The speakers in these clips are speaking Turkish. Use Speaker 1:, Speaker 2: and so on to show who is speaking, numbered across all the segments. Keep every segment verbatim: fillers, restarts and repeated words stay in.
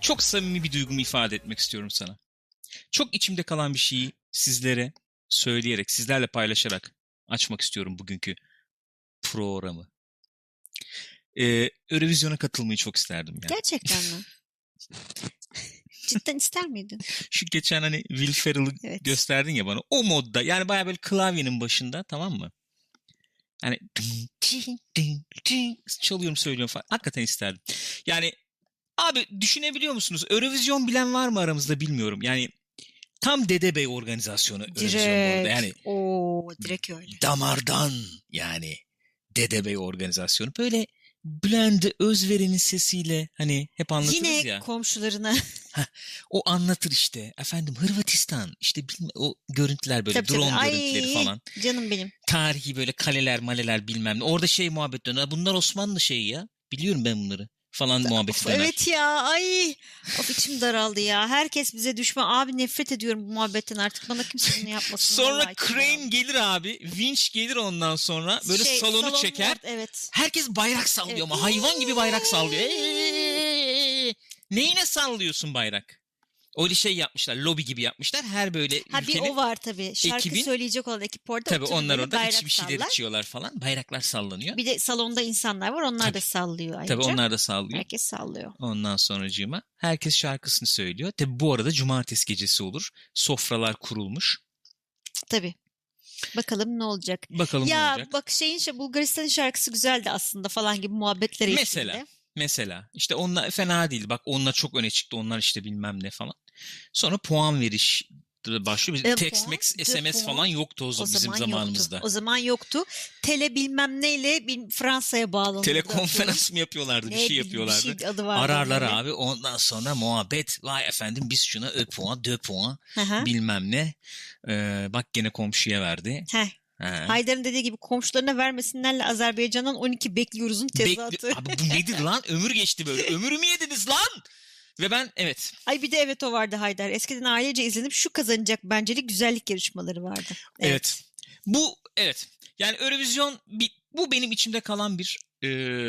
Speaker 1: Çok samimi bir duygumu ifade etmek istiyorum sana. Çok içimde kalan bir şeyi sizlere söyleyerek, sizlerle paylaşarak açmak istiyorum bugünkü programı. Ee, Eurovision'a katılmayı çok isterdim ya.
Speaker 2: Gerçekten mi? Cidden ister miydin?
Speaker 1: Şu geçen hani Will Ferrell'ı evet. gösterdin ya bana. O modda yani bayağı böyle klavyenin başında, tamam mı? Yani çalıyorum söylüyorum falan. Hakikaten isterdim. Yani abi düşünebiliyor musunuz? Eurovision bilen var mı aramızda bilmiyorum. Yani tam Dede Bey organizasyonu.
Speaker 2: Direkt. Yani Oo, direkt öyle.
Speaker 1: Damardan yani Dede Bey organizasyonu. Böyle Bülent Özveren'in sesiyle hani hep anlatırız
Speaker 2: Yine
Speaker 1: ya.
Speaker 2: Yine komşularına.
Speaker 1: O anlatır işte. Efendim Hırvatistan işte bilme, o görüntüler böyle tabii, drone tabii. görüntüleri Ay, falan.
Speaker 2: Canım benim.
Speaker 1: Tarihi böyle kaleler maleler bilmem ne. Orada şey muhabbet döner. Bunlar Osmanlı şeyi ya. Biliyorum ben bunları. Falan muhabbeti döner.
Speaker 2: Evet ya ay. Of içim daraldı ya. Herkes bize düşman. Abi nefret ediyorum bu muhabbetten artık. Bana kimse bunu yapmasın.
Speaker 1: Sonra crane gelir abi. Winch gelir ondan sonra. Böyle şey, salonu salon çeker. Var, evet. Herkes bayrak sallıyor evet. ama hayvan gibi bayrak sallıyor. Eee, neyine sallıyorsun bayrak? Öyle şey yapmışlar. Lobi gibi yapmışlar. Her böyle
Speaker 2: ha, ülkenin bir o var tabii. Şarkı ekibin, söyleyecek olan ekip orada.
Speaker 1: Tabii onlar orada iç bir şeyler sallar. içiyorlar falan. Bayraklar sallanıyor.
Speaker 2: Bir de salonda insanlar var. Onlar tabii. da sallıyor ayrıca.
Speaker 1: Tabii onlar da sallıyor.
Speaker 2: Herkes sallıyor.
Speaker 1: Ondan sonracığıma herkes şarkısını söylüyor. Tabii bu arada cumartesi gecesi olur. Sofralar kurulmuş.
Speaker 2: Tabii. Bakalım ne olacak.
Speaker 1: Bakalım
Speaker 2: ya,
Speaker 1: ne olacak.
Speaker 2: Ya bak şeyin Bulgaristan'ın şarkısı güzeldi aslında falan gibi muhabbetler eşliğinde.
Speaker 1: Mesela. Mesela işte onlar fena değil. Bak onlar çok öne çıktı. Onlar işte bilmem ne falan. Sonra puan veriş başlıyor. E, text, puan, S M S falan yoktu o, o bizim zaman zamanımızda.
Speaker 2: Yoktu. O zaman yoktu. Tele bilmem neyle Fransa'ya bağlanıyordu.
Speaker 1: Telekonferans mı yapıyorlardı? Ne, bir şey yapıyorlardı. Bir şey adı vardı. Ararlar öyle. Abi. Ondan sonra muhabbet. Vay efendim biz şuna bir puan, iki puan bilmem ne. Ee, bak gene komşuya verdi.
Speaker 2: Heh. Ha. Haydar'ın dediği gibi komşularına vermesinlerle Azerbaycan'dan on iki bekliyoruzun tezatı.
Speaker 1: Bekli... Abi bu nedir lan? Ömür geçti böyle. Ömürümü yediniz lan! Ve ben evet.
Speaker 2: Ay bir de evet o vardı Haydar. Eskiden ailece izlenip şu kazanacak bencelik güzellik yarışmaları vardı. Evet.
Speaker 1: evet. Bu evet. Yani Eurovision bu benim içimde kalan bir e,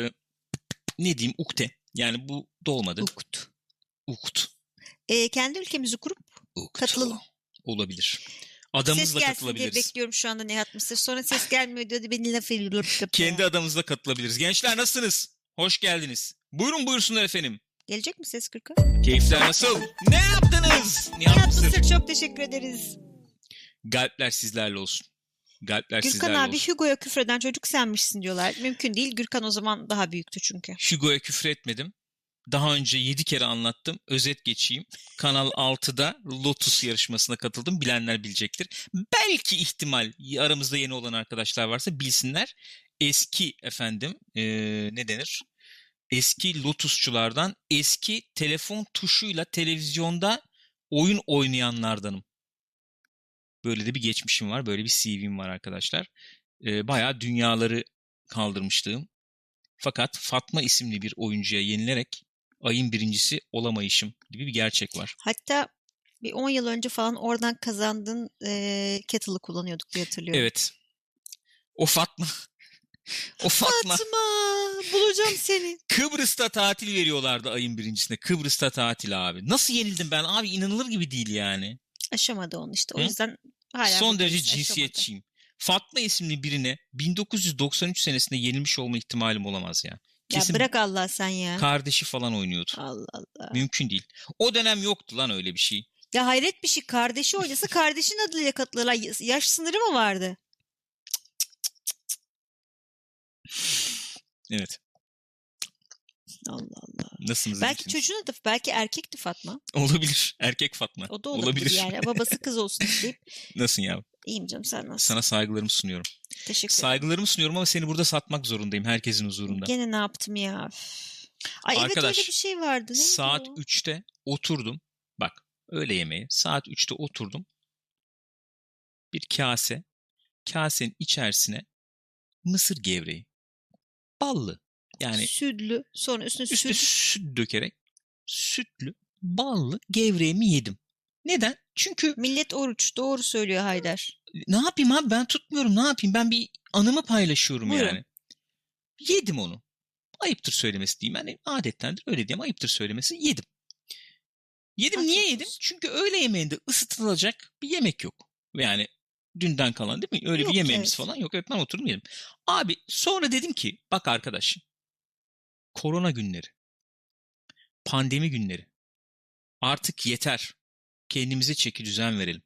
Speaker 1: ne diyeyim ukde. Yani bu dolmadı.
Speaker 2: Ukt.
Speaker 1: Ukt.
Speaker 2: E, kendi ülkemizi kurup Uktu. Katılalım.
Speaker 1: Olabilir. Adamızla
Speaker 2: ses gelsin
Speaker 1: katılabiliriz.
Speaker 2: diye bekliyorum şu anda Nihat Mısır. Sonra ses gelmiyor diyor. Beni laf ediyor.
Speaker 1: Kendi adamızla katılabiliriz. Gençler nasılsınız? Hoş geldiniz. Buyurun buyursunlar efendim.
Speaker 2: Gelecek mi ses kırka?
Speaker 1: Keyifler nasıl? Ne yaptınız?
Speaker 2: Nihat, Nihat Mısır çok teşekkür ederiz.
Speaker 1: Galpler sizlerle olsun. Galpler
Speaker 2: Gürkan
Speaker 1: sizlerle
Speaker 2: abi
Speaker 1: olsun.
Speaker 2: Hugo'ya küfreden çocuk senmişsin diyorlar. Mümkün değil. Gürkan o zaman daha büyüktü çünkü.
Speaker 1: Hugo'ya küfür etmedim. Daha önce yedi kere anlattım. Özet geçeyim. Kanal altıda Lotus yarışmasına katıldım. Bilenler bilecektir. Belki ihtimal aramızda yeni olan arkadaşlar varsa bilsinler. Eski efendim ee, ne denir? Eski Lotusçulardan, eski telefon tuşuyla televizyonda oyun oynayanlardanım. Böyle de bir geçmişim var. Böyle bir C V'm var arkadaşlar. Ee, bayağı dünyaları kaldırmışlığım. Fakat Fatma isimli bir oyuncuya yenilerek ayın birincisi olamayışım gibi bir gerçek var.
Speaker 2: Hatta bir on yıl önce falan oradan kazandığın e, kettle'ı kullanıyorduk diye hatırlıyorum.
Speaker 1: Evet. O Fatma. O Fatma.
Speaker 2: Fatma. Bulacağım seni.
Speaker 1: Kıbrıs'ta tatil veriyorlardı ayın birincisinde. Kıbrıs'ta tatil abi. Nasıl yenildim ben abi? İnanılır gibi değil yani.
Speaker 2: Aşamadı onu işte. O Hı? yüzden hala
Speaker 1: son derece cinsiyetçiyim. Fatma isimli birine bin dokuz yüz doksan üç senesinde yenilmiş olma ihtimalim olamaz ya.
Speaker 2: Kesin ya bırak Allah sen ya.
Speaker 1: Kardeşi falan oynuyordu.
Speaker 2: Allah Allah.
Speaker 1: Mümkün değil. O dönem yoktu lan öyle bir şey.
Speaker 2: Ya hayret bir şey. Kardeşi oynasa kardeşin adıyla katılırlar. Yaş sınırı mı vardı?
Speaker 1: Evet.
Speaker 2: Allah Allah.
Speaker 1: Nasılsınız?
Speaker 2: Belki çocuğun adı, belki erkekti Fatma.
Speaker 1: Olabilir. Erkek Fatma.
Speaker 2: O da olabilir, olabilir. Yani. Babası kız olsun deyip.
Speaker 1: Nasılsın ya?
Speaker 2: İyiyim canım, sen nasılsın?
Speaker 1: Sana saygılarımı sunuyorum.
Speaker 2: Teşekkür ederim.
Speaker 1: Saygılarımı sunuyorum ama seni burada satmak zorundayım herkesin huzurunda.
Speaker 2: Gene ne yaptım ya? Ay arkadaş, evet öyle bir şey vardı. Neydi
Speaker 1: saat
Speaker 2: o?
Speaker 1: üçte oturdum. Bak öğle yemeği. Saat üçte oturdum. Bir kase. Kasenin içerisine mısır gevreği. Ballı. Yani
Speaker 2: sütlü. Sonra üstüne,
Speaker 1: üstüne
Speaker 2: süt.
Speaker 1: süt dökerek sütlü, ballı gevreğimi yedim. Neden? Çünkü
Speaker 2: millet oruç. Doğru söylüyor Haydar.
Speaker 1: Ne yapayım abi, ben tutmuyorum, ne yapayım? Ben bir anımı paylaşıyorum. Buyurun. Yani. Yedim onu. Ayıptır söylemesi diyeyim. Yani adettendir öyle diyeyim. Ayıptır söylemesi. Yedim. Yedim.
Speaker 2: Afiyet
Speaker 1: Niye yedim?
Speaker 2: olsun.
Speaker 1: Çünkü öğle yemeğinde ısıtılacak bir yemek yok. Yani dünden kalan değil mi? Öyle bir
Speaker 2: Yoktu,
Speaker 1: yemeğimiz
Speaker 2: evet.
Speaker 1: falan yok. Evet, ben oturdum yedim. Abi sonra dedim ki bak arkadaş, korona günleri, pandemi günleri, artık yeter. Kendimize çeki düzen verelim.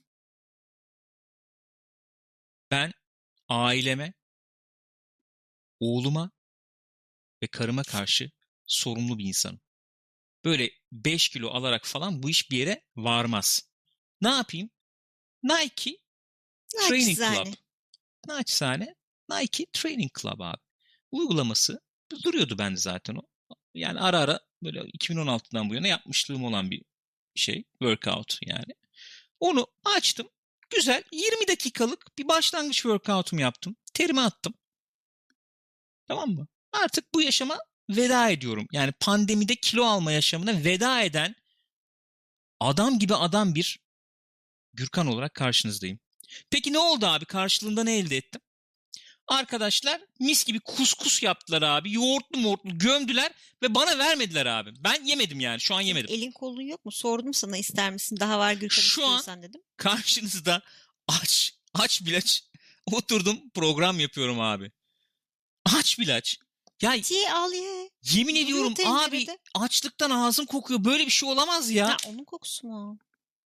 Speaker 1: Ben aileme, oğluma ve karıma karşı sorumlu bir insanım. Böyle beş kilo alarak falan bu iş bir yere varmaz. Ne yapayım? Nike Training Club.
Speaker 2: Naçizane.
Speaker 1: Naçizane Nike Training Club abi. Uygulaması duruyordu bende zaten o. Yani ara ara böyle iki bin on altıdan bu yana yapmışlığım olan bir şey. Workout yani. Onu açtım. Güzel yirmi dakikalık bir başlangıç workout'umu yaptım. Terimi attım. Tamam mı? Artık bu yaşama veda ediyorum. Yani pandemide kilo alma yaşamına veda eden adam gibi adam bir Gürkan olarak karşınızdayım. Peki ne oldu abi? Karşılığında ne elde ettim? Arkadaşlar mis gibi kuskus yaptılar abi. Yoğurtlu moğurtlu gömdüler ve bana vermediler abi. Ben yemedim yani. Şu an yemedim.
Speaker 2: Elin kolun yok mu? Sordum sana ister misin? Daha var Gürkan
Speaker 1: Şu an
Speaker 2: istiyorsan dedim.
Speaker 1: karşınızda aç, aç bilaç oturdum program yapıyorum abi. Aç bilaç. Ya
Speaker 2: Diye al ye.
Speaker 1: yemin
Speaker 2: Duruyor
Speaker 1: ediyorum abi
Speaker 2: tencerede.
Speaker 1: açlıktan ağzım kokuyor. Böyle bir şey olamaz ya.
Speaker 2: Ha, onun kokusu mu?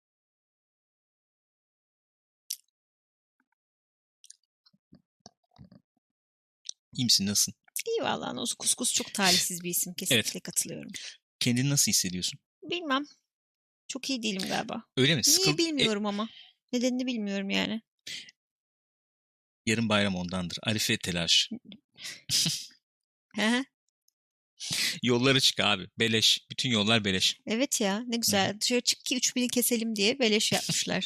Speaker 1: İyi misin, nasılsın?
Speaker 2: İyi vallahi Noz. Kuskus çok talihsiz bir isim. Kesinlikle
Speaker 1: Evet.
Speaker 2: katılıyorum.
Speaker 1: Kendini nasıl hissediyorsun?
Speaker 2: Bilmem. Çok iyi değilim galiba.
Speaker 1: Öyle mi?
Speaker 2: Niye
Speaker 1: Sıkıl...
Speaker 2: bilmiyorum
Speaker 1: E,
Speaker 2: ama. Nedenini bilmiyorum yani.
Speaker 1: yarın bayram ondandır. Arife telaş.
Speaker 2: He.
Speaker 1: Yolları çık abi. Beleş. Bütün yollar beleş.
Speaker 2: Evet ya ne güzel. Dışarı çık ki üç bini keselim diye beleş yapmışlar.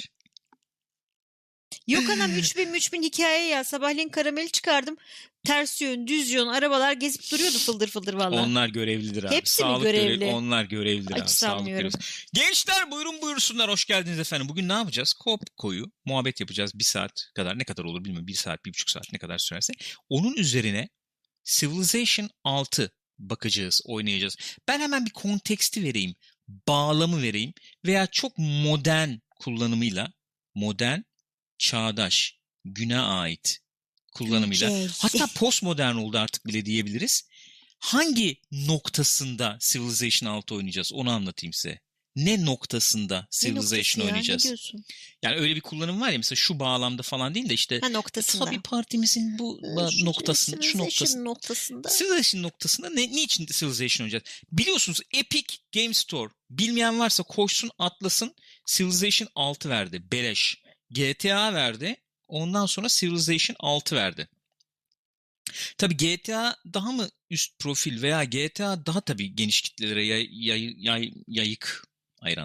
Speaker 2: Yok anam üç bin üç bin hikaye ya. Sabahleyin karameli çıkardım. Ters yön, düz yön arabalar gezip duruyordu fıldır fıldır valla.
Speaker 1: Onlar görevlidir abi.
Speaker 2: Hepsi mi
Speaker 1: Sağlık
Speaker 2: görevli?
Speaker 1: görev- onlar görevlidir
Speaker 2: Hiç
Speaker 1: abi. Sağlık
Speaker 2: sanmıyorum.
Speaker 1: görevi. Gençler buyurun buyursunlar. Hoş geldiniz efendim. Bugün ne yapacağız? Kop koyu muhabbet yapacağız. Bir saat kadar, ne kadar olur bilmiyorum. Bir saat, bir buçuk saat ne kadar sürerse. Onun üzerine Civilization altı bakacağız, oynayacağız. Ben hemen bir konteksti vereyim. Bağlamı vereyim. Veya çok modern kullanımıyla, modern, çağdaş, güne ait kullanımıyla,
Speaker 2: Güncel.
Speaker 1: hatta postmodern oldu artık bile diyebiliriz. Hangi noktasında Civilization altı oynayacağız onu anlatayım size. Ne noktasında
Speaker 2: Ne
Speaker 1: Civilization
Speaker 2: noktası ya? Ne
Speaker 1: oynayacağız?
Speaker 2: diyorsun?
Speaker 1: Yani öyle bir kullanım var ya, mesela şu bağlamda falan değil de işte
Speaker 2: Ha noktasında.
Speaker 1: tabii partimizin bu ba-
Speaker 2: Şu
Speaker 1: noktasında, şu noktasında.
Speaker 2: Civilization noktasında.
Speaker 1: Civilization noktasında ne, niçin Civilization oynayacağız? Biliyorsunuz Epic Game Store. Bilmeyen varsa koşsun atlasın. Civilization altı verdi. Beleş. G T A verdi. Ondan sonra Civilization altı verdi. Tabii G T A daha mı üst profil veya G T A daha tabii geniş kitlelere yay, yay, yay, yayık ayıran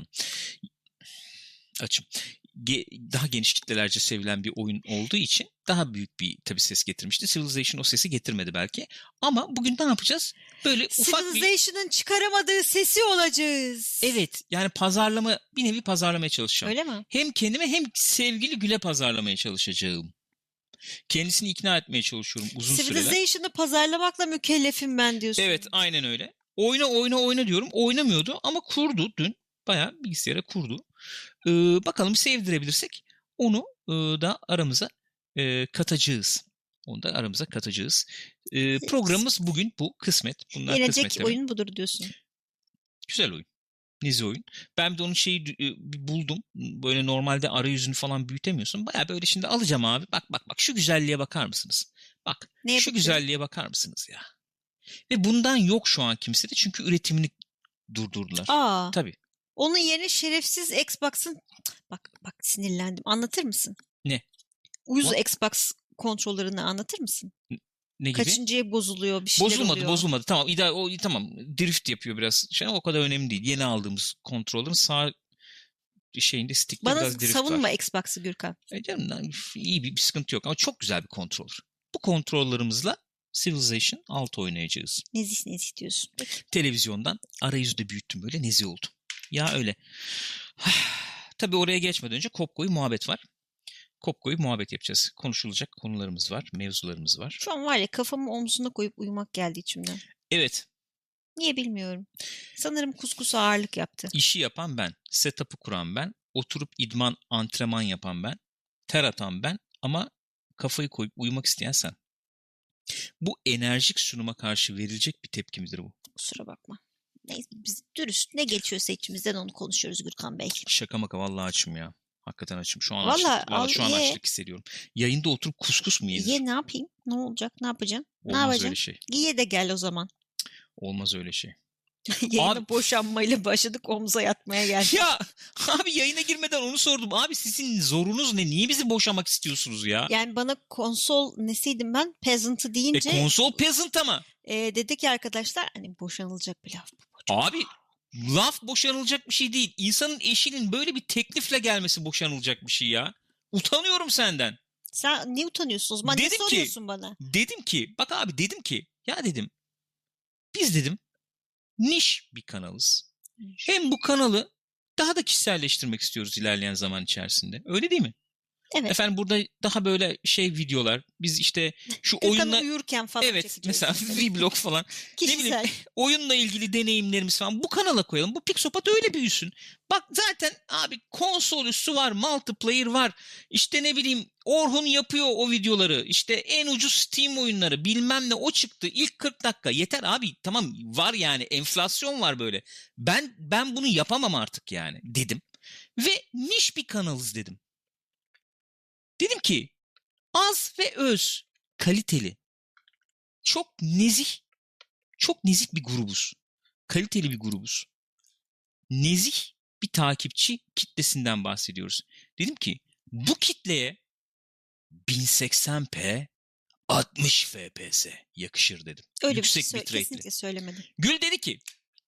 Speaker 1: açım. Ge- daha geniş kitlelerce sevilen bir oyun olduğu için daha büyük bir tabii ses getirmişti. Civilization o sesi getirmedi belki. Ama bugün ne yapacağız? Böyle ufak bir...
Speaker 2: Civilization'ın çıkaramadığı sesi olacağız.
Speaker 1: Evet, yani pazarlama, bir nevi pazarlamaya çalışacağım.
Speaker 2: Öyle mi?
Speaker 1: Hem kendime hem sevgili Gül'e pazarlamaya çalışacağım. Kendisini ikna etmeye çalışıyorum uzun süreler.
Speaker 2: Civilization'ı pazarlamakla mükellefim ben diyorsun.
Speaker 1: Evet, aynen öyle. Oyna oyna oyna diyorum. Oynamıyordu ama kurdu dün. Bayağı bilgisayara kurdu. Ee, bakalım sevdirebilirsek onu e, da aramıza e, katacağız. Onu da aramıza katacağız. Ee, programımız bugün bu. Kısmet. Bunlar
Speaker 2: Yenecek
Speaker 1: kısmet tabii.
Speaker 2: oyun budur diyorsun.
Speaker 1: Güzel oyun. Nizi oyun. Ben bir de onun şeyi e, bir buldum. Böyle normalde arayüzünü falan büyütemiyorsun. Bayağı böyle şimdi alacağım abi. Bak bak bak şu güzelliğe bakar mısınız? Bak
Speaker 2: Neye
Speaker 1: şu
Speaker 2: bakıyorum?
Speaker 1: güzelliğe bakar mısınız ya? Ve bundan yok şu an kimsede çünkü üretimini durdurdular.
Speaker 2: Aa.
Speaker 1: Tabii.
Speaker 2: Onun yerine şerefsiz Xbox'ın bak bak sinirlendim. Anlatır mısın?
Speaker 1: Ne?
Speaker 2: Uyuz
Speaker 1: O-
Speaker 2: Xbox kontrollerini anlatır mısın?
Speaker 1: Ne gibi?
Speaker 2: Kaçıncıya bozuluyor bir şeyler
Speaker 1: Bozulmadı,
Speaker 2: oluyor.
Speaker 1: bozulmadı. Tamam, ida o tamam. Drift yapıyor biraz. Şey ama o kadar önemli değil. Yeni aldığımız kontrollerin sağ şeyinde stick'te
Speaker 2: Bana
Speaker 1: biraz drift
Speaker 2: savunma
Speaker 1: var.
Speaker 2: Xbox'ı Gürkan.
Speaker 1: E canım lan, iyi bir, bir sıkıntı yok ama çok güzel bir kontroller. Bu kontrollerimizle Civilization altı oynayacağız.
Speaker 2: Nezih nezih diyorsun. Peki.
Speaker 1: Televizyondan arayüzü de büyüttüm, böyle nezih oldu. Ya öyle. Tabii oraya geçmeden önce Kopko'yu muhabbet var. Kopko'yu muhabbet yapacağız. Konuşulacak konularımız var, mevzularımız var.
Speaker 2: Şu an var ya kafamı omzuna koyup uyumak geldi içimden.
Speaker 1: Evet.
Speaker 2: Niye bilmiyorum. Sanırım kuskus ağırlık yaptı.
Speaker 1: İşi yapan ben. Setup'ı kuran ben. Oturup idman, antrenman yapan ben. Ter atan ben. Ama kafayı koyup uyumak isteyen sen. Bu enerjik sunuma karşı verilecek bir tepki midir bu?
Speaker 2: Kusura bakma. Neyse, biz dürüst ne geçiyorsa içimizden onu konuşuyoruz Gürkan Bey.
Speaker 1: Şaka maka vallahi açım ya. Hakikaten açım. Şu an
Speaker 2: Vallahi
Speaker 1: açlık, vallahi
Speaker 2: al,
Speaker 1: şu an
Speaker 2: ye.
Speaker 1: açlık hissediyorum. Yayında oturup kuskus mu yenir?
Speaker 2: Ye ne yapayım? Ne olacak? Ne yapacaksın? Ne
Speaker 1: Olmaz
Speaker 2: yapacaksın?
Speaker 1: öyle şey.
Speaker 2: Ye de gel o zaman.
Speaker 1: Olmaz öyle şey.
Speaker 2: Yayına
Speaker 1: Abi-
Speaker 2: boşanmayla başladık, omza yatmaya geldik.
Speaker 1: Ya abi yayına girmeden onu sordum. Abi sizin zorunuz ne? Niye bizi boşamak istiyorsunuz ya?
Speaker 2: Yani bana konsol nesiydim ben? Peasant'ı
Speaker 1: E
Speaker 2: deyince
Speaker 1: konsol peasant ama.
Speaker 2: e, dedi ki arkadaşlar hani boşanılacak bir laf bu. Çok-
Speaker 1: Abi laf boşanılacak bir şey değil. İnsanın eşinin böyle bir teklifle gelmesi boşanılacak bir şey ya. Utanıyorum senden.
Speaker 2: Sen niye utanıyorsun o zaman? Ne
Speaker 1: Dedim ki-
Speaker 2: soruyorsun bana?
Speaker 1: Dedim ki bak abi dedim ki ya dedim biz dedim niş bir kanalız. Hem bu kanalı daha da kişiselleştirmek istiyoruz ilerleyen zaman içerisinde. Öyle değil mi?
Speaker 2: Evet.
Speaker 1: Efendim burada daha böyle şey videolar. Biz işte şu
Speaker 2: Gürkan
Speaker 1: oyunla
Speaker 2: uyurken falan
Speaker 1: evet
Speaker 2: çekeceğiz.
Speaker 1: mesela vlog falan
Speaker 2: Kişisel.
Speaker 1: oyunla ilgili deneyimlerimiz falan bu kanala koyalım. Bu Pixopat öyle büyüsün. Bak zaten abi konsol üstü var, multiplayer var. İşte ne bileyim Orhun yapıyor o videoları. İşte en ucuz Steam oyunları bilmem ne o çıktı. İlk kırk dakika yeter abi. Tamam var yani enflasyon var böyle. Ben ben bunu yapamam artık yani dedim. Ve niş bir kanalız dedim. Dedim ki az ve öz, kaliteli, çok nezih, çok nezih bir grubuz. Kaliteli bir grubuz. Nezih bir takipçi kitlesinden bahsediyoruz. Dedim ki bu kitleye bin seksen p altmış F P S yakışır dedim.
Speaker 2: Öyle
Speaker 1: Yüksek
Speaker 2: bir şey
Speaker 1: bitrate'li.
Speaker 2: kesinlikle söylemedim.
Speaker 1: Gül dedi ki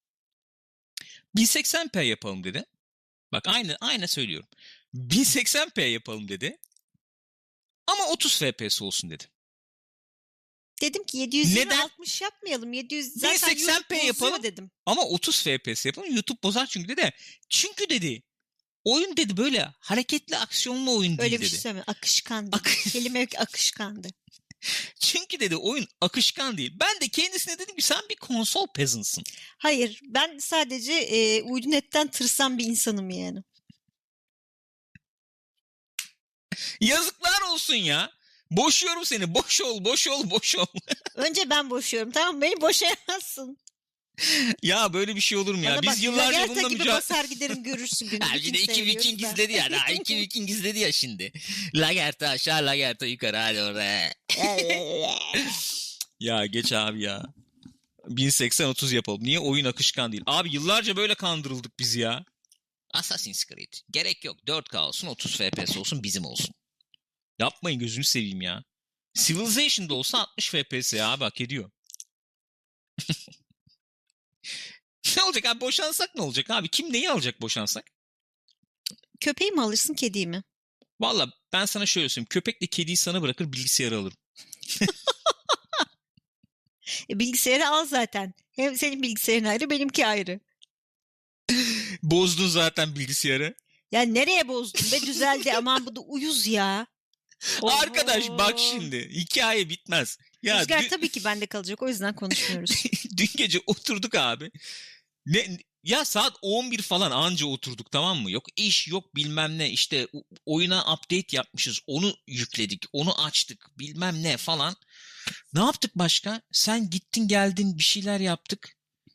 Speaker 1: bin seksen p yapalım dedi. Bak aynı aynı söylüyorum. bin seksen p yapalım dedi. Ama otuz F P S olsun dedi.
Speaker 2: Dedim ki yedi yüz yirmi
Speaker 1: Neden?
Speaker 2: altmış yapmayalım. yedi yüz zaten
Speaker 1: bin seksen p
Speaker 2: YouTube bozuyor
Speaker 1: yapalım.
Speaker 2: dedim.
Speaker 1: Ama otuz F P S yapalım. YouTube bozar çünkü dedi. Çünkü dedi oyun dedi böyle hareketli aksiyonlu oyun değil
Speaker 2: Öyle bir
Speaker 1: dedi.
Speaker 2: şey söyleme. Akışkandı.
Speaker 1: Ak-
Speaker 2: Kelime yok, akışkandı.
Speaker 1: Çünkü dedi oyun akışkan değil. Ben de kendisine dedim ki sen bir konsol peasant'sın.
Speaker 2: Hayır, ben sadece e, uydunetten tırsan bir insanım yani.
Speaker 1: Yazıklar olsun ya. Boşuyorum seni. Boş ol, boş ol, boş ol.
Speaker 2: Önce ben boşuyorum, tamam mı? Beni boşayamazsın.
Speaker 1: Ya böyle bir şey olur mu ya?
Speaker 2: Bana
Speaker 1: Biz
Speaker 2: bak,
Speaker 1: yıllarca
Speaker 2: Lagertha
Speaker 1: bununla
Speaker 2: gibi
Speaker 1: mücadele...
Speaker 2: basar giderim görürsün günü.
Speaker 1: Ha,
Speaker 2: Bütün
Speaker 1: şimdi iki
Speaker 2: seviyoruz
Speaker 1: Viking
Speaker 2: ben.
Speaker 1: izledi ya. Daha iki Viking izledi ya şimdi. Lagertha aşağı, Lagertha yukarı. Hadi oraya. Ya geç abi ya. bin seksen otuz yapalım. Niye oyun akışkan değil? Abi yıllarca böyle kandırıldık biz ya. Assassin's Creed. Gerek yok. dört K olsun, otuz F P S olsun, bizim olsun. Yapmayın gözünü seveyim ya. Civilization'da olsa altmış F P S ya abi hak ediyor. Ne olacak abi boşansak ne olacak abi? Kim neyi alacak boşansak?
Speaker 2: Köpeği mi alırsın, kediyi mi?
Speaker 1: Valla ben sana şöyle söyleyeyim. Köpekle kediyi sana bırakır bilgisayarı alırım.
Speaker 2: E, bilgisayarı al zaten. Hem senin bilgisayarın ayrı, benimki ayrı.
Speaker 1: Bozdun zaten bilgisayarı.
Speaker 2: Ya nereye bozdun be, düzeldi. Aman bu da uyuz ya. Oho.
Speaker 1: Arkadaş bak şimdi hikaye bitmez. Ya
Speaker 2: Rüzgar
Speaker 1: dün,
Speaker 2: tabii ki bende kalacak, o yüzden konuşmuyoruz.
Speaker 1: dün gece oturduk abi. Ne, ya saat on bir falan anca oturduk tamam mı? Yok iş yok bilmem ne işte oyuna update yapmışız. Onu yükledik onu açtık bilmem ne falan. Ne yaptık başka? Sen gittin geldin bir şeyler yaptık.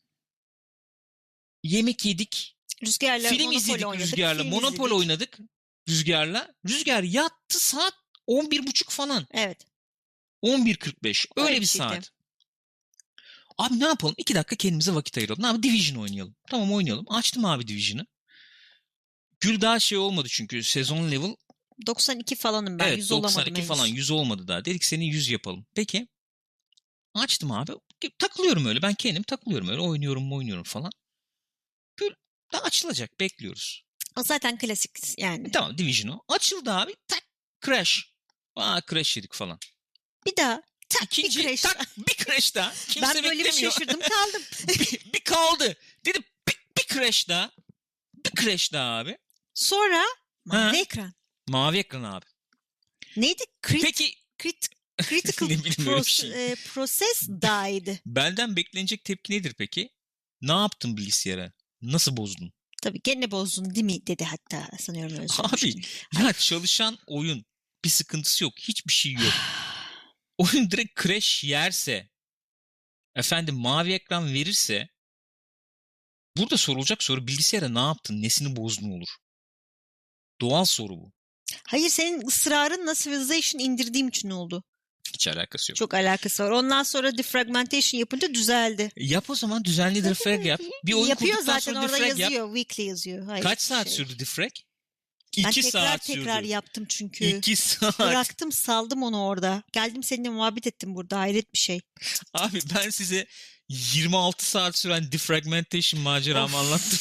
Speaker 1: Yemek yedik.
Speaker 2: Rüzgarla
Speaker 1: Film
Speaker 2: Monopoly
Speaker 1: izledik
Speaker 2: oynadık.
Speaker 1: Rüzgar'la.
Speaker 2: film
Speaker 1: Monopoly
Speaker 2: izledik.
Speaker 1: oynadık Rüzgar'la. Rüzgar yattı saat on bir buçuk falan.
Speaker 2: Evet.
Speaker 1: on bir kırk beş. Öyle
Speaker 2: Öyle
Speaker 1: bir
Speaker 2: bir şeydi.
Speaker 1: saat. Abi ne yapalım? İki dakika kendimize vakit ayıralım. Ne yapalım? Division oynayalım. Tamam oynayalım. Açtım abi Division'ı. Gül daha şey olmadı çünkü sezon level.
Speaker 2: doksan iki falanım ben.
Speaker 1: Evet
Speaker 2: yüz olamadım
Speaker 1: doksan iki
Speaker 2: henüz.
Speaker 1: falan yüz olmadı daha. Dedik seni yüz yapalım. Peki. Açtım abi. Takılıyorum öyle. Ben kendim takılıyorum öyle. Oynuyorum oynuyorum falan. Gül daha açılacak. Bekliyoruz.
Speaker 2: O zaten klasik yani.
Speaker 1: Tamam Division o. Açıldı abi. Tak. Crash. Aa crash yedik falan.
Speaker 2: Bir daha. Tak
Speaker 1: İkinci,
Speaker 2: bir crash.
Speaker 1: tak bir crash daha. Kimse
Speaker 2: Ben böyle bir
Speaker 1: beklemiyor.
Speaker 2: şaşırdım kaldım.
Speaker 1: bir, bir kaldı. Dedim bir, bir crash daha. Bir crash daha abi.
Speaker 2: Sonra mavi
Speaker 1: Ha.
Speaker 2: ekran.
Speaker 1: Mavi ekran abi.
Speaker 2: Neydi? Crit,
Speaker 1: Peki
Speaker 2: crit, critical
Speaker 1: Ne bileyim öyle bir
Speaker 2: pros-
Speaker 1: şey.
Speaker 2: e, process died.
Speaker 1: benden beklenecek tepki nedir peki? Ne yaptın bilgisayara? Nasıl bozdun?
Speaker 2: Tabii gene bozdun değil mi dedi hatta sanıyorum öyle söylemiştim.
Speaker 1: Abi ya çalışan oyun bir sıkıntısı yok. Hiçbir şey yok. Oyun direkt crash yerse, efendim mavi ekran verirse, burada sorulacak soru bilgisayara ne yaptın? Nesini bozdun olur. Doğal soru bu.
Speaker 2: Hayır, senin ısrarınla Civilization indirdiğim için oldu.
Speaker 1: Hiç alakası yok.
Speaker 2: Çok alakası var. Ondan sonra defragmentation yapınca düzeldi.
Speaker 1: Yap o zaman düzenli defrag yap. Bir oyun
Speaker 2: Yapıyor
Speaker 1: kurduktan
Speaker 2: zaten,
Speaker 1: sonra
Speaker 2: orada
Speaker 1: defrag
Speaker 2: yazıyor.
Speaker 1: yap.
Speaker 2: Weekly yazıyor. Hayır,
Speaker 1: Kaç saat
Speaker 2: şey.
Speaker 1: sürdü defrag?
Speaker 2: Ben
Speaker 1: İki
Speaker 2: tekrar
Speaker 1: saat
Speaker 2: tekrar
Speaker 1: sürdü.
Speaker 2: yaptım çünkü.
Speaker 1: İki saat.
Speaker 2: Bıraktım, saldım onu orada. Geldim seninle muhabbet ettim burada. Hayret bir şey.
Speaker 1: Abi ben size yirmi altı saat süren defragmentation maceramı anlattım.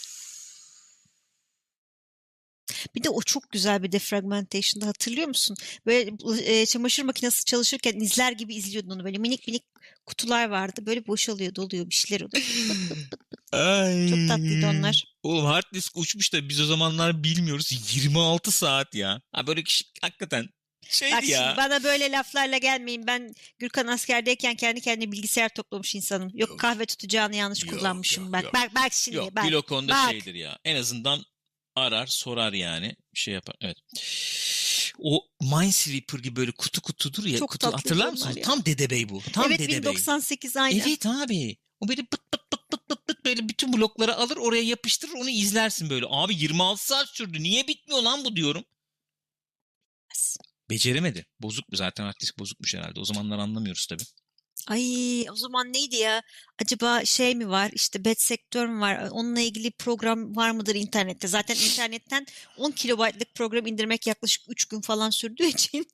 Speaker 2: Bir de o çok güzel bir defragmentation'da, hatırlıyor musun? Böyle e, çamaşır makinesi çalışırken izler gibi izliyordun onu. Böyle minik minik kutular vardı. Böyle boşalıyor, doluyor, bir şeyler oluyor. Bıt bıt bıt bıt.
Speaker 1: Ay.
Speaker 2: Çok tatlıydı onlar.
Speaker 1: Oğlum hard disk uçmuş da biz o zamanlar bilmiyoruz. yirmi altı saat ya. Ha böyle kişi, hakikaten şeydi
Speaker 2: Bak
Speaker 1: ya.
Speaker 2: şimdi bana böyle laflarla gelmeyin. Ben Gürkan askerdeyken kendi kendine bilgisayar toplamış insanım. Yok,
Speaker 1: Yok.
Speaker 2: kahve tutacağını yanlış
Speaker 1: Yok,
Speaker 2: kullanmışım.
Speaker 1: yok,
Speaker 2: bak
Speaker 1: yok.
Speaker 2: bak bak şimdi
Speaker 1: Yok,
Speaker 2: bak.
Speaker 1: Glock'onda
Speaker 2: bak.
Speaker 1: şeydir ya. En azından arar, sorar yani. Şey yapar. Evet. O Minesweeper gibi böyle kutu kutudur ya.
Speaker 2: Çok
Speaker 1: Kutu,
Speaker 2: tatlı
Speaker 1: hatırlar
Speaker 2: onlar
Speaker 1: mısınız?
Speaker 2: ya.
Speaker 1: Tam Dedebey bu. Tam
Speaker 2: Evet,
Speaker 1: Dedebey.
Speaker 2: bin doksan sekiz aynı.
Speaker 1: Evet abi. O böyle pıt pıt pıt pıt pıt pıt böyle bütün blokları alır, oraya yapıştırır, onu izlersin böyle. Abi yirmi altı saat sürdü. Niye bitmiyor lan bu diyorum. Beceremedi. Bozuk mu? Zaten hard disk bozukmuş herhalde. O zamanlar anlamıyoruz tabii.
Speaker 2: Ay, o zaman neydi ya? Acaba şey mi var? İşte bad sektör mü var? Onunla ilgili program var mıdır internette? Zaten internetten on kilobaytlık program indirmek yaklaşık üç gün falan sürdüğü için.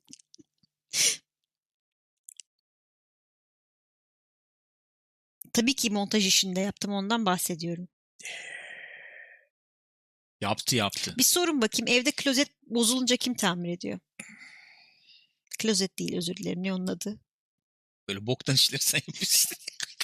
Speaker 2: Tabii ki montaj işinde yaptım, ondan bahsediyorum.
Speaker 1: Yaptı yaptı.
Speaker 2: Bir sorun bakayım, evde klozet bozulunca kim tamir ediyor? Klozet değil, özür dilerim, ne onun adı?
Speaker 1: Böyle boktan işleri sen yapıyorsun.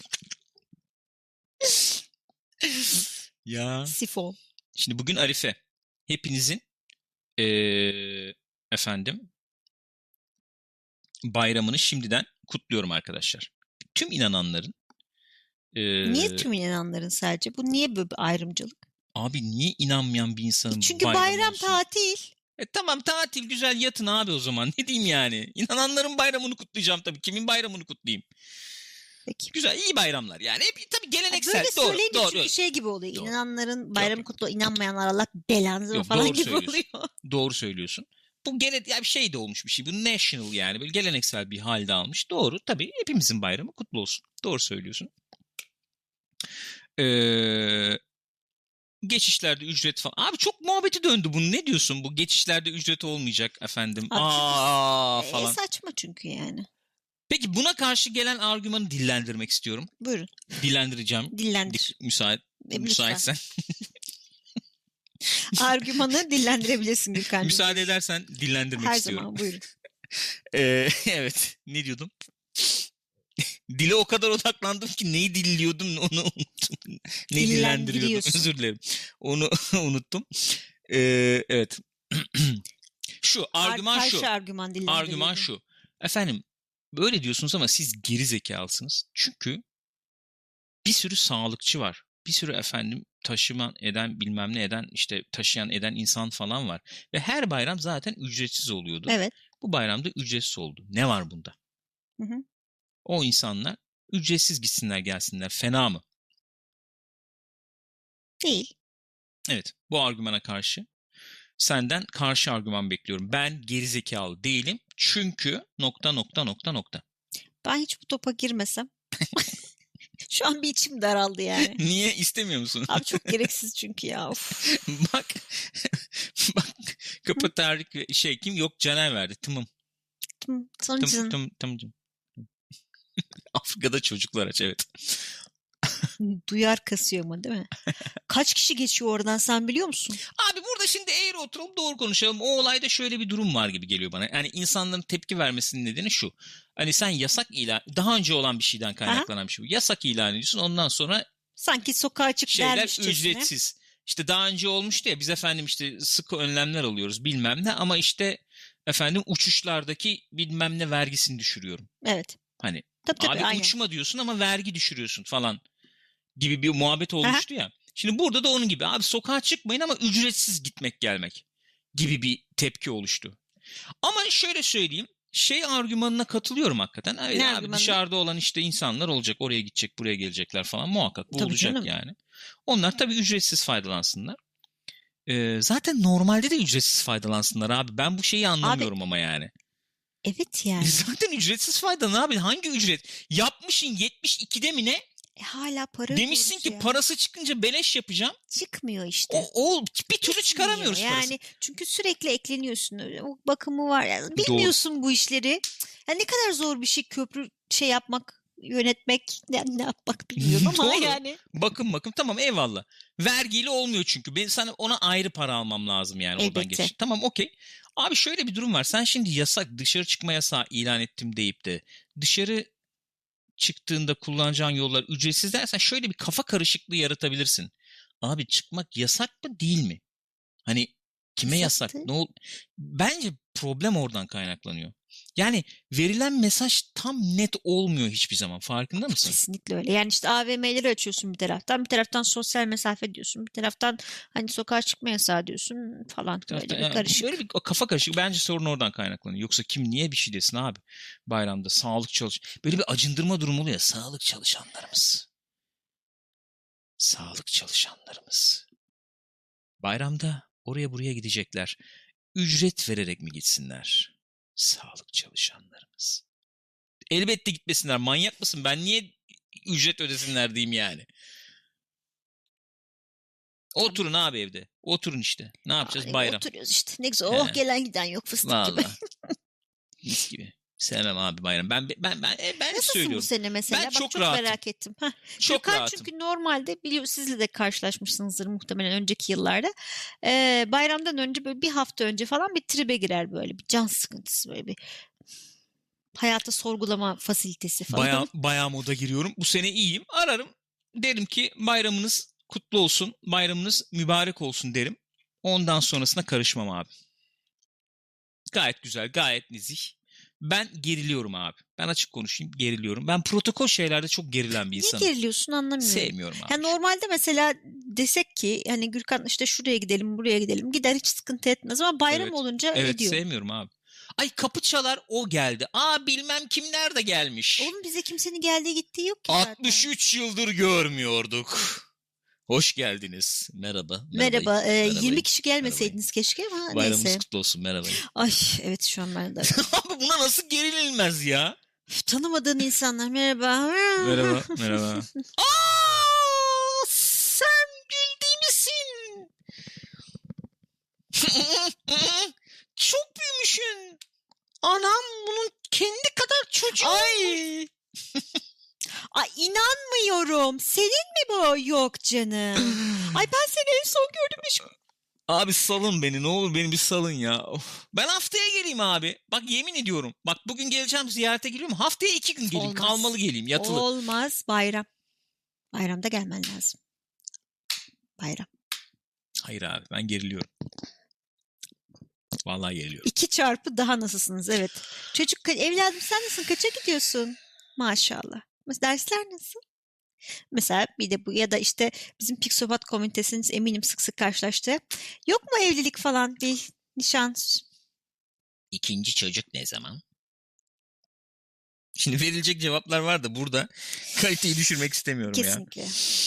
Speaker 1: Ya.
Speaker 2: Sifon.
Speaker 1: Şimdi bugün Arife. Hepinizin ee, efendim bayramını şimdiden kutluyorum arkadaşlar. Tüm inananların ee,
Speaker 2: Niye tüm inananların sadece? Bu niye böyle bir ayrımcılık?
Speaker 1: Abi niye inanmayan bir insanın
Speaker 2: Çünkü
Speaker 1: bayramı
Speaker 2: bayram
Speaker 1: olsun?
Speaker 2: tatil.
Speaker 1: E tamam, tatil güzel, yatın abi o zaman. Ne diyeyim yani? İnananların bayramını kutlayacağım tabii. Kimin bayramını kutlayayım?
Speaker 2: Peki.
Speaker 1: Güzel, iyi bayramlar yani. Hep, tabii geleneksel.
Speaker 2: Böyle
Speaker 1: doğru,
Speaker 2: söyleyince
Speaker 1: doğru,
Speaker 2: çünkü şey gibi oluyor.
Speaker 1: Doğru.
Speaker 2: İnananların bayramı
Speaker 1: Yok.
Speaker 2: kutlu, inanmayanlar Allah belanızı
Speaker 1: Yok,
Speaker 2: falan
Speaker 1: doğru
Speaker 2: gibi
Speaker 1: söylüyorsun.
Speaker 2: oluyor.
Speaker 1: Doğru söylüyorsun. Bu gene ya bir şey de olmuş bir şey. Bu national yani. Böyle geleneksel bir halde almış. Doğru. Tabii hepimizin bayramı kutlu olsun. Doğru söylüyorsun. Ee, geçişlerde ücret falan. Abi çok muhabbeti döndü bunun. Ne diyorsun? Bu geçişlerde ücret olmayacak efendim.
Speaker 2: Abi,
Speaker 1: Aa
Speaker 2: e,
Speaker 1: falan.
Speaker 2: saçma çünkü yani.
Speaker 1: Peki buna karşı gelen argümanı dillendirmek istiyorum.
Speaker 2: Buyurun.
Speaker 1: Dillendireceğim.
Speaker 2: Dillendir.
Speaker 1: Dik- müsait,
Speaker 2: E,
Speaker 1: müsaitsen.
Speaker 2: Argümanı dillendirebilirsin Gürkan'cığım.
Speaker 1: Müsaade edersen dillendirmek
Speaker 2: Her
Speaker 1: istiyorum.
Speaker 2: zaman buyurun.
Speaker 1: Ee, evet. Ne diyordum? Dile o kadar odaklandım ki neyi dilliyordum onu unuttum. Neyi dillendiriyordum?
Speaker 2: Dillendiriyorsun.
Speaker 1: Özür dilerim. Onu unuttum. Ee, evet. Şu argüman
Speaker 2: Ar-
Speaker 1: şu.
Speaker 2: Karşı argüman dillendiriyordun.
Speaker 1: Argüman şu. Efendim böyle diyorsunuz ama siz geri zekalısınız. Çünkü bir sürü sağlıkçı var. Bir sürü efendim taşıman eden bilmem ne eden işte taşıyan eden insan falan var. Ve her bayram zaten ücretsiz oluyordu.
Speaker 2: Evet.
Speaker 1: Bu bayramda ücretsiz oldu. Ne var bunda?
Speaker 2: Hı hı.
Speaker 1: O insanlar ücretsiz gitsinler gelsinler. Fena mı?
Speaker 2: Değil.
Speaker 1: Evet. Bu argümana karşı senden karşı argüman bekliyorum. Ben gerizekalı değilim. Çünkü nokta nokta nokta nokta.
Speaker 2: Ben hiç bu topa girmesem. Şu an bir içim daraldı yani.
Speaker 1: Niye istemiyor musun?
Speaker 2: Abi çok gereksiz çünkü ya. Of.
Speaker 1: bak bak kapı tarih ve şey kim yok Caner verdi. Tamam.
Speaker 2: Tım, Sonra
Speaker 1: Tamam
Speaker 2: canım.
Speaker 1: tamam tamam. Afrika'da çocuklar aç evet.
Speaker 2: Duyar kasıyor ama değil mi? Kaç kişi geçiyor oradan, sen biliyor musun?
Speaker 1: Abi burada şimdi eğri oturalım doğru konuşalım. O olayda şöyle bir durum var gibi geliyor bana. Yani insanların tepki vermesinin nedeni şu. Hani sen yasak ilan, daha önce olan bir şeyden kaynaklanan bir şey bu. Yasak ilan ediyorsun, ondan sonra
Speaker 2: Sanki sokağa çık
Speaker 1: şeyler
Speaker 2: dermişçesine.
Speaker 1: ücretsiz. İşte daha önce olmuştu ya, biz efendim işte sıkı önlemler alıyoruz bilmem ne ama işte efendim uçuşlardaki bilmem ne vergisini düşürüyorum.
Speaker 2: Evet.
Speaker 1: Hani
Speaker 2: Tabii tabii
Speaker 1: abi
Speaker 2: aynen.
Speaker 1: uçma diyorsun ama vergi düşürüyorsun falan gibi bir muhabbet olmuştu ya. Şimdi burada da onun gibi abi sokağa çıkmayın ama ücretsiz gitmek gelmek gibi bir tepki oluştu. Ama şöyle söyleyeyim. Şey argümanına katılıyorum hakikaten. Evet,
Speaker 2: Ne
Speaker 1: abi
Speaker 2: argümanı?
Speaker 1: dışarıda olan işte insanlar olacak. Oraya gidecek, buraya gelecekler falan. Muhakkak bu
Speaker 2: Tabii
Speaker 1: olacak
Speaker 2: canım.
Speaker 1: yani. Onlar tabii ücretsiz faydalansınlar. Ee, zaten normalde de ücretsiz faydalansınlar abi. Ben bu şeyi anlamıyorum
Speaker 2: Abi,
Speaker 1: ama yani.
Speaker 2: evet yani.
Speaker 1: Zaten ücretsiz faydalan abi. Hangi ücret? Yapmışın yetmiş ikide mi ne?
Speaker 2: E, hala para
Speaker 1: Demişsin
Speaker 2: ödüyoruz
Speaker 1: ki
Speaker 2: ya.
Speaker 1: parası çıkınca beleş yapacağım.
Speaker 2: Çıkmıyor işte.
Speaker 1: O, o bir türlü
Speaker 2: Çıkmıyor.
Speaker 1: çıkaramıyoruz
Speaker 2: yani,
Speaker 1: parasını.
Speaker 2: çünkü sürekli ekleniyorsun. O bakımı var. Yani
Speaker 1: Doğru.
Speaker 2: bilmiyorsun bu işleri. Yani ne kadar zor bir şey köprü şey yapmak, yönetmek, ne, ne yapmak bilmiyorum ama
Speaker 1: Doğru.
Speaker 2: yani.
Speaker 1: Bakın bakın tamam eyvallah. Vergiyle olmuyor çünkü. Ben sana ona ayrı para almam lazım yani oradan
Speaker 2: Elbette.
Speaker 1: geçiş. Tamam okey. Abi şöyle bir durum var. Sen şimdi yasak dışarı çıkma yasağı ilan ettim deyip de dışarı çıktığında kullanacağın yollar ücretsiz dersen şöyle bir kafa karışıklığı yaratabilirsin. Abi çıkmak yasak mı değil mi? Hani kime yasak?
Speaker 2: Yasaktı.
Speaker 1: Ne ol? Bence problem oradan kaynaklanıyor. Yani verilen mesaj tam net olmuyor hiçbir zaman. Farkında mısın?
Speaker 2: Kesinlikle öyle. Yani işte A V M'leri açıyorsun bir taraftan, bir taraftan sosyal mesafe diyorsun, bir taraftan hani sokağa çıkma yasağı diyorsun falan,
Speaker 1: Bir taraftan
Speaker 2: böyle bir
Speaker 1: yani
Speaker 2: karışık.
Speaker 1: böyle bir kafa karışık. Bence sorun oradan kaynaklanıyor. Yoksa kim niye bir şey desin abi? Bayramda sağlık çalış. Böyle bir acındırma durumu oluyor ya. Sağlık çalışanlarımız. Sağlık çalışanlarımız. Bayramda oraya buraya gidecekler. Ücret vererek mi gitsinler? Sağlık çalışanlarımız. Elbette gitmesinler. Manyak mısın? Ben niye ücret ödesinler diyeyim yani. Oturun abi evde. Oturun işte. Ne yapacağız?
Speaker 2: Ay,
Speaker 1: Bayram.
Speaker 2: oturuyoruz işte. Ne güzel. Oh,
Speaker 1: He.
Speaker 2: gelen giden yok, fıstık gibi.
Speaker 1: Vallahi. Mis gibi. Sevmem abi bayram. Ben ben ben e, ben
Speaker 2: Nasılsın bu
Speaker 1: söylüyorum.
Speaker 2: sene mesela?
Speaker 1: Ben
Speaker 2: Bak,
Speaker 1: çok
Speaker 2: çok
Speaker 1: rahatım.
Speaker 2: merak ettim. Heh.
Speaker 1: Çok
Speaker 2: Gürkan
Speaker 1: rahatım.
Speaker 2: çünkü normalde biliyor, sizle de karşılaşmışsınızdır muhtemelen önceki yıllarda. Ee, bayramdan önce böyle bir hafta önce falan bir tribe girer, böyle bir can sıkıntısı, böyle bir hayata sorgulama fasilitesi falan.
Speaker 1: Bayağı bayağı moda giriyorum. Bu sene iyiyim. Ararım. Derim ki bayramınız kutlu olsun. Bayramınız mübarek olsun derim. Ondan sonrasına karışmam abi. Gayet güzel, gayet nezih. Ben geriliyorum abi. Ben açık konuşayım, geriliyorum. Ben protokol şeylerde çok gerilen bir
Speaker 2: Niye
Speaker 1: insanım.
Speaker 2: geriliyorsun anlamıyorum.
Speaker 1: Sevmiyorum abi.
Speaker 2: Yani normalde mesela desek ki hani Gürkan işte şuraya gidelim, buraya gidelim, gider, hiç sıkıntı etmez ama bayram
Speaker 1: Evet.
Speaker 2: olunca
Speaker 1: Evet,
Speaker 2: ediyor.
Speaker 1: sevmiyorum abi. Ay kapı çalar, o geldi. Aa bilmem kimler de gelmiş.
Speaker 2: Oğlum bize kimsenin geldiği gittiği yok ki zaten.
Speaker 1: altmış üç yıldır görmüyorduk. Hoş geldiniz. Merhaba.
Speaker 2: Merhaba. e,
Speaker 1: merhabayın,
Speaker 2: yirmi kişi
Speaker 1: merhabayın.
Speaker 2: gelmeseydiniz keşke ama
Speaker 1: Bayramınız
Speaker 2: neyse.
Speaker 1: kutlu olsun. Merhaba.
Speaker 2: Ay evet, şu an ben de.
Speaker 1: Abi buna nasıl gerililmez ya?
Speaker 2: Üf, tanımadığın insanlar merhaba.
Speaker 1: Merhaba. Merhaba. Aa, sen Güldi misin? Çok büyümüşsün. Anam bunun kendi kadar çocuğu.
Speaker 2: Ay. Ay inanmıyorum. Senin mi bu? Yok canım. Ay ben seni en son gördüm. Hiç...
Speaker 1: Abi salın beni, ne olur beni bir salın ya. Of. Ben haftaya geleyim abi. Bak yemin ediyorum. Bak bugün geleceğim, ziyarete geliyorum. Haftaya iki gün geleyim.
Speaker 2: Olmaz.
Speaker 1: Kalmalı geleyim, yatılı.
Speaker 2: Olmaz, bayram. Bayramda gelmen lazım. Bayram.
Speaker 1: Hayır abi, ben geriliyorum. Vallahi geriliyorum.
Speaker 2: İki çarpı daha nasılsınız? Evet. Çocuk, evladım sen nasılsın? Kaça gidiyorsun? Maşallah. Mesela dersler nasıl? Mesela bir de bu, ya da işte bizim Pixopat komünitesinin eminim sık sık karşılaştığı. Yok mu evlilik falan, bir nişan?
Speaker 1: İkinci çocuk ne zaman? Şimdi verilecek cevaplar var da burada kaliteyi düşürmek istemiyorum
Speaker 2: Kesinlikle.
Speaker 1: ya.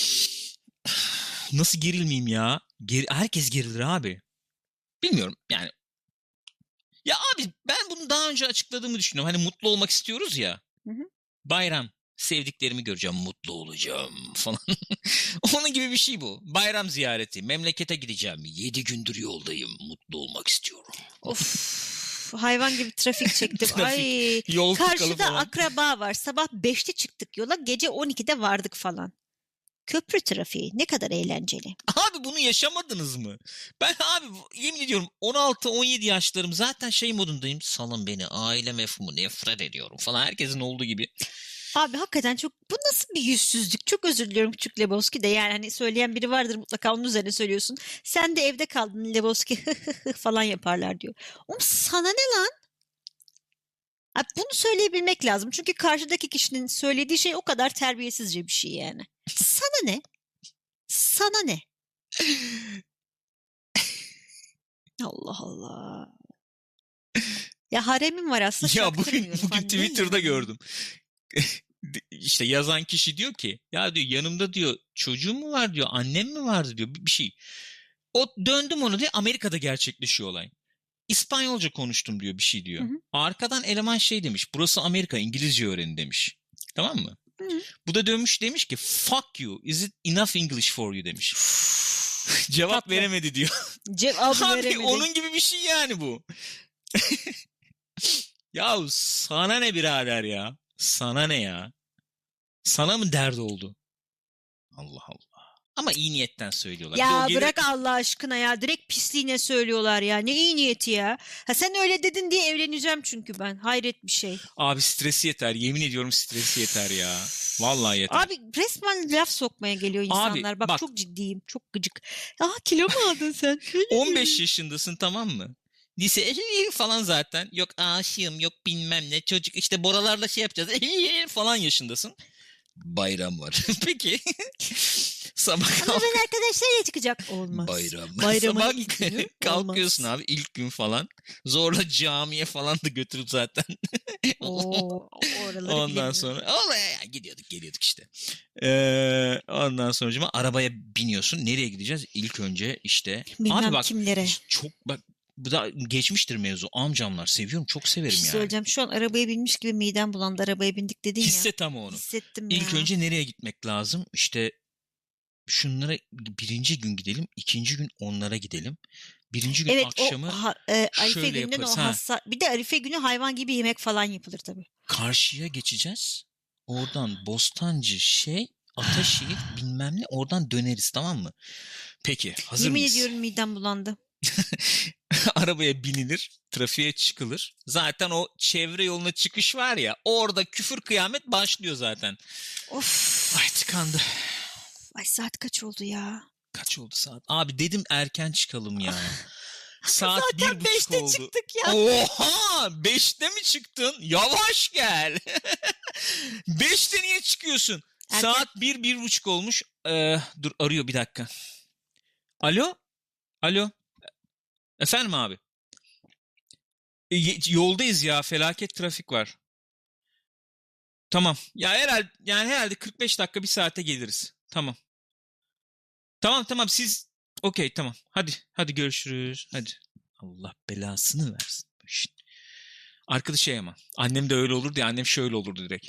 Speaker 1: Nasıl gerilmeyeyim ya? Ger Herkes gerilir abi. Bilmiyorum yani. Ya abi ben bunu daha önce açıkladığımı düşünüyorum. Hani mutlu olmak istiyoruz ya.
Speaker 2: Hı hı.
Speaker 1: Bayram. Sevdiklerimi göreceğim, mutlu olacağım falan. Onun gibi bir şey bu. Bayram ziyareti, memlekete gideceğim. Yedi gündür yoldayım, mutlu olmak istiyorum.
Speaker 2: Of, hayvan gibi trafik çektim.
Speaker 1: Trafik,
Speaker 2: Ay,
Speaker 1: yol tıkalı
Speaker 2: karşıda
Speaker 1: falan.
Speaker 2: akraba var. Sabah beşte çıktık yola, gece on ikide vardık falan. Köprü trafiği ne kadar eğlenceli.
Speaker 1: Abi bunu yaşamadınız mı? Ben abi yemin ediyorum on altı on yedi yaşlarım zaten şey modundayım. Salın beni, aile mefhumu, nefret ediyorum falan, herkesin olduğu gibi.
Speaker 2: Abi hakikaten çok, bu nasıl bir yüzsüzlük? Çok özür diliyorum Küçük Lebowski de, yani hani söyleyen biri vardır mutlaka, onun üzerine söylüyorsun. Sen de evde kaldın Lebowski falan yaparlar diyor. Oğlum sana ne lan? Ha, bunu söyleyebilmek lazım. Çünkü karşıdaki kişinin söylediği şey o kadar terbiyesizce bir şey yani. Sana ne? Sana ne? Allah Allah. Ya haremim var aslında,
Speaker 1: Ya bugün
Speaker 2: çaktırmıyorum
Speaker 1: bugün
Speaker 2: falan. Ne
Speaker 1: Twitter'da
Speaker 2: yani?
Speaker 1: gördüm. İşte yazan kişi diyor ki ya diyor yanımda diyor çocuğum mu var diyor, annem mi vardı diyor, bir bir şey. O döndüm onu diye, Amerika'da gerçekleşiyor olay. İspanyolca konuştum diyor, bir şey
Speaker 2: Hı
Speaker 1: diyor.
Speaker 2: hı.
Speaker 1: Arkadan eleman şey demiş, burası Amerika, İngilizce öğrenin demiş. Tamam mı?
Speaker 2: Hı hı.
Speaker 1: Bu da dönmüş demiş ki fuck you, is it enough English for you demiş. Cevap
Speaker 2: Tatlı.
Speaker 1: veremedi diyor.
Speaker 2: Cevabı
Speaker 1: Abi
Speaker 2: veremedi.
Speaker 1: onun gibi bir şey yani bu. Ya sana ne birader ya? Sana ne ya? Sana mı dert oldu? Allah Allah. Ama iyi niyetten söylüyorlar. Bir de o
Speaker 2: Ya
Speaker 1: gelir-
Speaker 2: bırak Allah aşkına ya. Direkt pisliğine söylüyorlar ya. Ne iyi niyeti ya. Ha sen öyle dedin diye evleneceğim çünkü ben. Hayret bir şey.
Speaker 1: Abi stresi yeter. Yemin ediyorum stresi yeter ya. Vallahi yeter.
Speaker 2: Abi resmen laf sokmaya geliyor insanlar.
Speaker 1: Abi,
Speaker 2: bak,
Speaker 1: bak.
Speaker 2: çok ciddiyim. Çok gıcık. Ah kilo mu aldın sen?
Speaker 1: on beş yaşındasın, tamam mı? Lise falan zaten. Yok aşığım, yok bilmem ne. Çocuk işte Boralarla şey yapacağız falan yaşındasın. Bayram var. Peki. Sabah
Speaker 2: Ama
Speaker 1: kalk.
Speaker 2: ben arkadaşlarla çıkacak. Olmaz.
Speaker 1: Bayram.
Speaker 2: Bayramın
Speaker 1: Sabah
Speaker 2: ilk günü
Speaker 1: kalkıyorsun
Speaker 2: olmaz.
Speaker 1: abi ilk gün falan. Zorla camiye falan da götürüp zaten.
Speaker 2: Oo, oraları
Speaker 1: Ondan
Speaker 2: bilemiyorum.
Speaker 1: sonra olaya gidiyorduk geliyorduk işte. Ee, ondan sonra arabaya biniyorsun. Nereye gideceğiz? İlk önce işte.
Speaker 2: Bilmem
Speaker 1: Abi bak
Speaker 2: kimlere.
Speaker 1: çok bak bu da geçmiştir mevzu. Amcamlar seviyorum, çok
Speaker 2: Bir
Speaker 1: severim
Speaker 2: şey
Speaker 1: yani.
Speaker 2: söyleyeceğim. Şu an arabaya binmiş gibi midem bulandı. Arabaya bindik dedin ya.
Speaker 1: Hisset ama onu.
Speaker 2: Hissettim
Speaker 1: İlk
Speaker 2: ya.
Speaker 1: önce nereye gitmek lazım? İşte şunlara birinci gün gidelim, ikinci gün onlara gidelim. Birinci gün
Speaker 2: Evet,
Speaker 1: akşamı
Speaker 2: o ha, e, Arife
Speaker 1: şöyle
Speaker 2: gününden
Speaker 1: yaparız.
Speaker 2: o
Speaker 1: Ha,
Speaker 2: hassa... Bir de Arife günü hayvan gibi yemek falan yapılır tabii.
Speaker 1: karşıya geçeceğiz. Oradan Bostancı şey, Ataşehir bilmem ne, oradan döneriz, tamam mı? Peki hazır
Speaker 2: Yemin
Speaker 1: mıyız?
Speaker 2: ediyorum midem bulandı.
Speaker 1: Arabaya binilir, trafiğe çıkılır. Zaten o çevre yoluna çıkış var ya, orada küfür kıyamet başlıyor zaten.
Speaker 2: Of.
Speaker 1: Ay tıkandı.
Speaker 2: Ay saat kaç oldu ya?
Speaker 1: Kaç oldu saat? Abi dedim erken çıkalım ya. Saat bir
Speaker 2: Zaten
Speaker 1: buçuk
Speaker 2: beşte
Speaker 1: oldu.
Speaker 2: çıktık ya.
Speaker 1: Oha! Beşte mi çıktın? Yavaş gel. Beşte niye çıkıyorsun?
Speaker 2: Erken.
Speaker 1: Saat bir, bir buçuk olmuş. Ee, dur arıyor bir dakika. Alo? Alo? Efendim abi? E, y- yoldayız ya. Felaket trafik var. Tamam. Ya herhalde yani herhalde kırk beş dakika bir saate geliriz. Tamam. Tamam tamam siz okey tamam. Hadi hadi görüşürüz. Hadi. Allah belasını versin. Şşt. Arkadaş şey ama. Annem de öyle olurdu ya. Annem şöyle olurdu direkt.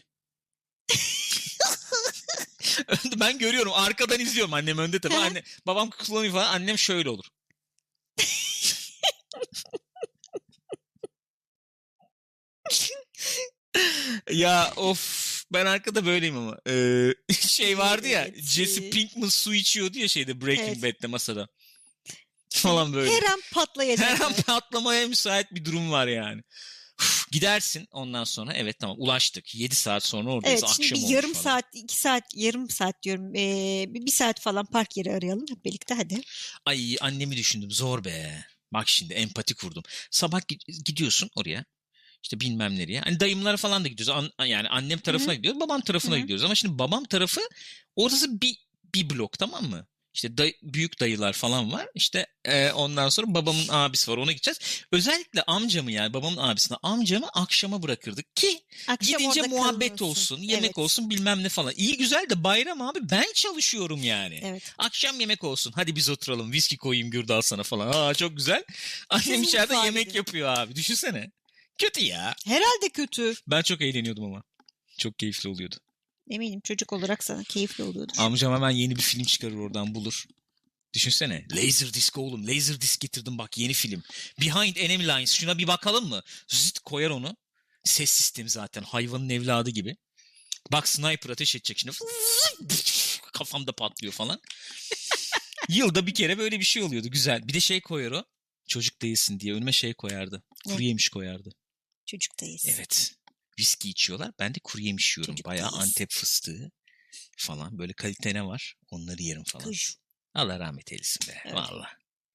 Speaker 1: Ben görüyorum. Arkadan izliyorum. Annem önde tabii. Anne, babam kullanıyor falan. Annem şöyle olur. Ya of. Ben arkada böyleyim ama. Ee, şey vardı ya.
Speaker 2: Evet.
Speaker 1: Jesse Pinkman su içiyordu ya şeyde. Breaking
Speaker 2: Evet.
Speaker 1: Bad'de masada. Falan böyle.
Speaker 2: Her an patlayacak.
Speaker 1: Her an patlamaya müsait bir durum var yani. Uf, gidersin ondan sonra. Evet tamam ulaştık. yedi saat sonra oradayız.
Speaker 2: Evet, şimdi
Speaker 1: Akşam
Speaker 2: bir
Speaker 1: olmuş
Speaker 2: yarım
Speaker 1: falan.
Speaker 2: saat, iki saat, yarım saat diyorum. Ee, bir bir saat falan park yeri arayalım hep birlikte hadi.
Speaker 1: Ay annemi düşündüm. Zor be. Bak şimdi empati kurdum. Sabah gi- gidiyorsun oraya. İşte bilmem nereye. Hani dayımlara falan da gidiyoruz. An- yani annem tarafına
Speaker 2: Hı-hı.
Speaker 1: gidiyoruz. Babam tarafına
Speaker 2: Hı-hı.
Speaker 1: gidiyoruz. Ama şimdi babam tarafı orası bir, bir blok, tamam mı? İşte day- büyük dayılar falan var. İşte e, ondan sonra babamın abisi var. Ona gideceğiz. Özellikle amcamı yani babamın abisine amcamı akşama bırakırdık ki
Speaker 2: Akşam
Speaker 1: gidince
Speaker 2: orada
Speaker 1: muhabbet
Speaker 2: kalınırsın.
Speaker 1: olsun, yemek
Speaker 2: Evet.
Speaker 1: olsun bilmem ne falan. İyi güzel de bayram abi ben çalışıyorum yani.
Speaker 2: Evet.
Speaker 1: Akşam yemek olsun. Hadi biz oturalım. Viski koyayım Gürdal sana falan. Aa çok güzel. Annem
Speaker 2: Sizin
Speaker 1: içeride
Speaker 2: mutfağa
Speaker 1: yemek
Speaker 2: gidin.
Speaker 1: yapıyor abi. Düşünsene. Kötü ya.
Speaker 2: Herhalde kötü.
Speaker 1: Ben çok eğleniyordum ama. Çok keyifli oluyordu.
Speaker 2: Eminim çocuk olarak sana keyifli oluyordur.
Speaker 1: Amcam hemen yeni bir film çıkarır oradan bulur. Düşünsene. Laserdisc oğlum. Laserdisc getirdim bak yeni film. Behind Enemy Lines. Şuna bir bakalım mı? Zıt koyar onu. Ses sistemi zaten. Hayvanın evladı gibi. Bak sniper ateş edecek şimdi. Kafamda patlıyor falan. Yılda bir kere böyle bir şey oluyordu. Güzel. Bir de şey koyar o. Çocuk değilsin diye önüme şey koyardı. Kuru
Speaker 2: Ne?
Speaker 1: yemiş koyardı.
Speaker 2: Çocuktayız.
Speaker 1: Evet. Viski içiyorlar. Ben de kuru yemiş yiyorum.
Speaker 2: Çocuk
Speaker 1: Bayağı
Speaker 2: değiliz.
Speaker 1: Antep fıstığı falan. Böyle kalite ne var? Onları yerim falan.
Speaker 2: Kuş.
Speaker 1: Allah rahmet eylesin be.
Speaker 2: Evet.
Speaker 1: Valla.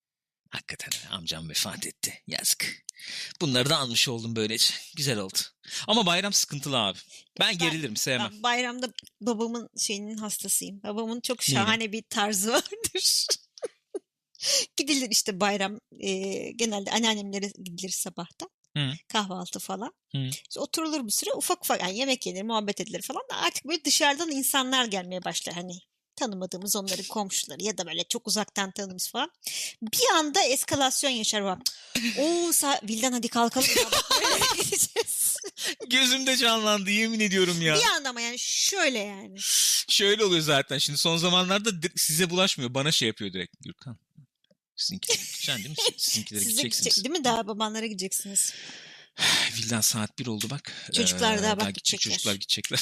Speaker 1: Hakikaten amcam vefat etti. Yazık. Bunları da almış oldum böylece. Güzel oldu. Ama bayram sıkıntılı abi. Ben, ben gerilirim, sevmem.
Speaker 2: Ben bayramda babamın şeyinin hastasıyım. Babamın çok şahane
Speaker 1: Neyine?
Speaker 2: bir tarzı vardır. Gidilir işte bayram e, genelde anneannemlere gidilir sabahta.
Speaker 1: Hı.
Speaker 2: Kahvaltı falan.
Speaker 1: Hı.
Speaker 2: İşte oturulur bir süre ufak ufak yani yemek yenir, muhabbet edilir falan da artık böyle dışarıdan insanlar gelmeye başlar hani tanımadığımız onların komşuları ya da böyle çok uzaktan tanıdığımız falan. Bir anda eskalasyon yaşar var. Oo Vildan hadi kalkalım ya bak böyle gideceğiz.
Speaker 1: Gözümde canlandı yemin ediyorum ya.
Speaker 2: Bir anda ama yani şöyle yani.
Speaker 1: Şöyle oluyor zaten şimdi son zamanlarda size bulaşmıyor bana şey yapıyor direkt Gürkan. Sizinkileri gideceksin değil mi? Sizinkileri
Speaker 2: Size
Speaker 1: gideceksiniz.
Speaker 2: gidecek, değil mi? Daha babanlara gideceksiniz.
Speaker 1: Vildan saat bir oldu bak.
Speaker 2: Çocuklar
Speaker 1: ee,
Speaker 2: daha bak
Speaker 1: daha
Speaker 2: gidecekler.
Speaker 1: Çocuklar gidecekler.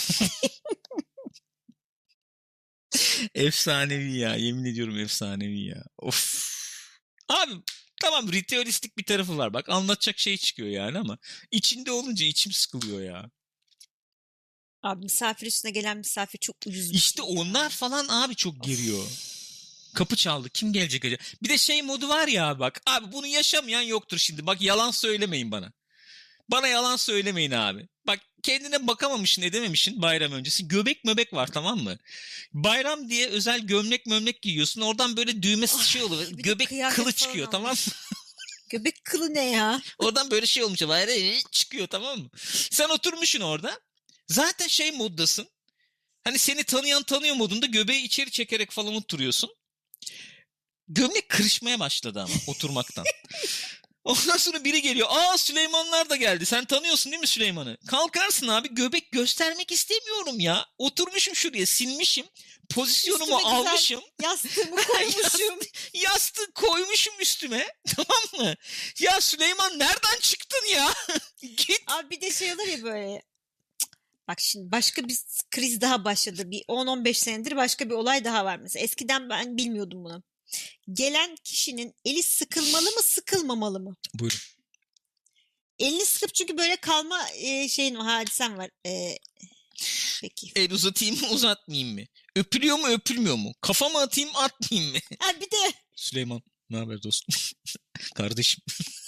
Speaker 1: Efsanevi ya. Yemin ediyorum efsanevi ya. Of. Abi tamam ritüelistik bir tarafı var. Bak anlatacak şey çıkıyor yani ama içinde olunca içim sıkılıyor ya.
Speaker 2: Abi misafir üstüne gelen misafir çok ucuz bir
Speaker 1: İşte
Speaker 2: şey
Speaker 1: onlar
Speaker 2: ya.
Speaker 1: falan abi çok geriyor. Kapı çaldı. Kim gelecek acaba? Bir de şey modu var ya bak. Abi bunu yaşamayan yoktur şimdi. Bak yalan söylemeyin bana. Bana yalan söylemeyin abi. Bak kendine bakamamışsın edememişsin bayram öncesi. Göbek möbek var tamam mı? Bayram diye özel gömlek mömlek giyiyorsun. Oradan böyle düğme
Speaker 2: Ay,
Speaker 1: şey oluyor.
Speaker 2: bir de
Speaker 1: Göbek
Speaker 2: kıyafet
Speaker 1: kılı
Speaker 2: falan
Speaker 1: çıkıyor tamam
Speaker 2: almış.
Speaker 1: mı?
Speaker 2: Göbek kılı ne ya?
Speaker 1: Oradan böyle şey olmuş. Bayram çıkıyor tamam mı? Sen oturmuşsun orada. Zaten şey moddasın. Hani seni tanıyan tanıyor modunda göbeği içeri çekerek falan oturuyorsun. Gömlek kırışmaya başladı ama oturmaktan. Ondan sonra biri geliyor. Aa Süleymanlar da geldi. Sen tanıyorsun değil mi Süleyman'ı? Kalkarsın abi göbek göstermek istemiyorum ya. Oturmuşum şuraya silmişim. Pozisyonumu
Speaker 2: Üstüme güzel
Speaker 1: almışım.
Speaker 2: yastığımı koymuşum.
Speaker 1: Yastığı koymuşum üstüme. Tamam mı? Ya Süleyman nereden çıktın ya? Git.
Speaker 2: Abi bir de şey olur ya böyle. Bak şimdi başka bir kriz daha başladı. Bir on on beş senedir başka bir olay daha var mesela. Eskiden ben bilmiyordum bunu. Gelen kişinin eli sıkılmalı mı sıkılmamalı mı?
Speaker 1: Buyurun.
Speaker 2: Elini sıkıp çünkü böyle kalma e, şeyin o hadisem var. E, peki.
Speaker 1: El uzatayım mı uzatmayayım mı? Öpülüyor mu öpülmüyor mu? Kafama atayım atmayayım mı?
Speaker 2: Ha bir de.
Speaker 1: Süleyman ne haber dostum? Kardeşim.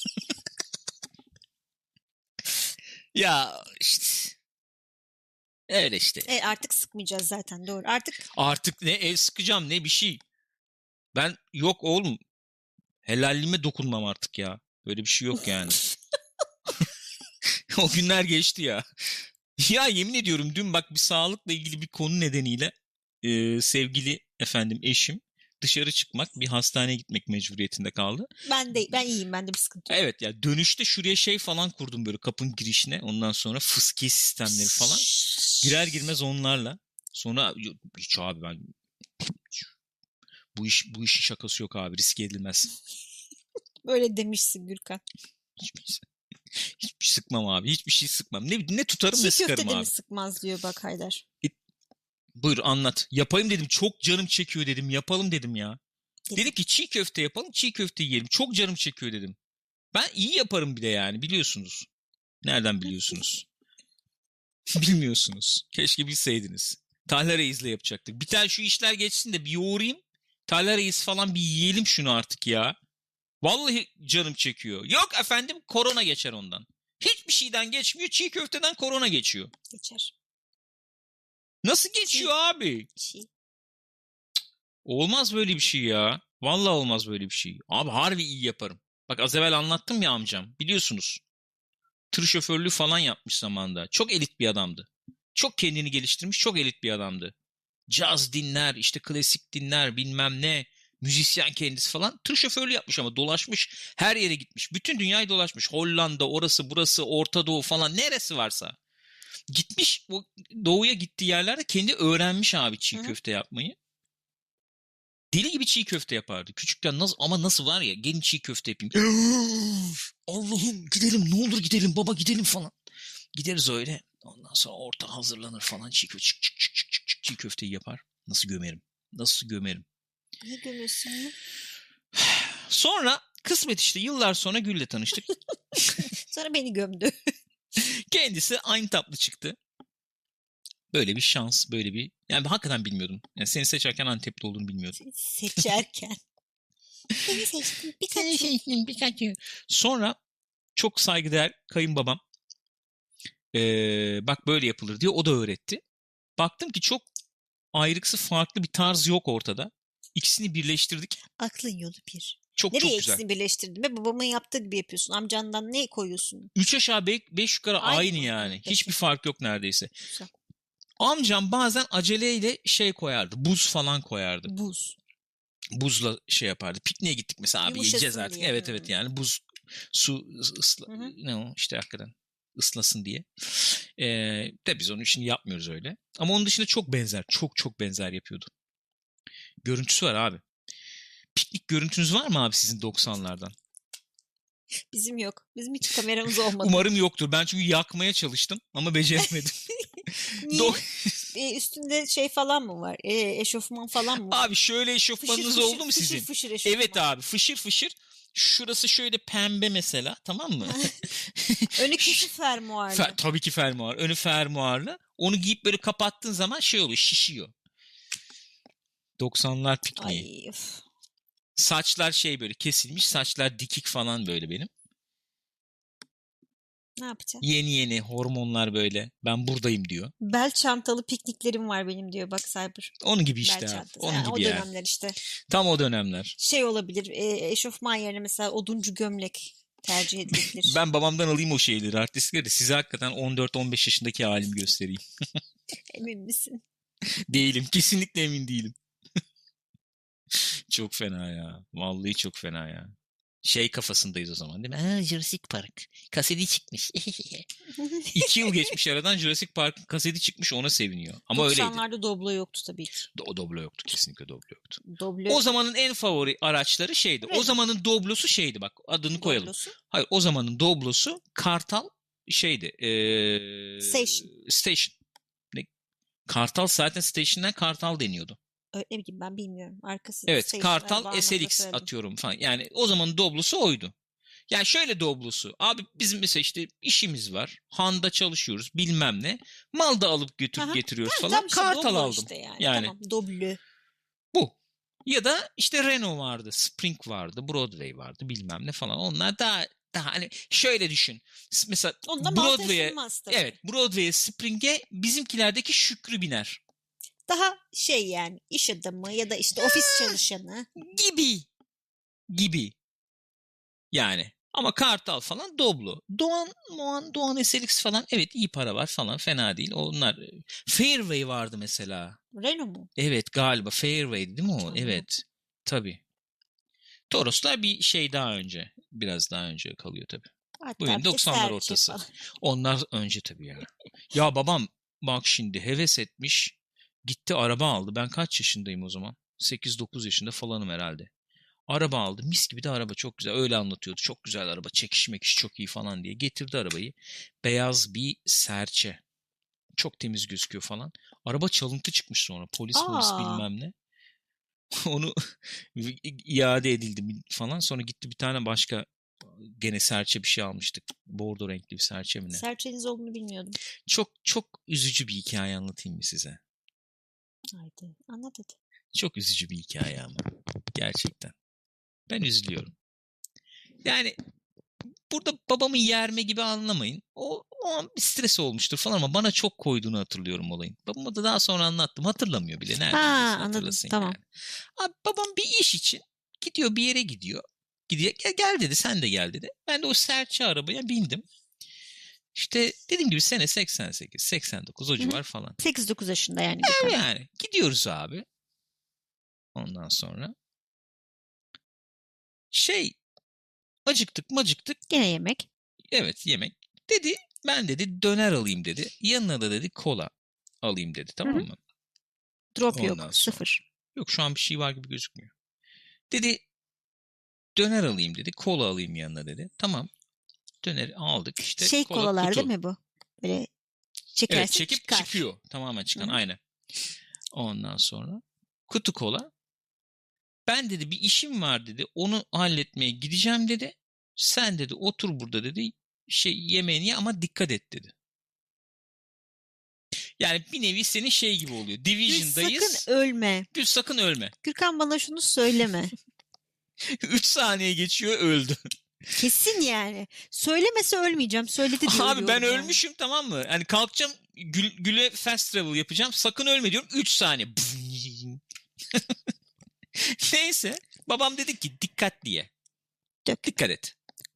Speaker 1: Ya işte. Öyle işte.
Speaker 2: E, artık sıkmayacağız zaten doğru. Artık.
Speaker 1: Artık ne el sıkacağım ne bir şey. Ben yok oğlum. Helallime dokunmam artık ya. Böyle bir şey yok yani. O günler geçti ya. Ya yemin ediyorum dün bak bir sağlıkla ilgili bir konu nedeniyle e, sevgili efendim eşim dışarı çıkmak bir hastaneye gitmek mecburiyetinde kaldı.
Speaker 2: Ben de ben iyiyim bende bir sıkıntı yok.
Speaker 1: Evet ya dönüşte şuraya şey falan kurdum böyle kapının girişine ondan sonra fıskiye sistemleri falan. Girer girmez onlarla. Sonra hiç abi ben bu iş bu işin şakası yok abi riske edilmez.
Speaker 2: Böyle demişsin Gürkan.
Speaker 1: Hiçbir, hiçbir sıkmam abi. Hiçbir şey sıkmam. Ne, ne tutarım
Speaker 2: Çiğ
Speaker 1: ne sıkarım
Speaker 2: köfte de
Speaker 1: abi.
Speaker 2: mi sıkmaz diyor bak Haydar.
Speaker 1: E, buyur anlat. Yapayım dedim. Çok canım çekiyor dedim. Yapalım dedim ya.
Speaker 2: Dedim.
Speaker 1: Dedim ki çiğ köfte yapalım. Çiğ köfte yiyelim. Çok canım çekiyor dedim. Ben iyi yaparım bir de yani biliyorsunuz. Nereden biliyorsunuz? Bilmiyorsunuz. Keşke bilseydiniz. Talha Reis'le yapacaktık. Bir tane şu işler geçsin de bir yoğurayım. Talha Reis falan bir yiyelim şunu artık ya. Vallahi canım çekiyor. Yok efendim korona geçer ondan. Hiçbir şeyden geçmiyor. Çiğ köfteden korona geçiyor.
Speaker 2: Geçer.
Speaker 1: Nasıl geçiyor
Speaker 2: Çiğ.
Speaker 1: abi?
Speaker 2: Çiğ.
Speaker 1: Olmaz böyle bir şey ya. Vallahi olmaz böyle bir şey. Abi harbi iyi yaparım. Bak az evvel anlattım ya amcam. Biliyorsunuz. Tır şoförlüğü falan yapmış zamanında. Çok elit bir adamdı. Çok kendini geliştirmiş, çok elit bir adamdı. Caz dinler, işte klasik dinler, bilmem ne. Müzisyen kendisi falan. Tır şoförlüğü yapmış ama dolaşmış. Her yere gitmiş. Bütün dünyayı dolaşmış. Hollanda, orası, burası, Orta Doğu falan neresi varsa. Gitmiş o doğuya gittiği yerlerde kendi öğrenmiş abi çiğ
Speaker 2: Hı hı.
Speaker 1: köfte yapmayı. Deli gibi çiğ köfte yapardı. Küçükken nasıl ama nasıl var ya gelin çiğ köfte yapayım. Allah'ım gidelim ne olur gidelim baba gidelim falan. Gideriz öyle. Ondan sonra orta hazırlanır falan çiğ köfte çık çık çık çık çık çık çiğ köfteyi yapar. Nasıl gömerim? Nasıl gömerim?
Speaker 2: Ne gömüyorsun ya?
Speaker 1: Sonra kısmet işte yıllar sonra Gül'le tanıştık.
Speaker 2: Sonra beni gömdü.
Speaker 1: Kendisi aynı tatlı çıktı. Böyle bir şans, böyle bir... Yani ben hakikaten bilmiyordum. Yani seni seçerken Antepli olduğunu bilmiyordum.
Speaker 2: Seni seçerken. Seni seçtim
Speaker 1: Seni
Speaker 2: Pikachu.
Speaker 1: seçtim Pikachu. Sonra çok saygıdeğer kayınbabam ee, bak böyle yapılır diye o da öğretti. Baktım ki çok ayrıksı farklı bir tarz yok ortada. İkisini birleştirdik.
Speaker 2: Aklın yolu bir.
Speaker 1: Çok
Speaker 2: Nereye
Speaker 1: çok güzel.
Speaker 2: ikisini birleştirdin be? Babamın yaptığı gibi yapıyorsun. Amcandan ne koyuyorsun?
Speaker 1: Üç aşağı beş yukarı aynı,
Speaker 2: Aynı mı?
Speaker 1: yani.
Speaker 2: Peki.
Speaker 1: Hiçbir fark yok neredeyse.
Speaker 2: Güzel.
Speaker 1: Amcam bazen aceleyle şey koyardı. Buz falan koyardı.
Speaker 2: Buz.
Speaker 1: Buzla şey yapardı. Pikniğe gittik mesela abi
Speaker 2: Yumuşasın
Speaker 1: yiyeceğiz artık.
Speaker 2: diye.
Speaker 1: Evet
Speaker 2: Hı.
Speaker 1: evet yani buz su ısla,
Speaker 2: Hı hı.
Speaker 1: ne o işte hakikaten ıslasın diye. Ee, de biz onun için yapmıyoruz öyle. Ama onun dışında çok benzer. Çok çok benzer yapıyordu. Görüntüsü var abi. Piknik görüntünüz var mı abi sizin doksanlardan?
Speaker 2: Bizim yok. Bizim hiç kameramız olmadı.
Speaker 1: Umarım yoktur. Ben çünkü yakmaya çalıştım ama beceremedim.
Speaker 2: Niye?
Speaker 1: Do-
Speaker 2: E, üstünde şey falan mı var? E, eşofman falan mı var?
Speaker 1: Abi şöyle eşofmanınız
Speaker 2: Fışır fışır,
Speaker 1: oldu mu
Speaker 2: fışır
Speaker 1: sizin?
Speaker 2: fışır eşofman.
Speaker 1: Evet abi fışır fışır. Şurası şöyle pembe mesela, tamam mı?
Speaker 2: Önü kesin fermuarlı.
Speaker 1: Fer, tabii ki fermuar. Önü fermuarlı. Onu giyip böyle kapattığın zaman şey oluyor, şişiyor. doksanlar pikniği.
Speaker 2: Ay, of.
Speaker 1: Saçlar şey böyle kesilmiş. Saçlar dikik falan böyle benim.
Speaker 2: Ne yapacaksın?
Speaker 1: Yeni yeni hormonlar böyle. Ben buradayım diyor.
Speaker 2: Bel çantalı pikniklerim var benim diyor bak Cyber.
Speaker 1: Onun gibi
Speaker 2: Bel
Speaker 1: işte abi.
Speaker 2: çantası.
Speaker 1: Onun
Speaker 2: Yani
Speaker 1: gibi
Speaker 2: o
Speaker 1: yani.
Speaker 2: dönemler işte.
Speaker 1: Tam o dönemler.
Speaker 2: Şey olabilir. E, eşofman yerine mesela oduncu gömlek tercih edilebilir.
Speaker 1: Ben babamdan alayım o şeyleri, artistleri de size hakikaten on dört on beş yaşındaki halimi göstereyim.
Speaker 2: Emin misin?
Speaker 1: Değilim. Kesinlikle emin değilim. Çok fena ya. Vallahi çok fena ya. Şey kafasındayız o zaman değil mi? Ha, Jurassic Park. Kaseti çıkmış. İki yıl geçmiş aradan, Jurassic Park'ın kaseti çıkmış, ona seviniyor. Ama öyleydi.
Speaker 2: doksanlarda Doblo yoktu tabii ki.
Speaker 1: O Doblo yoktu. Kesinlikle Doblo yoktu.
Speaker 2: Doblo.
Speaker 1: O zamanın en favori araçları şeydi.
Speaker 2: Evet.
Speaker 1: O zamanın Doblo'su şeydi bak. Adını koyalım.
Speaker 2: Doblosu.
Speaker 1: Hayır, o zamanın Doblo'su Kartal şeydi. Ee,
Speaker 2: Station.
Speaker 1: Station. Ne? Kartal zaten Station'dan Kartal deniyordu.
Speaker 2: Öyle mi gibi ben bilmiyorum. Arkası
Speaker 1: Evet,
Speaker 2: station,
Speaker 1: Kartal
Speaker 2: bağlamında
Speaker 1: S L X
Speaker 2: söyledim.
Speaker 1: atıyorum falan. Yani o zamanın Doblo'su oydu. Yani şöyle Doblo'su. Abi bizim mesela işte işimiz var. Handa çalışıyoruz bilmem ne. Mal da alıp götürüp
Speaker 2: Aha.
Speaker 1: getiriyoruz
Speaker 2: Ha,
Speaker 1: falan.
Speaker 2: tam işte
Speaker 1: Kartal
Speaker 2: Doblo
Speaker 1: aldım.
Speaker 2: işte yani.
Speaker 1: Yani
Speaker 2: Tamam Doblo.
Speaker 1: bu. Ya da işte Renault vardı, Spring vardı, Broadway vardı bilmem ne falan. Onlar daha daha hani şöyle düşün. Mesela
Speaker 2: Ondan mal
Speaker 1: Broadway'e,
Speaker 2: taşınmaz tabii.
Speaker 1: evet, Broadway'e, Spring'e bizimkilerdeki Şükrü biner.
Speaker 2: Daha şey yani iş adamı ya da işte ofis çalışanı.
Speaker 1: Gibi. Gibi. Yani. Ama Kartal falan Doblo. Doğan, Doğan, Doğan S L X falan evet iyi para var falan, fena değil. Onlar Fairway vardı mesela.
Speaker 2: Renault mu?
Speaker 1: Evet galiba Fairway'di değil mi o?
Speaker 2: Tamam.
Speaker 1: Evet. Tabii. Toroslar bir şey daha önce. Biraz daha önce kalıyor tabii.
Speaker 2: Hatta
Speaker 1: Bu benim
Speaker 2: bir de
Speaker 1: doksanlar
Speaker 2: serçe
Speaker 1: ortası.
Speaker 2: falan.
Speaker 1: Onlar önce tabii ya. Ya babam bak şimdi heves etmiş. Gitti araba aldı. Ben kaç yaşındayım o zaman? sekiz dokuz yaşında falanım herhalde. Araba aldı. Mis gibi de araba, çok güzel. Öyle anlatıyordu. Çok güzel araba. Çekiş mekiş çok iyi falan diye. Getirdi arabayı. Beyaz bir serçe. Çok temiz gözüküyor falan. Araba çalıntı çıkmış sonra. Polis polis
Speaker 2: Aa.
Speaker 1: bilmem ne. Onu iade edildi falan. Sonra gitti bir tane başka gene serçe bir şey almıştık. Bordo renkli bir serçe mi ne?
Speaker 2: Serçeniz olduğunu bilmiyordum.
Speaker 1: Çok çok üzücü bir hikaye anlatayım mı size?
Speaker 2: Haydi anlat hadi.
Speaker 1: Çok üzücü bir hikaye ama. Gerçekten. Ben üzülüyorum. Yani burada babamı yerme gibi anlamayın. O, o an bir stres olmuştur falan ama bana çok koyduğunu hatırlıyorum olayın. Babama da daha sonra anlattım. Hatırlamıyor bile. Nereden
Speaker 2: Ha,
Speaker 1: bilsin,
Speaker 2: anladım.
Speaker 1: hatırlasın
Speaker 2: Tamam.
Speaker 1: yani. Abi babam bir iş için gidiyor, bir yere gidiyor. Gidiyor. Gel, gel dedi, sen de gel dedi. Ben de o serçe arabaya bindim. İşte dediğim gibi sene seksen sekiz seksen dokuz o civar falan.
Speaker 2: sekiz dokuz yaşında yani.
Speaker 1: Yani, yani gidiyoruz abi. Ondan sonra şey, acıktık macıktık.
Speaker 2: Gene yemek.
Speaker 1: Evet, yemek. Dedi ben dedi döner alayım dedi. Yanına da dedi kola alayım dedi, tamam
Speaker 2: Hı hı.
Speaker 1: mı?
Speaker 2: Drop
Speaker 1: Ondan
Speaker 2: yok.
Speaker 1: sonra.
Speaker 2: Sıfır.
Speaker 1: Yok şu an bir şey var gibi gözükmüyor. Dedi döner alayım dedi. Kola alayım yanına dedi. Tamam. Döneri aldık işte.
Speaker 2: Şey
Speaker 1: kola
Speaker 2: kolalar
Speaker 1: kutu.
Speaker 2: değil mi bu? Böyle çekersin
Speaker 1: Evet, çekip
Speaker 2: çıkar.
Speaker 1: çıkıyor. Tamamen çıkan,
Speaker 2: Hı hı.
Speaker 1: aynen. Ondan sonra kutu kola. Ben dedi bir işim var dedi. Onu halletmeye gideceğim dedi. Sen dedi otur burada dedi. Şey yemeğini ye ama dikkat et dedi. Yani bir nevi senin şey gibi oluyor.
Speaker 2: Gül
Speaker 1: Division'dayız.
Speaker 2: sakın ölme.
Speaker 1: Gül sakın ölme.
Speaker 2: Gürkan bana şunu söyleme.
Speaker 1: üç saniye geçiyor öldü.
Speaker 2: Kesin yani. Söylemese ölmeyeceğim. Söyledi diye
Speaker 1: Abi ben
Speaker 2: ölüyorum yani.
Speaker 1: ölmüşüm, tamam mı? Hani kalkacağım gül, güle fast travel yapacağım. Sakın ölme diyorum. üç saniye. Neyse. Babam dedi ki dikkat diye.
Speaker 2: Dök.
Speaker 1: Dikkat et.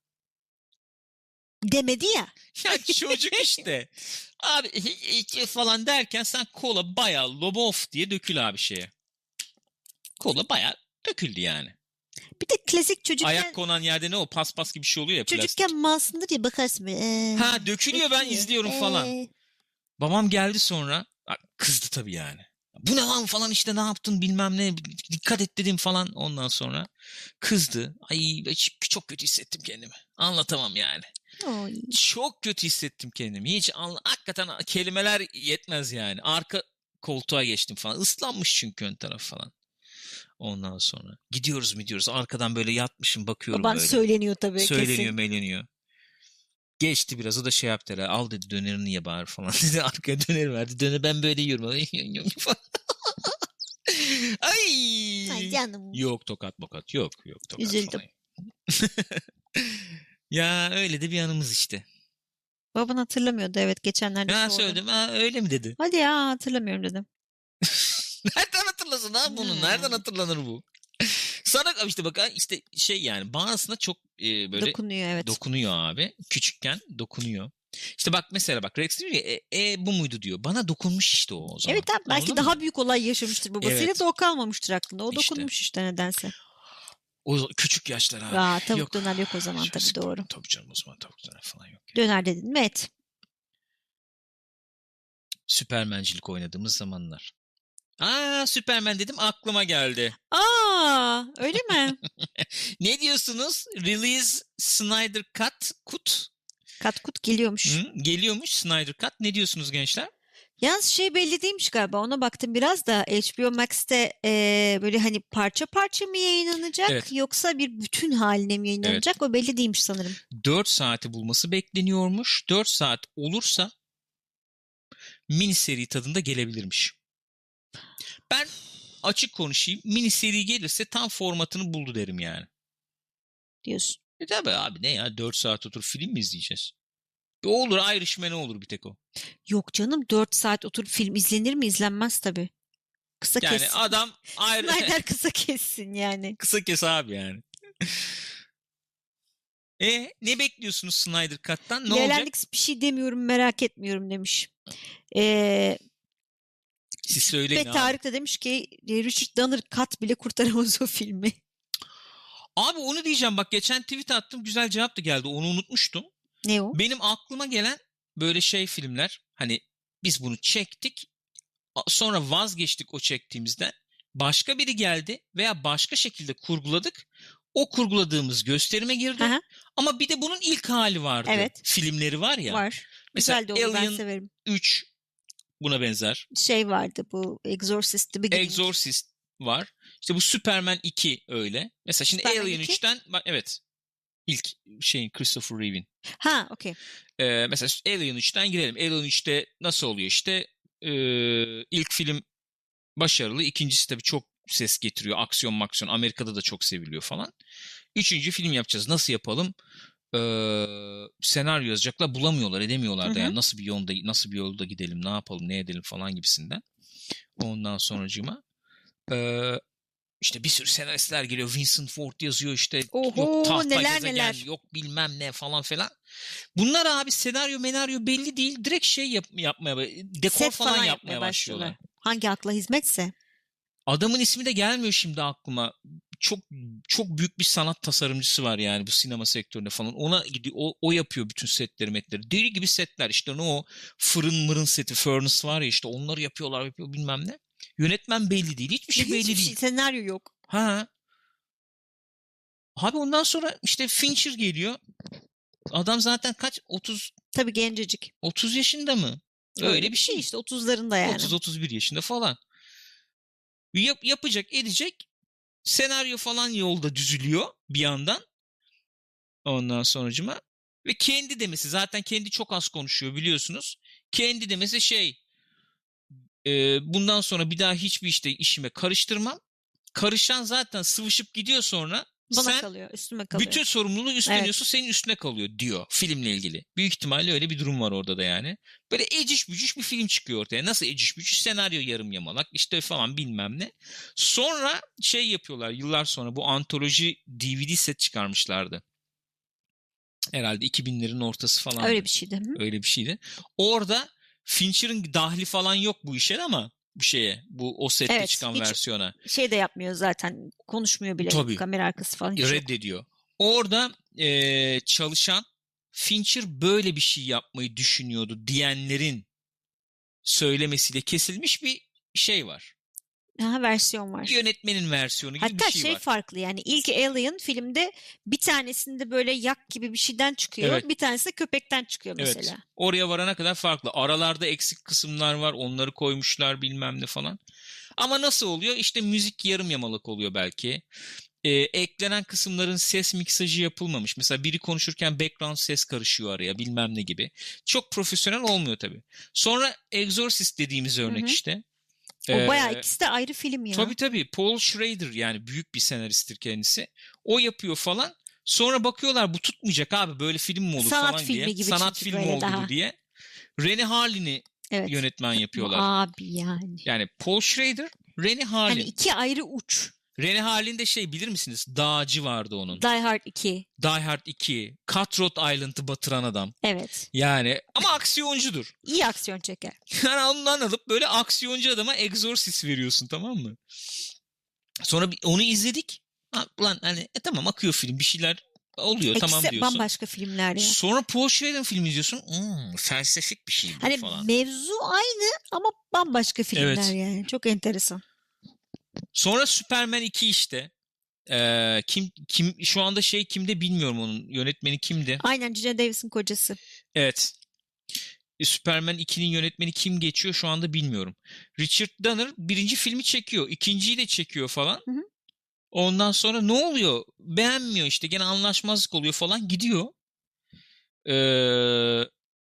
Speaker 2: Demedi ya.
Speaker 1: Ya çocuk işte. Abi falan derken sen kola bayağı lobof diye dökül abi şeye. Kola bayağı döküldü yani.
Speaker 2: Bir de klasik çocukken...
Speaker 1: Ayak konan yerde ne o paspas gibi bir şey oluyor ya, plastik.
Speaker 2: Çocukken masumdur ya, bakarsın böyle. Ee,
Speaker 1: Ha dökülüyor, ben
Speaker 2: dökülüyor.
Speaker 1: izliyorum
Speaker 2: Ee.
Speaker 1: falan. Babam geldi sonra. Kızdı tabii yani. Bu ne lan falan, işte ne yaptın bilmem ne, dikkat et dedim falan, ondan sonra kızdı. Ay çok kötü hissettim kendimi. Anlatamam yani.
Speaker 2: Oy.
Speaker 1: Çok kötü hissettim kendimi. Hiç anla, hakikaten kelimeler yetmez yani. Arka koltuğa geçtim falan. Islanmış çünkü ön taraf falan. Ondan sonra gidiyoruz mu gidiyoruz. Arkadan böyle yatmışım, bakıyorum
Speaker 2: Baban
Speaker 1: böyle.
Speaker 2: söyleniyor tabii.
Speaker 1: Söyleniyor,
Speaker 2: kesin.
Speaker 1: meleniyor. Geçti biraz, o da şey yaptı herhalde. Al dedi, dönerini ye bari falan. Dedi arkaya döner verdi. Döner ben böyle yiyorum. Ay.
Speaker 2: Ay canım.
Speaker 1: Yok tokat mokat yok. Yok tokat
Speaker 2: Üzüldüm.
Speaker 1: falan. Ya öyle de bir anımız işte.
Speaker 2: Baban hatırlamıyordu, evet, geçenlerde
Speaker 1: Ha
Speaker 2: sordu.
Speaker 1: söyledim, ha öyle mi dedi.
Speaker 2: Hadi ya, hatırlamıyorum dedim.
Speaker 1: Nereden hatırlasın ha bunu?
Speaker 2: Hmm.
Speaker 1: Nereden hatırlanır bu? Sana işte bak işte şey yani, bağrısına çok e, böyle
Speaker 2: Dokunuyor, evet.
Speaker 1: dokunuyor abi. Küçükken dokunuyor. İşte bak mesela bak Rex diyor ya e, e bu muydu diyor. Bana dokunmuş işte o o zaman.
Speaker 2: Evet abi, belki
Speaker 1: Anladın
Speaker 2: daha
Speaker 1: mı?
Speaker 2: büyük olay yaşamıştır babasıyla
Speaker 1: Evet.
Speaker 2: da o kalmamıştır aklında. O
Speaker 1: İşte.
Speaker 2: dokunmuş işte nedense.
Speaker 1: O küçük yaşlar abi.
Speaker 2: Aa, tavuk
Speaker 1: yok.
Speaker 2: döner yok o zaman
Speaker 1: Şöyle
Speaker 2: tabii,
Speaker 1: sık-
Speaker 2: doğru.
Speaker 1: Tabii canım, o zaman tavuk döner falan yok.
Speaker 2: Döner dedin mi et.
Speaker 1: Süpermencilik oynadığımız zamanlar. Aa Süpermen dedim, aklıma geldi.
Speaker 2: Aa, öyle mi?
Speaker 1: Ne diyorsunuz? Release Snyder Cut. Kut.
Speaker 2: Katkut geliyormuş.
Speaker 1: Hı, geliyormuş Snyder Cut. Ne diyorsunuz gençler?
Speaker 2: Yalnız şey belli değilmiş galiba. Ona baktım biraz da, H B O Max'te e, böyle hani parça parça mı yayınlanacak,
Speaker 1: Evet.
Speaker 2: yoksa bir bütün haline mi yayınlanacak? Evet. O belli değilmiş sanırım.
Speaker 1: dört saati bulması bekleniyormuş. dört saat olursa mini seri tadında gelebilirmiş. Ben açık konuşayım. Mini seri gelirse tam formatını buldu derim yani.
Speaker 2: Diyorsun.
Speaker 1: E tabi abi, ne ya, dört saat oturup film mi izleyeceğiz? E olur, Irishman olur bir tek o.
Speaker 2: Yok canım, dört saat oturup film izlenir mi? İzlenmez tabii. Kısa
Speaker 1: Yani
Speaker 2: kessin.
Speaker 1: adam ayrı...
Speaker 2: Snyder kısa kessin yani.
Speaker 1: Kısa kes abi yani. E ne bekliyorsunuz Snyder Cut'tan? Ne olacak?
Speaker 2: Leylendix bir şey demiyorum, merak etmiyorum demiş. Ee,
Speaker 1: Siz söyleyin
Speaker 2: Ve
Speaker 1: abi.
Speaker 2: Tarık da demiş ki Richard Donner kat bile kurtaramaz o filmi.
Speaker 1: Abi onu diyeceğim, bak geçen tweet attım, güzel cevap da geldi, onu unutmuştum.
Speaker 2: Ne o?
Speaker 1: Benim aklıma gelen böyle şey filmler, hani biz bunu çektik sonra vazgeçtik o çektiğimizden, başka biri geldi veya başka şekilde kurguladık, o kurguladığımız gösterime girdi.
Speaker 2: Aha.
Speaker 1: Ama bir de bunun ilk hali vardı.
Speaker 2: Evet.
Speaker 1: Filmleri var ya.
Speaker 2: Var.
Speaker 1: Mesela
Speaker 2: Güzel de olur,
Speaker 1: Alien
Speaker 2: ben severim.
Speaker 1: üç buna benzer.
Speaker 2: Şey vardı, bu Exorcist The Beginning.
Speaker 1: Exorcist var. İşte bu Superman iki öyle. Mesela şimdi
Speaker 2: Superman
Speaker 1: Alien
Speaker 2: iki?
Speaker 1: üçten bak, evet. İlk şeyin, Christopher Reeve'in.
Speaker 2: Ha, okey.
Speaker 1: Ee, mesela Alien üçten girelim. Alien üçte nasıl oluyor işte? Ee, ilk film başarılı. İkincisi tabii çok ses getiriyor. Aksiyon maksiyon. Amerika'da da çok seviliyor falan. Üçüncü film yapacağız. Nasıl yapalım? Ee, senaryo yazacaklar. Bulamıyorlar, edemiyorlar da.
Speaker 2: Hı hı.
Speaker 1: Yani nasıl bir yolda, nasıl bir yolda gidelim, ne yapalım, ne edelim falan gibisinden. Ondan sonracığıma ee, işte bir sürü senaristler geliyor. Vincent Ford yazıyor işte.
Speaker 2: Oho,
Speaker 1: yok tahta
Speaker 2: neler
Speaker 1: gezegen,
Speaker 2: neler.
Speaker 1: yok bilmem ne falan filan. Bunlar abi senaryo menaryo belli değil. Direkt şey yap, yapmaya, dekor
Speaker 2: Set
Speaker 1: falan,
Speaker 2: falan
Speaker 1: yapmaya
Speaker 2: yapmaya
Speaker 1: başlıyorlar.
Speaker 2: başlıyorlar. Hangi akla hizmetse.
Speaker 1: Adamın ismi de gelmiyor şimdi aklıma. Çok çok büyük bir sanat tasarımcısı var yani bu sinema sektöründe falan. Ona gidiyor, o, o yapıyor bütün setleri metleri. Deli gibi setler işte, ne o fırın mırın seti, furnace var ya işte, onları yapıyorlar, yapıyor bilmem ne. Yönetmen belli değil. Hiçbir şey belli
Speaker 2: Hiçbir
Speaker 1: değil.
Speaker 2: şey, senaryo yok.
Speaker 1: Ha. Abi ondan sonra işte Fincher geliyor. Adam zaten kaç? otuz
Speaker 2: Tabii gencecik.
Speaker 1: otuz yaşında mı? Öyle, Öyle bir şey.
Speaker 2: işte otuzlarında yani.
Speaker 1: otuz otuz bir yaşında falan. Yap, yapacak, edecek. Senaryo falan yolda düzülüyor bir yandan. Ondan sonracıma. Ve kendi demesi, zaten kendi çok az konuşuyor biliyorsunuz. Kendi demesi şey, e, bundan sonra bir daha hiçbir işte işime karıştırmam. Karışan zaten sıvışıp gidiyor sonra.
Speaker 2: Bana
Speaker 1: Sen
Speaker 2: kalıyor, üstüme kalıyor.
Speaker 1: bütün sorumluluğu üstleniyorsun,
Speaker 2: Evet.
Speaker 1: senin üstüne kalıyor diyor filmle ilgili. Büyük ihtimalle öyle bir durum var orada da yani. Böyle eciş bücüş bir film çıkıyor ortaya. Nasıl eciş bücüş? Senaryo yarım yamalak işte falan bilmem ne. Sonra şey yapıyorlar, yıllar sonra bu antoloji D V D set çıkarmışlardı. Herhalde iki binlerin ortası falan.
Speaker 2: Öyle bir şeydi. Hı?
Speaker 1: Öyle bir şeydi. Orada Fincher'ın dahli falan yok bu işe ama bu şeye, bu o sette
Speaker 2: Evet,
Speaker 1: çıkan
Speaker 2: hiç
Speaker 1: versiyona.
Speaker 2: Şey de yapmıyor zaten. Konuşmuyor bile.
Speaker 1: Tabii.
Speaker 2: Kamera arkası falan hiç yok.
Speaker 1: Reddediyor. Orada eee, çalışan Fincher böyle bir şey yapmayı düşünüyordu diyenlerin söylemesiyle kesilmiş bir şey var.
Speaker 2: Aha, versiyon var.
Speaker 1: Yönetmenin versiyonu gibi
Speaker 2: Hatta
Speaker 1: bir şey,
Speaker 2: şey
Speaker 1: var.
Speaker 2: farklı yani ilk Alien filmde bir tanesinde böyle yak gibi bir şeyden çıkıyor.
Speaker 1: Evet.
Speaker 2: Bir tanesi de köpekten çıkıyor
Speaker 1: Evet.
Speaker 2: mesela.
Speaker 1: Oraya varana kadar farklı. Aralarda eksik kısımlar var. Onları koymuşlar bilmem ne falan. Ama nasıl oluyor? İşte müzik yarım yamalak oluyor belki. Ee, eklenen kısımların ses miksajı yapılmamış. Mesela biri konuşurken background ses karışıyor araya bilmem ne gibi. Çok profesyonel olmuyor tabii. Sonra Exorcist dediğimiz örnek
Speaker 2: Hı hı.
Speaker 1: işte.
Speaker 2: O bayağı
Speaker 1: Ee,
Speaker 2: ikisi de ayrı film ya.
Speaker 1: Tabii tabii. Paul Schrader yani büyük bir senaristtir kendisi. O yapıyor falan. Sonra bakıyorlar bu tutmayacak abi böyle film mi olur
Speaker 2: Sanat
Speaker 1: falan
Speaker 2: filmi
Speaker 1: diye.
Speaker 2: gibi
Speaker 1: Sanat
Speaker 2: çünkü
Speaker 1: filmi
Speaker 2: böyle
Speaker 1: oldu
Speaker 2: daha.
Speaker 1: bu diye. Rennie Harlin'i
Speaker 2: Evet.
Speaker 1: yönetmen yapıyorlar.
Speaker 2: Abi yani.
Speaker 1: Yani Paul Schrader, Rennie
Speaker 2: Hani
Speaker 1: Harlin.
Speaker 2: iki ayrı uç.
Speaker 1: Rennie Harlin de şey bilir misiniz? Dağcı vardı onun.
Speaker 2: Die Hard iki.
Speaker 1: Die Hard iki. Cutthroat Island'ı batıran adam.
Speaker 2: Evet.
Speaker 1: Yani ama aksiyoncudur.
Speaker 2: İyi aksiyon çeker.
Speaker 1: Yani ondan alıp böyle aksiyoncu adama Exorcist veriyorsun tamam mı? Sonra bir- onu izledik. Ha, ulan hani e, tamam akıyor film bir şeyler oluyor
Speaker 2: İkisi
Speaker 1: tamam diyorsun.
Speaker 2: bambaşka filmler ya.
Speaker 1: Sonra Paul Schrader'ın filmi izliyorsun. Hmm, felsefik bir şey bu
Speaker 2: Hani
Speaker 1: falan.
Speaker 2: mevzu aynı ama bambaşka filmler
Speaker 1: Evet.
Speaker 2: yani. Çok enteresan.
Speaker 1: Sonra Superman iki işte. Ee, kim kim şu anda şey kimde bilmiyorum onun yönetmeni kimdi?
Speaker 2: Aynen Gina Davis'in kocası.
Speaker 1: Evet. E, Superman ikinin yönetmeni kim geçiyor şu anda bilmiyorum. Richard Donner birinci filmi çekiyor. İkinciyi de çekiyor falan.
Speaker 2: Hı hı.
Speaker 1: Ondan sonra ne oluyor? Beğenmiyor işte. Gene anlaşmazlık oluyor falan. Gidiyor. Ee,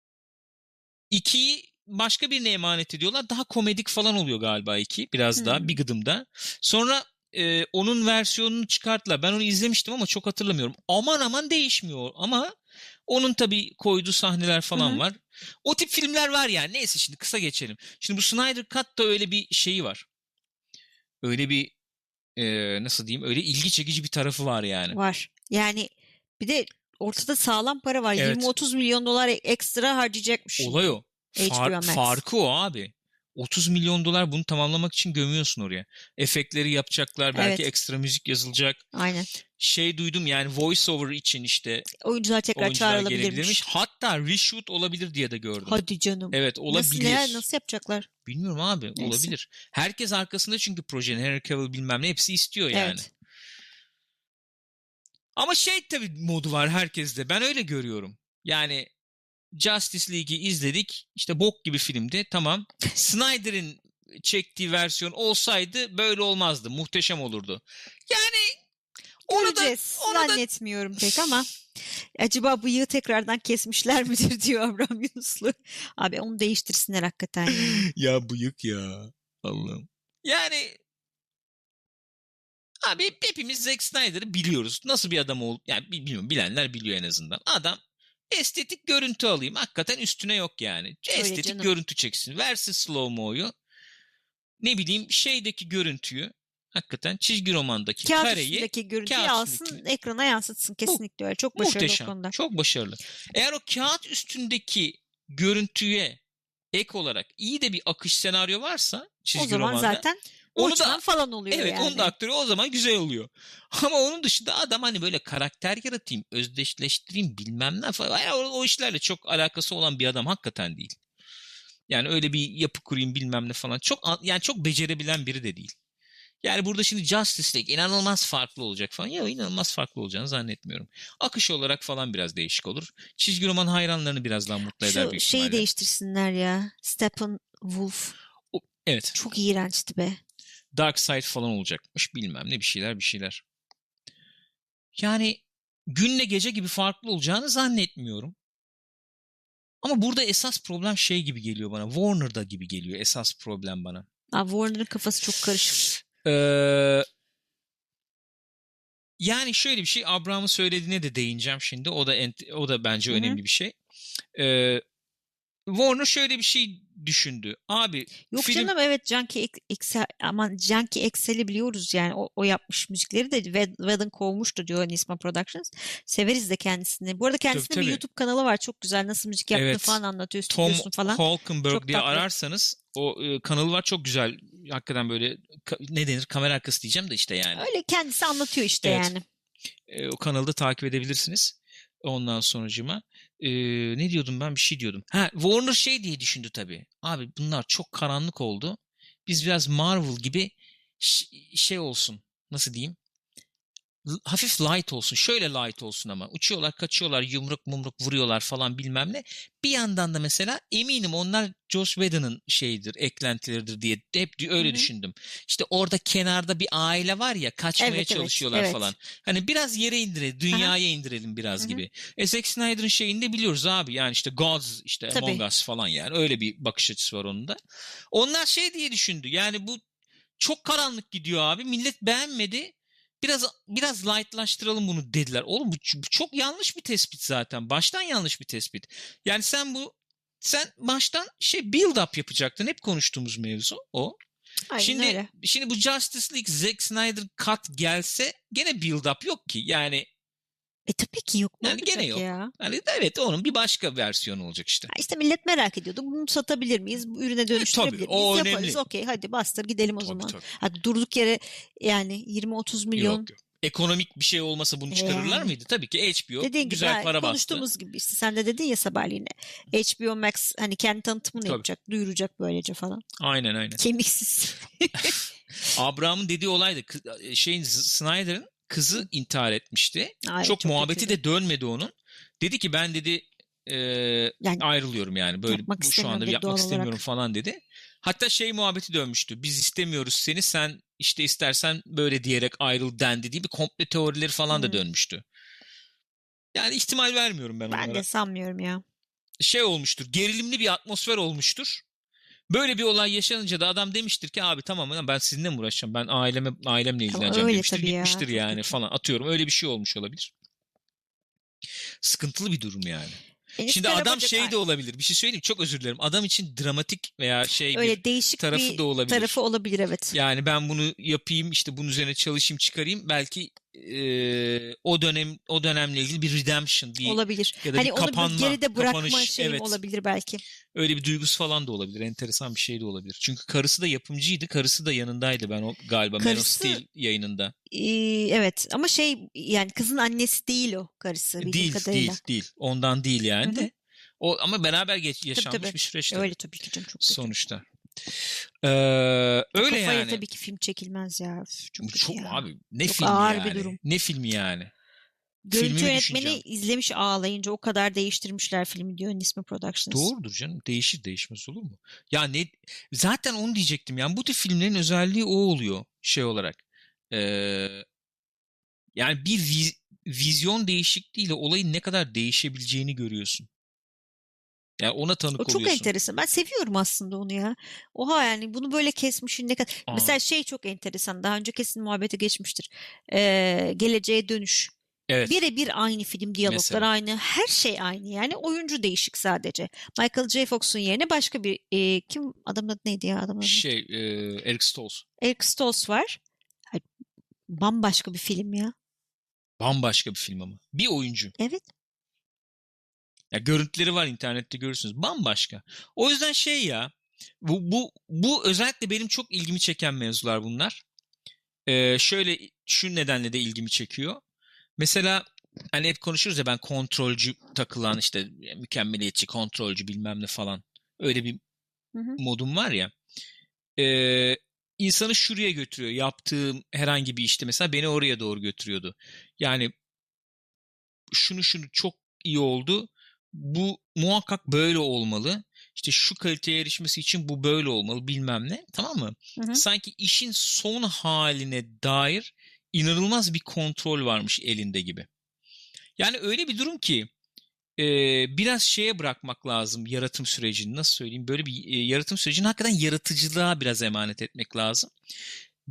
Speaker 1: ikiyi başka birine emanet ediyorlar. Daha komedik falan oluyor galiba iki. Biraz
Speaker 2: Hmm.
Speaker 1: daha bir gıdımda. Sonra e, onun versiyonunu çıkarttılar. Ben onu izlemiştim ama çok hatırlamıyorum. Aman aman değişmiyor. Ama onun tabii koyduğu sahneler falan
Speaker 2: Hı hı.
Speaker 1: var. O tip filmler var yani. Neyse şimdi kısa geçelim. Şimdi bu Snyder Cut da öyle bir şeyi var. Öyle bir e, nasıl diyeyim? Öyle ilgi çekici bir tarafı var yani.
Speaker 2: Var. Yani bir de ortada sağlam para var.
Speaker 1: Evet.
Speaker 2: yirmi otuz milyon dolar ekstra harcayacakmış.
Speaker 1: Olay o.
Speaker 2: H B O
Speaker 1: Far-
Speaker 2: Max.
Speaker 1: farkı o abi. otuz milyon dolar bunu tamamlamak için gömüyorsun oraya. Efektleri yapacaklar. Belki
Speaker 2: Evet.
Speaker 1: ekstra müzik yazılacak.
Speaker 2: Aynen.
Speaker 1: Şey duydum yani voice over için işte
Speaker 2: Oyuncular tekrar
Speaker 1: oyuncular
Speaker 2: çağrılabilirmiş.
Speaker 1: gelebilirmiş. Hatta reshoot olabilir diye de gördüm.
Speaker 2: Hadi canım.
Speaker 1: Evet
Speaker 2: Nasıl,
Speaker 1: olabilir.
Speaker 2: neler, nasıl yapacaklar?
Speaker 1: Bilmiyorum abi
Speaker 2: Neyse.
Speaker 1: olabilir. Herkes arkasında çünkü projenin Henry Cavill bilmem ne hepsi istiyor yani.
Speaker 2: Evet.
Speaker 1: Ama şey tabii modu var herkeste. Ben öyle görüyorum. Yani Justice League'i izledik. İşte bok gibi filmdi. Tamam. Snyder'in çektiği versiyon olsaydı böyle olmazdı. Muhteşem olurdu. Yani onu da,
Speaker 2: Göreceğiz.
Speaker 1: onu da
Speaker 2: Zannetmiyorum pek ama acaba bıyığı tekrardan kesmişler midir diyor Abraham Yunuslu. Abi onu değiştirsinler hakikaten. Yani.
Speaker 1: ya bıyık ya. Allah'ım. Yani abi hepimiz Zack Snyder'ı biliyoruz. Nasıl bir adam ol yani bilmiyorum bilenler biliyor en azından. Adam estetik görüntü alayım. Hakikaten üstüne yok yani.
Speaker 2: Öyle
Speaker 1: Estetik
Speaker 2: canım.
Speaker 1: görüntü çeksin. Versin slow-mo'yu. Ne bileyim şeydeki görüntüyü hakikaten çizgi romandaki
Speaker 2: Kağıt
Speaker 1: kareyi
Speaker 2: üstündeki görüntüyü
Speaker 1: kağıt
Speaker 2: alsın,
Speaker 1: üstündeki-
Speaker 2: ekrana yansıtsın. Kesinlikle öyle. Çok başarılı
Speaker 1: muhteşem.
Speaker 2: o konuda.
Speaker 1: Çok başarılı. Eğer o kağıt üstündeki görüntüye ek olarak iyi de bir akış senaryo varsa çizgi
Speaker 2: O zaman
Speaker 1: romanda
Speaker 2: zaten
Speaker 1: onu
Speaker 2: uçtan
Speaker 1: da
Speaker 2: falan oluyor
Speaker 1: evet
Speaker 2: yani.
Speaker 1: onun da aktörü o zaman güzel oluyor. Ama onun dışında adam hani böyle karakter yaratayım, özdeşleştireyim bilmem ne falan. Yani o, o işlerle çok alakası olan bir adam hakikaten değil. Yani öyle bir yapı kurayım bilmem ne falan. Çok an- yani çok becerebilen biri de değil. Yani burada şimdi Justice League inanılmaz farklı olacak falan. Ya inanılmaz farklı olacağını zannetmiyorum. Akış olarak falan biraz değişik olur. Çizgi roman hayranlarını biraz daha mutlu eder
Speaker 2: Şu
Speaker 1: büyük
Speaker 2: şeyi
Speaker 1: ihtimalle.
Speaker 2: değiştirsinler ya. Steppenwolf.
Speaker 1: O- evet.
Speaker 2: Çok iğrençti be.
Speaker 1: Dark Side falan olacakmış. Bilmem ne bir şeyler bir şeyler. Yani günle gece gibi farklı olacağını zannetmiyorum. Ama burada esas problem şey gibi geliyor bana. Warner'da gibi geliyor esas problem bana.
Speaker 2: Abi Warner'ın kafası çok karışık.
Speaker 1: Ee, Yani şöyle bir şey, Abraham'ın söylediğine de değineceğim şimdi. O da ent- o da bence
Speaker 2: Hı hı.
Speaker 1: önemli bir şey. Ee, Warner şöyle bir şey düşündü. Abi
Speaker 2: Yok
Speaker 1: film
Speaker 2: canım, evet, Junkie X- Excel, aman Junkie X L'i biliyoruz yani, o, o yapmış müzikleri de Wed- Whedon kovmuştu diyor Nisma Productions. Severiz de kendisini. Bu arada
Speaker 1: tabii
Speaker 2: kendisinin bir
Speaker 1: tabii.
Speaker 2: YouTube kanalı var, çok güzel, nasıl müzik yaptığını
Speaker 1: Evet.
Speaker 2: falan anlatıyor,
Speaker 1: Tom
Speaker 2: stüdyosunu falan.
Speaker 1: Holkenberg
Speaker 2: Çok
Speaker 1: diye
Speaker 2: tatlı.
Speaker 1: ararsanız o e, kanalı var, çok güzel. Hakikaten böyle ka- ne denir, kamera arkası diyeceğim de işte yani.
Speaker 2: Öyle kendisi anlatıyor işte
Speaker 1: Evet.
Speaker 2: yani.
Speaker 1: E, o kanalı da takip edebilirsiniz. Ondan sonracıma e, ne diyordum ben, bir şey diyordum. Ha, Warner şey diye düşündü tabii. Abi bunlar çok karanlık oldu. Biz biraz Marvel gibi ş- şey olsun. Nasıl diyeyim? L- hafif light olsun. Şöyle light olsun ama. Uçuyorlar, kaçıyorlar, yumruk mumruk vuruyorlar falan bilmem ne. Bir yandan da mesela eminim onlar Joss Whedon'ın şeyidir, eklentileridir diye hep di-
Speaker 2: Hı
Speaker 1: öyle
Speaker 2: hı.
Speaker 1: düşündüm. İşte orada kenarda bir aile var ya, kaçmaya
Speaker 2: Evet, evet,
Speaker 1: çalışıyorlar
Speaker 2: evet.
Speaker 1: falan. Hani biraz yere indirelim,
Speaker 2: Aha,
Speaker 1: dünyaya indirelim
Speaker 2: hı
Speaker 1: biraz
Speaker 2: hı.
Speaker 1: gibi. E Zack Snyder'ın şeyini de biliyoruz abi. Yani işte Gods, işte Among
Speaker 2: Tabii.
Speaker 1: Us falan yani. Öyle bir bakış açısı var onun da. Onlar şey diye düşündü. Yani bu çok karanlık gidiyor abi. Millet beğenmedi. Biraz biraz lightlaştıralım bunu dediler. Oğlum bu, bu çok yanlış bir tespit zaten. Baştan yanlış bir tespit. Yani sen bu sen baştan şey build up yapacaktın. Hep konuştuğumuz mevzu o.
Speaker 2: Aynen
Speaker 1: Şimdi
Speaker 2: öyle.
Speaker 1: şimdi bu Justice League Zack Snyder cut gelse gene build up yok ki. Yani
Speaker 2: E tabii ki yok, ne
Speaker 1: yani gene
Speaker 2: olacak
Speaker 1: yok.
Speaker 2: ya?
Speaker 1: Yani evet, onun bir başka versiyonu olacak işte.
Speaker 2: Ha, İşte millet merak ediyordu. Bunu satabilir miyiz? Bu ürüne
Speaker 1: E, tabii
Speaker 2: dönüştürebilir miyiz?
Speaker 1: o
Speaker 2: Yaparız.
Speaker 1: önemli.
Speaker 2: Okey, hadi bastır gidelim o
Speaker 1: Tabii
Speaker 2: zaman.
Speaker 1: tabii.
Speaker 2: Hadi durduk yere yani yirmi otuz milyon,
Speaker 1: Yok yok. Ekonomik bir şey olmasa bunu
Speaker 2: e
Speaker 1: çıkarırlar
Speaker 2: yani.
Speaker 1: mıydı? Tabii ki H B O
Speaker 2: Dediğin gibi,
Speaker 1: güzel
Speaker 2: ha,
Speaker 1: para bastı.
Speaker 2: konuştuğumuz gibi işte, sen de dedin ya sabahleyin, H B O Max hani kendi tanıtımını
Speaker 1: Tabii.
Speaker 2: yapacak, duyuracak böylece falan.
Speaker 1: Aynen aynen.
Speaker 2: Kemiksiz.
Speaker 1: Abraham'ın dediği olay da kı- şeyin Snyder'ın kızı intihar etmişti.
Speaker 2: Aa, evet,
Speaker 1: Çok
Speaker 2: çok
Speaker 1: muhabbeti
Speaker 2: kötüydü.
Speaker 1: de dönmedi onun. Dedi ki ben dedi e,
Speaker 2: Yani
Speaker 1: ayrılıyorum yani, böyle
Speaker 2: yapmak
Speaker 1: bu şu
Speaker 2: istemiyorum
Speaker 1: anda
Speaker 2: dedi
Speaker 1: yapmak
Speaker 2: doğal
Speaker 1: istemiyorum
Speaker 2: olarak.
Speaker 1: falan dedi. Hatta şey muhabbeti dönmüştü. Biz istemiyoruz seni, sen işte istersen böyle diyerek ayrıl dendi diye bir komple teorileri falan da
Speaker 2: Hmm.
Speaker 1: dönmüştü. Yani ihtimal vermiyorum ben
Speaker 2: Ben
Speaker 1: onlara.
Speaker 2: de sanmıyorum ya.
Speaker 1: Şey olmuştur, gerilimli bir atmosfer olmuştur. Böyle bir olay yaşanınca da adam demiştir ki abi tamam lan, ben sizinle mi uğraşacağım? Ben aileme ailemle
Speaker 2: Ama
Speaker 1: ilgileneceğim
Speaker 2: öyle
Speaker 1: demiştir.
Speaker 2: tabii ya,
Speaker 1: Gitmiştir
Speaker 2: çok
Speaker 1: yani
Speaker 2: kötü.
Speaker 1: falan. Atıyorum, öyle bir şey olmuş olabilir. Sıkıntılı bir durum yani. Şimdi
Speaker 2: Enişte
Speaker 1: adam
Speaker 2: arabacık,
Speaker 1: şey
Speaker 2: ay,
Speaker 1: de olabilir. Bir şey söyleyeyim, çok özür dilerim. Adam için dramatik veya şey bir
Speaker 2: öyle değişik
Speaker 1: tarafı
Speaker 2: bir
Speaker 1: da olabilir.
Speaker 2: tarafı olabilir, evet.
Speaker 1: Yani ben bunu yapayım, işte bunun üzerine çalışayım, çıkarayım. Belki e, o dönem o dönemle ilgili bir redemption, bir
Speaker 2: Olabilir.
Speaker 1: ya da bir
Speaker 2: Hani onu bir
Speaker 1: kapanma,
Speaker 2: geride bırakma
Speaker 1: kapanış.
Speaker 2: şeyim
Speaker 1: Evet.
Speaker 2: olabilir belki.
Speaker 1: Öyle bir duygusu falan da olabilir. Enteresan bir şey de olabilir. Çünkü karısı da yapımcıydı. Karısı da yanındaydı, ben o galiba Man of
Speaker 2: Karısı,
Speaker 1: Steel yayınında.
Speaker 2: e, evet, ama şey yani, kızın annesi değil o karısı bildiğim
Speaker 1: Değil,
Speaker 2: kadarıyla.
Speaker 1: değil, değil. Ondan değil
Speaker 2: Hı
Speaker 1: yani
Speaker 2: hı.
Speaker 1: de. O ama beraber geç,
Speaker 2: Tabii
Speaker 1: yaşanmış
Speaker 2: tabii.
Speaker 1: bir süreç tabii
Speaker 2: Öyle tabii ki canım, çok kötü.
Speaker 1: sonuçta. Ee,
Speaker 2: O
Speaker 1: öyle
Speaker 2: kafaya
Speaker 1: yani.
Speaker 2: tabii ki film çekilmez ya. Üf, çok
Speaker 1: Bu
Speaker 2: kötü
Speaker 1: çok
Speaker 2: ya.
Speaker 1: abi, ne
Speaker 2: Çok
Speaker 1: filmi
Speaker 2: ağır bir
Speaker 1: yani?
Speaker 2: durum.
Speaker 1: Ne filmi yani?
Speaker 2: Görüntü
Speaker 1: Filmimi
Speaker 2: yönetmeni
Speaker 1: düşüneceğim.
Speaker 2: izlemiş ağlayınca, o kadar değiştirmişler filmi diyor Nismi Productions.
Speaker 1: Doğrudur canım. Değişir, değişmez olur mu? Ya ne, zaten onu diyecektim. Yani bu tip filmlerin özelliği o oluyor şey olarak. Ee, Yani bir vi- vizyon değişikliğiyle olayın ne kadar değişebileceğini görüyorsun. Yani ona
Speaker 2: O
Speaker 1: tanık
Speaker 2: çok
Speaker 1: oluyorsun.
Speaker 2: enteresan. Ben seviyorum aslında onu ya. Oha, yani bunu böyle kesmişin ne kadar.
Speaker 1: Aa,
Speaker 2: Mesela şey çok enteresan. Daha önce kesin muhabbeti geçmiştir. Ee, Geleceğe Dönüş.
Speaker 1: evet
Speaker 2: Birebir aynı film, diyaloglar
Speaker 1: mesela.
Speaker 2: aynı, her şey aynı, yani oyuncu değişik sadece. Michael J. Fox'un yerine başka bir, e, kim, adamın adı neydi ya, adamın adı?
Speaker 1: Şey, e, Eric Stoltz.
Speaker 2: Eric Stoltz var. Ay, bambaşka bir film ya.
Speaker 1: Bambaşka bir film ama. Bir oyuncu.
Speaker 2: Evet.
Speaker 1: Ya görüntüleri var, internette görürsünüz. Bambaşka. O yüzden şey ya, bu bu bu özellikle benim çok ilgimi çeken mevzular bunlar. Ee, şöyle, şu nedenle de ilgimi çekiyor. Mesela hani hep konuşuruz ya, ben kontrolcü takılan, işte mükemmeliyetçi, kontrolcü bilmem ne falan. Öyle bir
Speaker 2: Hı hı.
Speaker 1: modum var ya. Ee, insanı şuraya götürüyor. Yaptığım herhangi bir işte mesela beni oraya doğru götürüyordu. Yani şunu şunu çok iyi oldu. Bu muhakkak böyle olmalı. İşte şu kaliteye erişmesi için bu böyle olmalı bilmem ne. Tamam mı?
Speaker 2: Hı hı.
Speaker 1: Sanki işin son haline dair inanılmaz bir kontrol varmış elinde gibi. Yani öyle bir durum ki e, biraz şeye bırakmak lazım yaratım sürecini. Nasıl söyleyeyim? Böyle bir e, yaratım sürecini hakikaten yaratıcılığa biraz emanet etmek lazım. Bir,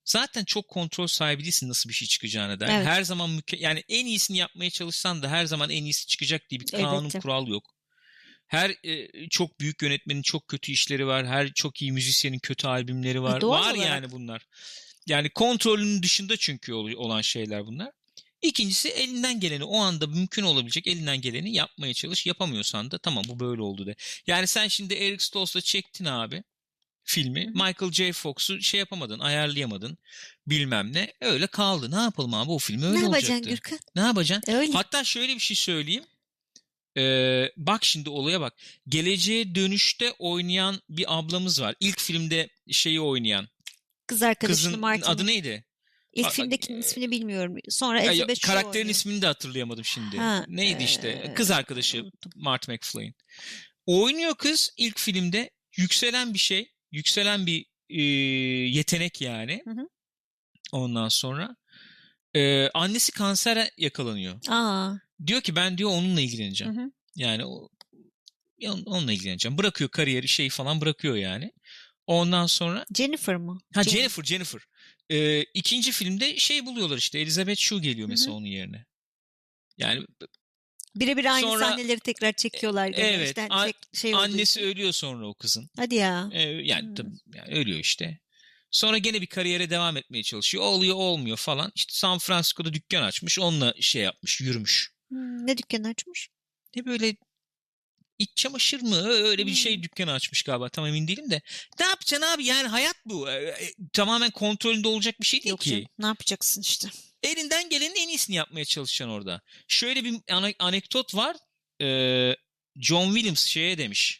Speaker 1: Zaten çok kontrol sahibi değilsin nasıl bir şey çıkacağına da.
Speaker 2: Evet.
Speaker 1: Her zaman müke- yani en iyisini yapmaya çalışsan da her zaman en iyisi çıkacak diye bir kanun
Speaker 2: Elbette.
Speaker 1: kural yok. Her e, çok büyük yönetmenin çok kötü işleri var. Her çok iyi müzisyenin kötü albümleri var.
Speaker 2: Doğal
Speaker 1: var
Speaker 2: olarak.
Speaker 1: yani bunlar. Yani kontrolünün dışında çünkü ol- olan şeyler bunlar. İkincisi elinden geleni o anda mümkün olabilecek elinden geleni yapmaya çalış. Yapamıyorsan da tamam bu böyle oldu de. Yani sen şimdi Eric Stoltz'la çektin abi filmi.
Speaker 2: Hı hı.
Speaker 1: Michael J. Fox'u şey yapamadın, ayarlayamadın. Bilmem ne. Öyle kaldı. Ne yapalım abi o film öyle
Speaker 2: Ne
Speaker 1: olacaktı.
Speaker 2: yapacaksın Gürkan?
Speaker 1: Ne yapacaksın?
Speaker 2: Öyle.
Speaker 1: Hatta şöyle bir şey söyleyeyim. Ee, bak şimdi olaya bak. Geleceğe Dönüş'te oynayan bir ablamız var. İlk filmde şeyi oynayan.
Speaker 2: Kız arkadaşını
Speaker 1: Kızın
Speaker 2: Martin'in.
Speaker 1: adı neydi?
Speaker 2: İlk
Speaker 1: A-
Speaker 2: filmdekinin ismini bilmiyorum. Sonra
Speaker 1: Ya,
Speaker 2: Elizabeth Shaw
Speaker 1: karakterin
Speaker 2: oynuyor.
Speaker 1: ismini de hatırlayamadım şimdi.
Speaker 2: Ha,
Speaker 1: Neydi işte?
Speaker 2: eee,
Speaker 1: Kız arkadaşı
Speaker 2: unuttum.
Speaker 1: Marty McFly'in. Oynuyor kız ilk filmde. Yükselen bir şey. Yükselen bir e, yetenek yani.
Speaker 2: Hı hı.
Speaker 1: Ondan sonra e, annesi kansere yakalanıyor.
Speaker 2: Aa.
Speaker 1: Diyor ki ben diyor onunla
Speaker 2: Hı
Speaker 1: ilgileneceğim.
Speaker 2: hı.
Speaker 1: Yani o, on- onunla ilgileneceğim. Bırakıyor kariyeri şeyi falan bırakıyor yani. Ondan sonra
Speaker 2: Jennifer mı?
Speaker 1: ha
Speaker 2: Jen-
Speaker 1: Jennifer Jennifer. E, ikinci filmde şey buluyorlar işte Elizabeth Shue geliyor
Speaker 2: Hı
Speaker 1: mesela
Speaker 2: hı.
Speaker 1: onun yerine. Yani
Speaker 2: Birebir aynı
Speaker 1: sonra
Speaker 2: sahneleri tekrar çekiyorlar gene.
Speaker 1: evet
Speaker 2: İşte hani
Speaker 1: an-
Speaker 2: tek şey olduğu
Speaker 1: annesi
Speaker 2: için.
Speaker 1: ölüyor sonra o kızın.
Speaker 2: Hadi ya.
Speaker 1: E, yani
Speaker 2: Hmm.
Speaker 1: tabii yani ölüyor işte. Sonra gene bir kariyere devam etmeye çalışıyor. Oluyor olmuyor falan. İşte San Francisco'da dükkan açmış. Onunla şey yapmış, yürümüş.
Speaker 2: Hmm, ne dükkanı açmış?
Speaker 1: Ne böyle iç çamaşır mı? Öyle bir
Speaker 2: Hmm.
Speaker 1: şey dükkanı açmış galiba. Tam emin değilim de. Ne yapacaksın abi? Yani hayat bu. Ee, e, tamamen kontrolünde olacak bir şey değil
Speaker 2: Yok
Speaker 1: ki.
Speaker 2: canım. Ne yapacaksın işte?
Speaker 1: Elinden gelenin en iyisini yapmaya çalışacaksın orada. Şöyle bir ana- anekdot var. Ee, John Williams şeye demiş.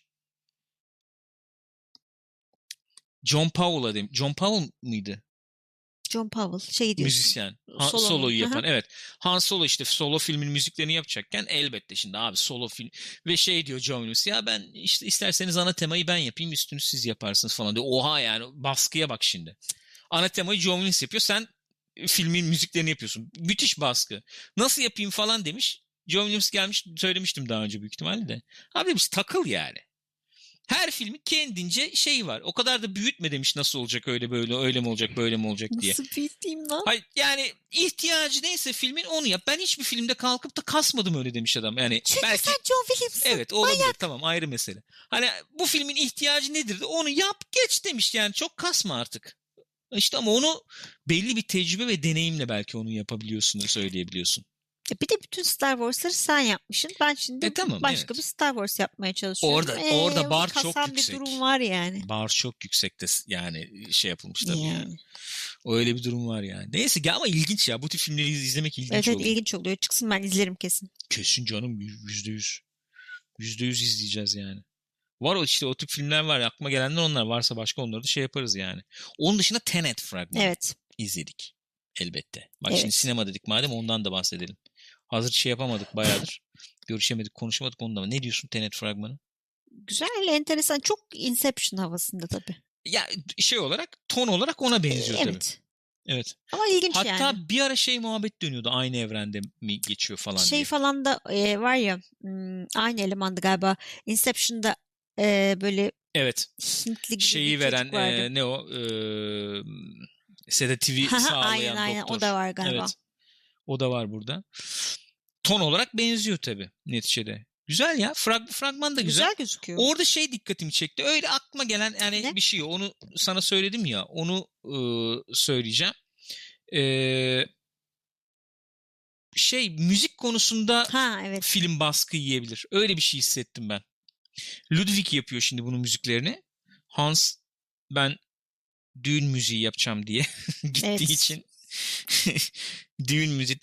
Speaker 1: John Powell'a demiş. John Powell mıydı?
Speaker 2: John Powell şey diyorsun.
Speaker 1: Müzisyen. Han,
Speaker 2: Solo'nun.
Speaker 1: soloyu
Speaker 2: Aha.
Speaker 1: yapan. Evet. Han Solo işte solo filmin müziklerini yapacakken elbette şimdi abi solo film. Ve şey diyor John Williams ya ben işte isterseniz ana temayı ben yapayım üstünü siz yaparsınız falan diyor. Oha yani baskıya bak şimdi. Ana temayı John Williams yapıyor. Sen filmin müziklerini yapıyorsun. Müthiş baskı. Nasıl yapayım falan demiş. John Williams gelmiş söylemiştim daha önce büyük ihtimalle de. Abi demiş takıl yani. Her filmin kendince şeyi var. O kadar da büyütme demiş nasıl olacak öyle böyle öyle mi olacak böyle mi olacak diye.
Speaker 2: Nasıl büyüteyim lan?
Speaker 1: Hayır, yani ihtiyacı neyse filmin onu yap. Ben hiçbir filmde kalkıp da kasmadım öyle demiş adam. Yani
Speaker 2: Çünkü
Speaker 1: belki
Speaker 2: sen John Williams'ın.
Speaker 1: evet olabilir tamam ayrı mesele. Hani bu filmin ihtiyacı nedir? Onu yap geç demiş yani çok kasma artık. İşte ama onu belli bir tecrübe ve deneyimle belki onu yapabiliyorsun da söyleyebiliyorsun.
Speaker 2: E bir de bütün Star Wars'ları sen yapmışsın. Ben şimdi
Speaker 1: E tamam,
Speaker 2: başka
Speaker 1: evet.
Speaker 2: bir Star Wars yapmaya çalışıyorum.
Speaker 1: Orada
Speaker 2: Ee,
Speaker 1: orada
Speaker 2: o
Speaker 1: bar çok
Speaker 2: kasan
Speaker 1: yüksek.
Speaker 2: bir durum var yani.
Speaker 1: Bar çok yüksekte yani şey yapılmış tabii yani.
Speaker 2: Yani.
Speaker 1: Öyle bir durum var yani. Neyse ya ama ilginç ya. Bu tip filmleri izlemek ilginç
Speaker 2: Evet, evet
Speaker 1: oluyor.
Speaker 2: ilginç oluyor. Çıksın ben izlerim kesin.
Speaker 1: Kesin canım yüzde yüz. Yüzde yüz izleyeceğiz yani. Var o işte o tip filmler var. Aklıma gelenler onlar. Varsa başka onları da şey yaparız yani. Onun dışında Tenet fragmanı
Speaker 2: Evet.
Speaker 1: izledik. Elbette. Bak
Speaker 2: Evet.
Speaker 1: şimdi sinema dedik madem ondan da bahsedelim. Hazır şey yapamadık bayağıdır. Görüşemedik, konuşamadık ondan. Ne diyorsun Tenet fragmanı?
Speaker 2: Güzel, enteresan. Çok Inception havasında tabii.
Speaker 1: Ya şey olarak, ton olarak ona benziyor tabii.
Speaker 2: Evet.
Speaker 1: Evet.
Speaker 2: Ama ilginç
Speaker 1: Hatta
Speaker 2: yani.
Speaker 1: bir ara şey muhabbet dönüyordu. Aynı evrende mi geçiyor falan
Speaker 2: Şey
Speaker 1: diye.
Speaker 2: falan da e, var ya hmm, aynı elemandı galiba. Inception'da e, böyle
Speaker 1: Evet.
Speaker 2: Hintli gibi
Speaker 1: Şeyi
Speaker 2: bir çocuk
Speaker 1: veren
Speaker 2: vardı.
Speaker 1: e, ne o? E, sedatifi sağlayan
Speaker 2: aynen aynen
Speaker 1: doktor.
Speaker 2: o da var galiba.
Speaker 1: Evet. O da var burada. Ton olarak benziyor tabii neticede. Güzel ya. Frag, fragman da güzel.
Speaker 2: Güzel gözüküyor.
Speaker 1: Orada şey dikkatimi çekti. Öyle aklıma gelen yani
Speaker 2: Ne?
Speaker 1: bir şey. Onu sana söyledim ya. Onu e, söyleyeceğim. E, şey müzik konusunda
Speaker 2: Ha evet.
Speaker 1: film baskı yiyebilir. Öyle bir şey hissettim ben. Ludwig yapıyor şimdi bunun müziklerini. Hans ben düğün müziği yapacağım diye gittiği
Speaker 2: Evet.
Speaker 1: için düğün müziği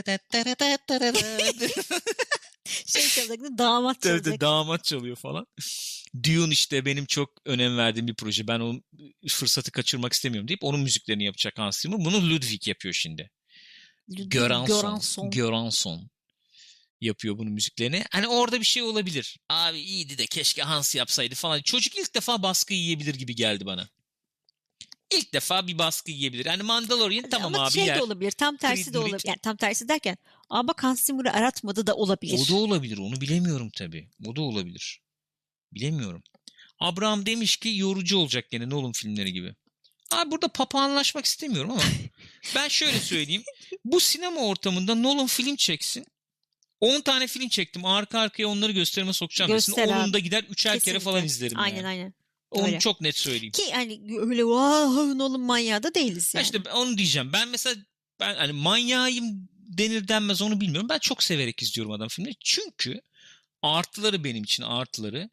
Speaker 2: Şey çalacak, damat
Speaker 1: Tabii
Speaker 2: çalacak.
Speaker 1: de damat çalıyor falan. Dune işte benim çok önem verdiğim bir proje. Ben o fırsatı kaçırmak istemiyorum deyip onun müziklerini yapacak Hans Zimmer. Bunu Ludwig yapıyor şimdi. Göransson.
Speaker 2: Göransson.
Speaker 1: Göransson yapıyor bunun müziklerini. Hani orada bir şey olabilir. Abi iyiydi de keşke Hans yapsaydı falan. Çocuk ilk defa baskı yiyebilir gibi geldi bana. İlk defa bir baskı yiyebilir. Yani Mandalorian tamam
Speaker 2: Ama
Speaker 1: abi
Speaker 2: şey
Speaker 1: yer.
Speaker 2: de olabilir. Tam tersi
Speaker 1: Creed,
Speaker 2: de olabilir. Yani tam tersi derken ama Hans Zimmer'ı aratmadı da olabilir.
Speaker 1: O da olabilir. Onu bilemiyorum tabii. O da olabilir. Bilemiyorum. Abraham demiş ki yorucu olacak gene Nolan filmleri gibi. Abi burada papağanlaşmak istemiyorum ama ben şöyle söyleyeyim. Bu sinema ortamında Nolan film çeksin. on tane film çektim. Arka arkaya onları gösterime sokacağım desin.
Speaker 2: Göster
Speaker 1: Onun
Speaker 2: abi.
Speaker 1: da gider üçer kere
Speaker 2: Kesinlikle.
Speaker 1: falan izlerim
Speaker 2: Aynen
Speaker 1: yani.
Speaker 2: aynen.
Speaker 1: Onu
Speaker 2: Öyle.
Speaker 1: çok net söyleyeyim.
Speaker 2: Ki hani öyle wow Nolan manyağı da değiliz
Speaker 1: Ha
Speaker 2: yani.
Speaker 1: İşte onu diyeceğim. Ben mesela ben hani manyağıyım denir denmez onu bilmiyorum. Ben çok severek izliyorum adam filmleri. Çünkü artıları benim için artıları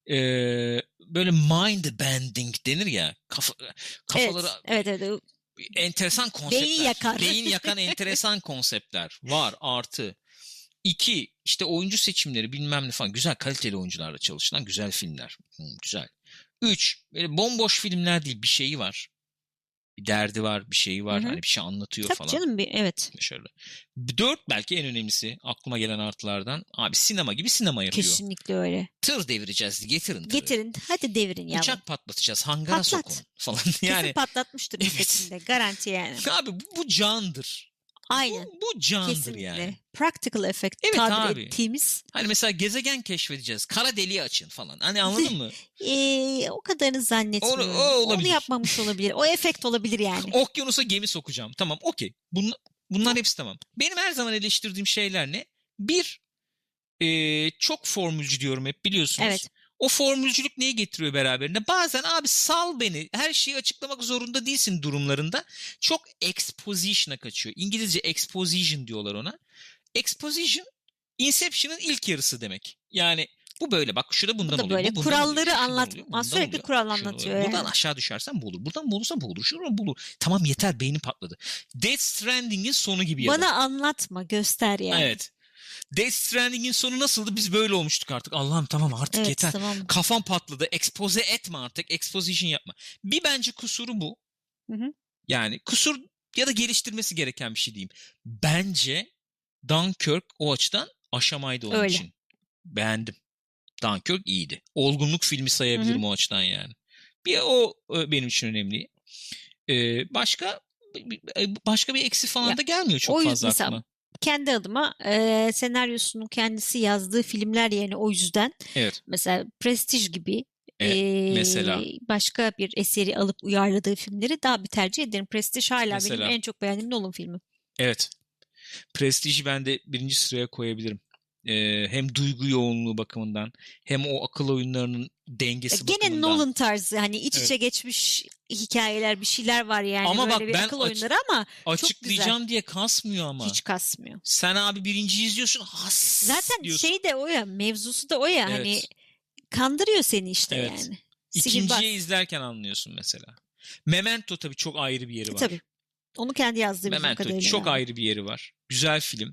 Speaker 1: ee, böyle mind bending denir ya. Kafa, kafaları
Speaker 2: Evet, evet, evet.
Speaker 1: enteresan konseptler.
Speaker 2: Beyin yakar.
Speaker 1: Beyin yakan enteresan konseptler var artı. İki, işte oyuncu seçimleri bilmem ne falan. Güzel kaliteli oyuncularla çalışılan güzel filmler. Hmm, güzel. Üç, böyle bomboş filmler değil bir şeyi var. Bir derdi var, bir şeyi var.
Speaker 2: Hı hı.
Speaker 1: Hani bir şey anlatıyor
Speaker 2: Tabii
Speaker 1: falan.
Speaker 2: canım bir evet.
Speaker 1: Başarılı. Dört belki en önemlisi aklıma gelen artılardan. Abi sinema gibi sinema yapıyor.
Speaker 2: Kesinlikle öyle.
Speaker 1: Tır devireceğiz. Getirin tırı.
Speaker 2: Getirin hadi devirin yavrum.
Speaker 1: Uçak patlatacağız. Hangara
Speaker 2: Patlat.
Speaker 1: sokun falan. Yani
Speaker 2: Kesin patlatmıştır nefesinde. Garanti yani.
Speaker 1: abi bu, bu candır.
Speaker 2: Aynen.
Speaker 1: Bu, bu candır
Speaker 2: Kesinlikle.
Speaker 1: yani.
Speaker 2: Practical effect
Speaker 1: Evet
Speaker 2: tabir
Speaker 1: abi.
Speaker 2: ettiğimiz.
Speaker 1: Hani mesela gezegen keşfedeceğiz. Kara deliği açın falan. Hani anladın mı?
Speaker 2: Ee, o kadarını zannetmiyorum.
Speaker 1: Onu- o olabilir.
Speaker 2: Onu yapmamış olabilir. O efekt olabilir yani.
Speaker 1: Okyanusa gemi sokacağım. Tamam okey. Bunlar, bunlar hepsi tamam. Benim her zaman eleştirdiğim şeyler ne? Bir, ee, çok formülcü diyorum hep biliyorsunuz.
Speaker 2: Evet.
Speaker 1: O formülcülük neyi getiriyor beraberinde? Bazen abi sal beni. Her şeyi açıklamak zorunda değilsin durumlarında. Çok exposition'a kaçıyor. İngilizce exposition diyorlar ona. Exposition, Inception'ın ilk yarısı demek. Yani bu böyle bak şurada bundan
Speaker 2: Bu da
Speaker 1: oluyor.
Speaker 2: böyle
Speaker 1: Bu bundan
Speaker 2: kuralları
Speaker 1: oluyor, şuradan
Speaker 2: anlat-
Speaker 1: oluyor,
Speaker 2: Aa,
Speaker 1: bundan
Speaker 2: sürekli
Speaker 1: oluyor,
Speaker 2: kural
Speaker 1: şuradan
Speaker 2: anlatıyor
Speaker 1: oluyor. Buradan
Speaker 2: yani.
Speaker 1: aşağı düşersen bu olur. Buradan bulursa bu olur. Şuradan bu olur. Tamam yeter beynim patladı. Death Stranding'in sonu gibi ya da.
Speaker 2: Bana anlatma göster yani.
Speaker 1: Evet. Death Stranding'in sonu nasıldı? Biz böyle olmuştuk artık. Allah'ım tamam artık
Speaker 2: Evet,
Speaker 1: yeter.
Speaker 2: tamam.
Speaker 1: Kafam patladı. Expose etme artık. Exposition yapma. Bir bence kusuru bu.
Speaker 2: Hı hı.
Speaker 1: Yani kusur ya da geliştirmesi gereken bir şey diyeyim. Bence Dunkirk o açıdan aşamaydı onun
Speaker 2: Öyle.
Speaker 1: için. Beğendim. Dunkirk iyiydi. Olgunluk filmi sayabilirim
Speaker 2: Hı hı.
Speaker 1: o açıdan yani. Bir o e, benim için önemli. Ee, başka başka bir eksi falan
Speaker 2: Ya,
Speaker 1: da gelmiyor çok
Speaker 2: o yüzden
Speaker 1: fazla
Speaker 2: mesela
Speaker 1: aklıma.
Speaker 2: kendi adıma e, senaryosunu kendisi yazdığı filmler yani o yüzden
Speaker 1: Evet.
Speaker 2: mesela Prestige gibi
Speaker 1: Evet,
Speaker 2: e,
Speaker 1: mesela.
Speaker 2: başka bir eseri alıp uyarladığı filmleri daha bir tercih ederim. Prestige hala
Speaker 1: Mesela.
Speaker 2: benim en çok beğendiğim Nolan filmi.
Speaker 1: Evet. Prestige'i ben de birinci sıraya koyabilirim. Ee, hem duygu yoğunluğu bakımından hem o akıl oyunlarının dengesi
Speaker 2: Ya gene
Speaker 1: bakımından.
Speaker 2: Nolan tarzı hani iç
Speaker 1: Evet.
Speaker 2: içe geçmiş hikayeler bir şeyler var yani
Speaker 1: Ama
Speaker 2: böyle
Speaker 1: bak
Speaker 2: bir
Speaker 1: ben
Speaker 2: akıl
Speaker 1: aç-
Speaker 2: oyunları ama
Speaker 1: açıklayacağım diye kasmıyor ama.
Speaker 2: hiç kasmıyor.
Speaker 1: Sen abi birinciyi izliyorsun. Has
Speaker 2: Zaten
Speaker 1: diyorsun.
Speaker 2: şey de o ya mevzusu da o ya
Speaker 1: Evet.
Speaker 2: hani kandırıyor seni işte
Speaker 1: Evet.
Speaker 2: yani. Sihirbaz.
Speaker 1: İkinciyi izlerken anlıyorsun mesela. Memento tabii çok ayrı bir yeri
Speaker 2: E,
Speaker 1: var.
Speaker 2: tabii. Onu kendi yazdığı bildiğim
Speaker 1: Memento
Speaker 2: kadarıyla.
Speaker 1: çok
Speaker 2: yani.
Speaker 1: ayrı bir yeri var. Güzel film.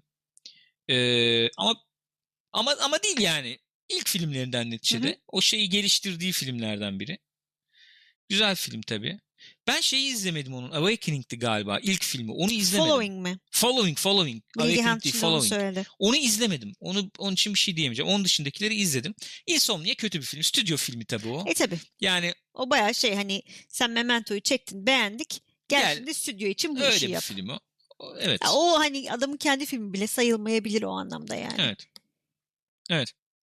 Speaker 1: Ee, ama ama ama değil yani. İlk filmlerinden neticede.
Speaker 2: Hı hı.
Speaker 1: O şeyi geliştirdiği filmlerden biri. Güzel film tabii. Ben şeyi izlemedim onun. Awakening'ti galiba. İlk filmi. Onu izlemedim.
Speaker 2: Following mi?
Speaker 1: Following, Following.
Speaker 2: Lady
Speaker 1: Awakening
Speaker 2: Hunt
Speaker 1: değil,
Speaker 2: şimdi onu
Speaker 1: Following.
Speaker 2: söyledi.
Speaker 1: Onu izlemedim. Onu onun için bir şey diyemeyeceğim. Onun dışındakileri izledim. Insomnia kötü bir film. Stüdyo filmi tabii o.
Speaker 2: E tabii.
Speaker 1: Yani
Speaker 2: O bayağı şey hani sen Memento'yu çektin beğendik. Gel,
Speaker 1: Gel,
Speaker 2: şimdi stüdyo için bu
Speaker 1: öyle
Speaker 2: işi
Speaker 1: bir
Speaker 2: yap.
Speaker 1: film o. O- Evet.
Speaker 2: Ya o hani adamın kendi filmi bile sayılmayabilir o anlamda yani.
Speaker 1: Evet. Evet.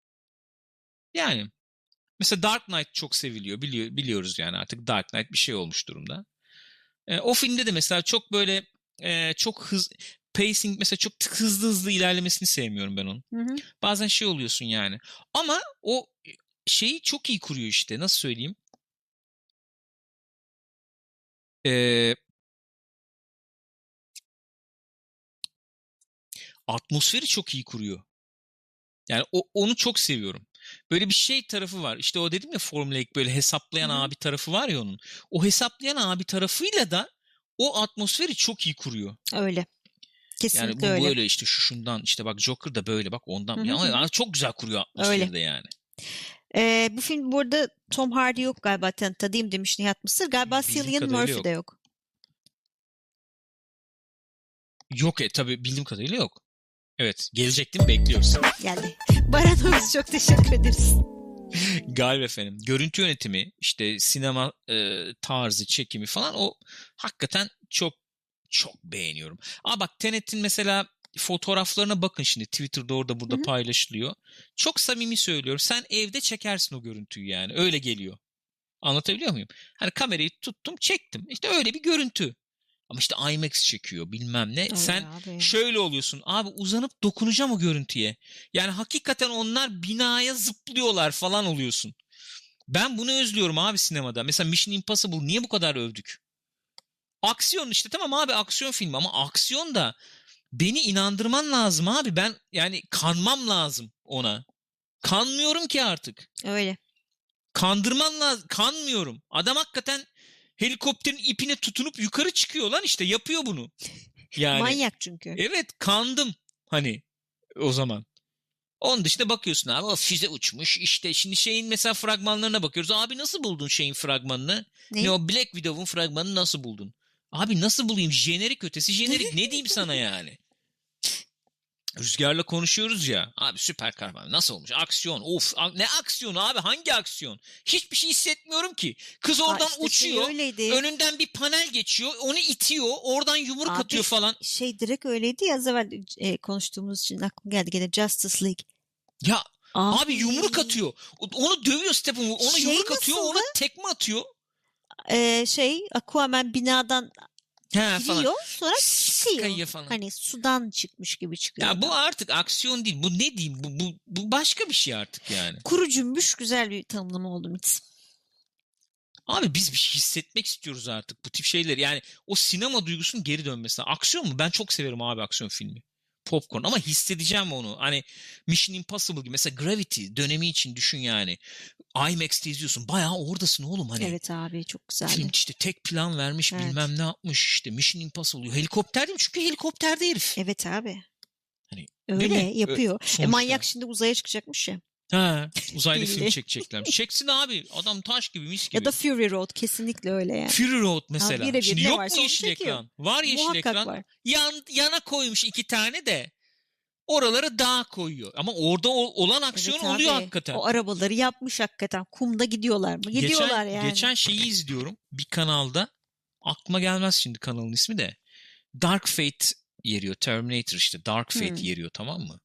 Speaker 1: Yani mesela Dark Knight çok seviliyor. Biliyor, biliyoruz yani artık Dark Knight bir şey olmuş durumda. E, o filmde de mesela çok böyle e, çok hız pacing mesela çok hızlı hızlı ilerlemesini sevmiyorum ben onun.
Speaker 2: Hı hı.
Speaker 1: Bazen şey oluyorsun yani. Ama o şeyi çok iyi kuruyor işte. Nasıl söyleyeyim? Eee atmosferi çok iyi kuruyor. Yani o, onu çok seviyorum. Böyle bir şey tarafı var. İşte o dedim ya formülayık böyle hesaplayan
Speaker 2: Hı hı.
Speaker 1: abi tarafı var ya onun. O hesaplayan abi tarafıyla da o atmosferi çok iyi kuruyor.
Speaker 2: Öyle.
Speaker 1: Yani
Speaker 2: Kesinlikle
Speaker 1: bu
Speaker 2: öyle.
Speaker 1: böyle işte şu şundan işte bak Joker da böyle bak ondan.
Speaker 2: Hı hı
Speaker 1: Ya,
Speaker 2: hı.
Speaker 1: ama çok güzel kuruyor atmosferi
Speaker 2: Öyle.
Speaker 1: de yani.
Speaker 2: Ee, bu film bu arada Tom Hardy yok galiba Tenet'te değil mi demiş Nihat Mısır. Galiba
Speaker 1: Bildiğim
Speaker 2: Cillian
Speaker 1: kadarıyla
Speaker 2: Murphy
Speaker 1: yok.
Speaker 2: de yok.
Speaker 1: Yok e tabii bildiğim kadarıyla yok. Evet gelecektim bekliyoruz.
Speaker 2: Geldi. Baran Oğuz çok teşekkür ederiz.
Speaker 1: Galiba efendim. Görüntü yönetimi, işte sinema e, tarzı, çekimi falan o hakikaten çok çok beğeniyorum. Ama bak Tenet'in mesela fotoğraflarına bakın şimdi Twitter'da orada burada
Speaker 2: Hı hı.
Speaker 1: paylaşılıyor. Çok samimi söylüyorum. Sen evde çekersin o görüntüyü yani. Öyle geliyor. Anlatabiliyor muyum? Hani kamerayı tuttum, çektim. İşte öyle bir görüntü. Ama işte IMAX çekiyor bilmem ne.
Speaker 2: Öyle
Speaker 1: Sen
Speaker 2: abi.
Speaker 1: şöyle oluyorsun. Abi uzanıp dokunacağım o görüntüye. Yani hakikaten onlar binaya zıplıyorlar falan oluyorsun. Ben bunu özlüyorum abi sinemada. Mesela Mission Impossible niye bu kadar övdük? Aksiyon işte, tamam abi, aksiyon filmi ama aksiyon da beni inandırman lazım abi. Ben yani kanmam lazım ona. Kanmıyorum ki artık.
Speaker 2: Öyle.
Speaker 1: Kandırman lazım. Kanmıyorum. Adam hakikaten helikopterin ipine tutunup yukarı çıkıyor lan, işte yapıyor bunu. Yani
Speaker 2: Manyak çünkü.
Speaker 1: evet, kandım hani o zaman. Onun dışında bakıyorsun abi, o füze uçmuş. İşte şimdi şeyin mesela fragmanlarına bakıyoruz. Abi nasıl buldun şeyin fragmanını?
Speaker 2: Ne?
Speaker 1: Ne o Black Widow'un fragmanını nasıl buldun? Abi nasıl bulayım? Jenerik ötesi jenerik. Ne diyeyim sana yani? Rüzgar'la konuşuyoruz ya. Abi süper kahraman nasıl olmuş? Aksiyon. Of, ne aksiyonu abi? Hangi aksiyon? Hiçbir şey hissetmiyorum ki. Kız oradan
Speaker 2: Aa, işte şey
Speaker 1: uçuyor.
Speaker 2: öyleydi.
Speaker 1: Önünden bir panel geçiyor. Onu itiyor. Oradan yumruk
Speaker 2: Abi,
Speaker 1: atıyor falan.
Speaker 2: Şey direkt öyleydi ya, az evvel e, konuştuğumuz için aklıma geldi gene Justice League.
Speaker 1: Ya
Speaker 2: Abi,
Speaker 1: abi yumruk atıyor. Onu dövüyor Steppenwolf. Ona
Speaker 2: Şey
Speaker 1: yumruk atıyor.
Speaker 2: nasıldı?
Speaker 1: Ona tekme atıyor.
Speaker 2: e, şey Aquaman binadan
Speaker 1: He falan.
Speaker 2: gidiyor sonra çıkıyor.
Speaker 1: Kayıyor falan.
Speaker 2: Hani sudan çıkmış gibi çıkıyor.
Speaker 1: Ya bu
Speaker 2: adam.
Speaker 1: artık aksiyon değil. Bu ne diyeyim? Bu, bu, bu başka bir şey artık yani.
Speaker 2: Kuru cümbüş güzel bir tanımlama oldu Mitz.
Speaker 1: Abi biz bir şey hissetmek istiyoruz artık bu tip şeyleri. Yani o sinema duygusunun geri dönmesine. Aksiyon mu? Ben çok severim abi aksiyon filmi. Popcorn ama hissedeceğim onu. Hani Mission Impossible gibi. Mesela Gravity dönemi için düşün yani. IMAX'te izliyorsun. Bayağı oradasın oğlum hani.
Speaker 2: Evet abi çok güzeldi.
Speaker 1: Film işte tek plan vermiş,
Speaker 2: Evet.
Speaker 1: bilmem ne yapmış işte. Mission Impossible. Helikopter değil mi? Çünkü helikopterde herif.
Speaker 2: Evet abi.
Speaker 1: Hani,
Speaker 2: öyle
Speaker 1: mi?
Speaker 2: yapıyor.
Speaker 1: Sonuçta.
Speaker 2: E, manyak şimdi uzaya çıkacakmış ya.
Speaker 1: Ha, uzaylı
Speaker 2: Belli.
Speaker 1: film çekeceklermiş. Çeksin abi. Adam taş gibi, mis gibi.
Speaker 2: Ya da Fury Road kesinlikle öyle yani.
Speaker 1: Fury Road mesela.
Speaker 2: birebir
Speaker 1: Şimdi
Speaker 2: ne
Speaker 1: yok
Speaker 2: varsa
Speaker 1: mu
Speaker 2: onu
Speaker 1: yeşil
Speaker 2: çekiyor.
Speaker 1: ekran? Var yeşil
Speaker 2: Muhakkak
Speaker 1: ekran.
Speaker 2: var.
Speaker 1: Yan, yana koymuş iki tane de. Oralara dağ koyuyor. Ama orada o- olan aksiyon
Speaker 2: Evet
Speaker 1: oluyor
Speaker 2: abi.
Speaker 1: hakikaten.
Speaker 2: O arabaları yapmış hakikaten. Kumda gidiyorlar mı? Gidiyorlar
Speaker 1: geçen,
Speaker 2: yani.
Speaker 1: Geçen şeyi izliyorum bir kanalda. Aklıma gelmez şimdi kanalın ismi de. Dark Fate yeriyor. Terminator işte. Dark Fate
Speaker 2: Hmm.
Speaker 1: yeriyor, tamam mı?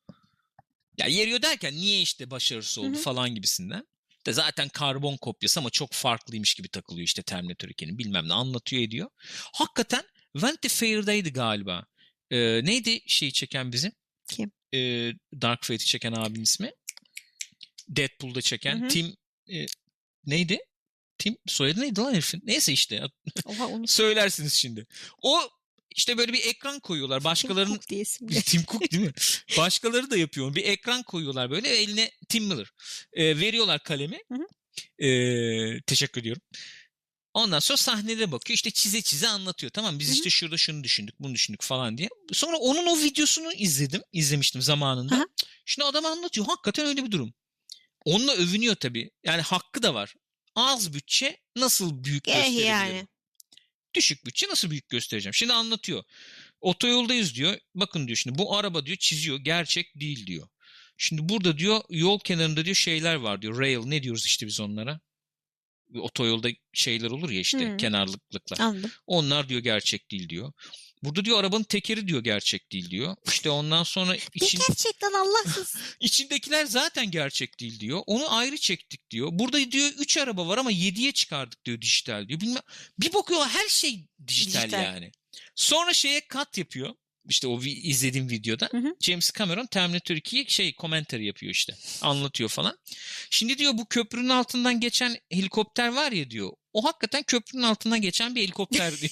Speaker 1: Ya yeriyor derken niye işte başarısız oldu
Speaker 2: Hı hı.
Speaker 1: falan gibisinden. De zaten karbon kopyası ama çok farklıymış gibi takılıyor işte Terminator ikinin, bilmem ne anlatıyor ediyor. Hakikaten Vanity Fair'daydı galiba. Ee, neydi şeyi çeken bizim?
Speaker 2: Kim?
Speaker 1: Ee, Dark Fate'i çeken abinin ismi. Deadpool'da çeken
Speaker 2: Hı hı.
Speaker 1: Tim e, neydi? Tim soyadı neydi lan herifin? Neyse işte
Speaker 2: Oha, onu
Speaker 1: söylersiniz şimdi. O işte böyle bir ekran koyuyorlar. Başkalarının
Speaker 2: Tim Cook diye isim geldi.
Speaker 1: Tim Cook değil mi? Başkaları da yapıyor. Bir ekran koyuyorlar böyle, eline Tim Miller. Ee, veriyorlar kalemi.
Speaker 2: Hı hı.
Speaker 1: Ee, teşekkür ediyorum. Ondan sonra sahnelere bakıyor. İşte çize çize anlatıyor. Tamam biz
Speaker 2: Hı hı.
Speaker 1: işte şurada şunu düşündük, bunu düşündük falan diye. Sonra onun o videosunu izledim. İzlemiştim zamanında.
Speaker 2: Aha.
Speaker 1: Şimdi adam anlatıyor. Hakikaten öyle bir durum. Onunla övünüyor tabii. Yani hakkı da var. Az bütçe nasıl büyük
Speaker 2: Eh
Speaker 1: gösterebilirim?
Speaker 2: yani.
Speaker 1: Düşük bütçe nasıl büyük göstereceğim? Şimdi anlatıyor. Otoyoldayız diyor. Bakın diyor, şimdi bu araba diyor çiziyor. Gerçek değil diyor. Şimdi burada diyor yol kenarında diyor şeyler var diyor. Rail, ne diyoruz işte biz onlara? Otoyolda şeyler olur ya işte,
Speaker 2: Hı.
Speaker 1: kenarlıklar.
Speaker 2: Anladım.
Speaker 1: Onlar diyor gerçek değil diyor. Burada diyor arabanın tekeri diyor gerçek değil diyor. İşte ondan sonra için,
Speaker 2: De gerçekten Allahsız.
Speaker 1: içindekiler zaten gerçek değil diyor. Onu ayrı çektik diyor. Burada diyor üç araba var ama yediye çıkardık diyor dijital diyor. Bilmem, bir bakıyor her şey dijital,
Speaker 2: Dijital.
Speaker 1: yani. Sonra şeye kat yapıyor. İşte o vi- izlediğim videoda
Speaker 2: Hı hı.
Speaker 1: James Cameron Terminator ikiye şey commentary yapıyor işte. Anlatıyor falan. Şimdi diyor bu köprünün altından geçen helikopter var ya diyor. O hakikaten köprünün altından geçen bir helikopter diyor.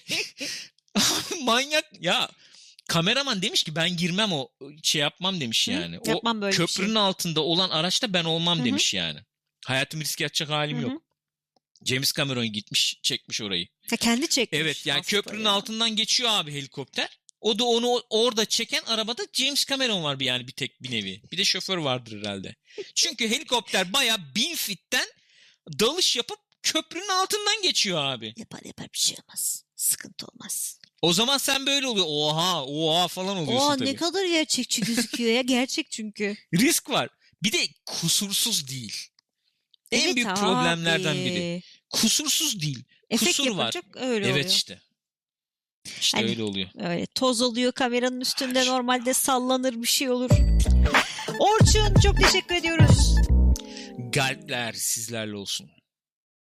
Speaker 1: Manyak ya. Kameraman demiş ki ben girmem, o şey yapmam demiş yani.
Speaker 2: Hı, yapmam
Speaker 1: o
Speaker 2: böyle bir
Speaker 1: köprünün
Speaker 2: şey.
Speaker 1: altında olan araçta ben olmam
Speaker 2: Hı hı.
Speaker 1: demiş yani. Hayatımı riske atacak halim
Speaker 2: Hı hı.
Speaker 1: yok. James Cameron gitmiş çekmiş orayı.
Speaker 2: Ha, kendi çekmiş.
Speaker 1: Evet yani
Speaker 2: aslında
Speaker 1: köprünün
Speaker 2: ya.
Speaker 1: altından geçiyor abi helikopter. O da onu o- orada çeken arabada James Cameron var bir, yani bir tek bir nevi. Bir de şoför vardır herhalde. Çünkü helikopter bayağı bin fitten dalış yapıp köprünün altından geçiyor abi.
Speaker 2: Yapar yapar, bir şey olmaz. Sıkıntı olmaz.
Speaker 1: O zaman sen böyle oluyor. Oha oha falan oluyorsun
Speaker 2: Oha,
Speaker 1: tabii.
Speaker 2: ne kadar gerçekçi gözüküyor ya. Gerçek çünkü.
Speaker 1: Risk var. Bir de kusursuz değil. En
Speaker 2: Evet
Speaker 1: büyük
Speaker 2: abi.
Speaker 1: problemlerden biri. Kusursuz değil.
Speaker 2: Efekt
Speaker 1: Kusur var.
Speaker 2: yapacak öyle
Speaker 1: Evet
Speaker 2: oluyor.
Speaker 1: işte. İşte
Speaker 2: Hani-
Speaker 1: öyle oluyor.
Speaker 2: Öyle toz oluyor kameranın üstünde, normalde sallanır bir şey olur. Orçun çok teşekkür ediyoruz.
Speaker 1: Galpler sizlerle olsun.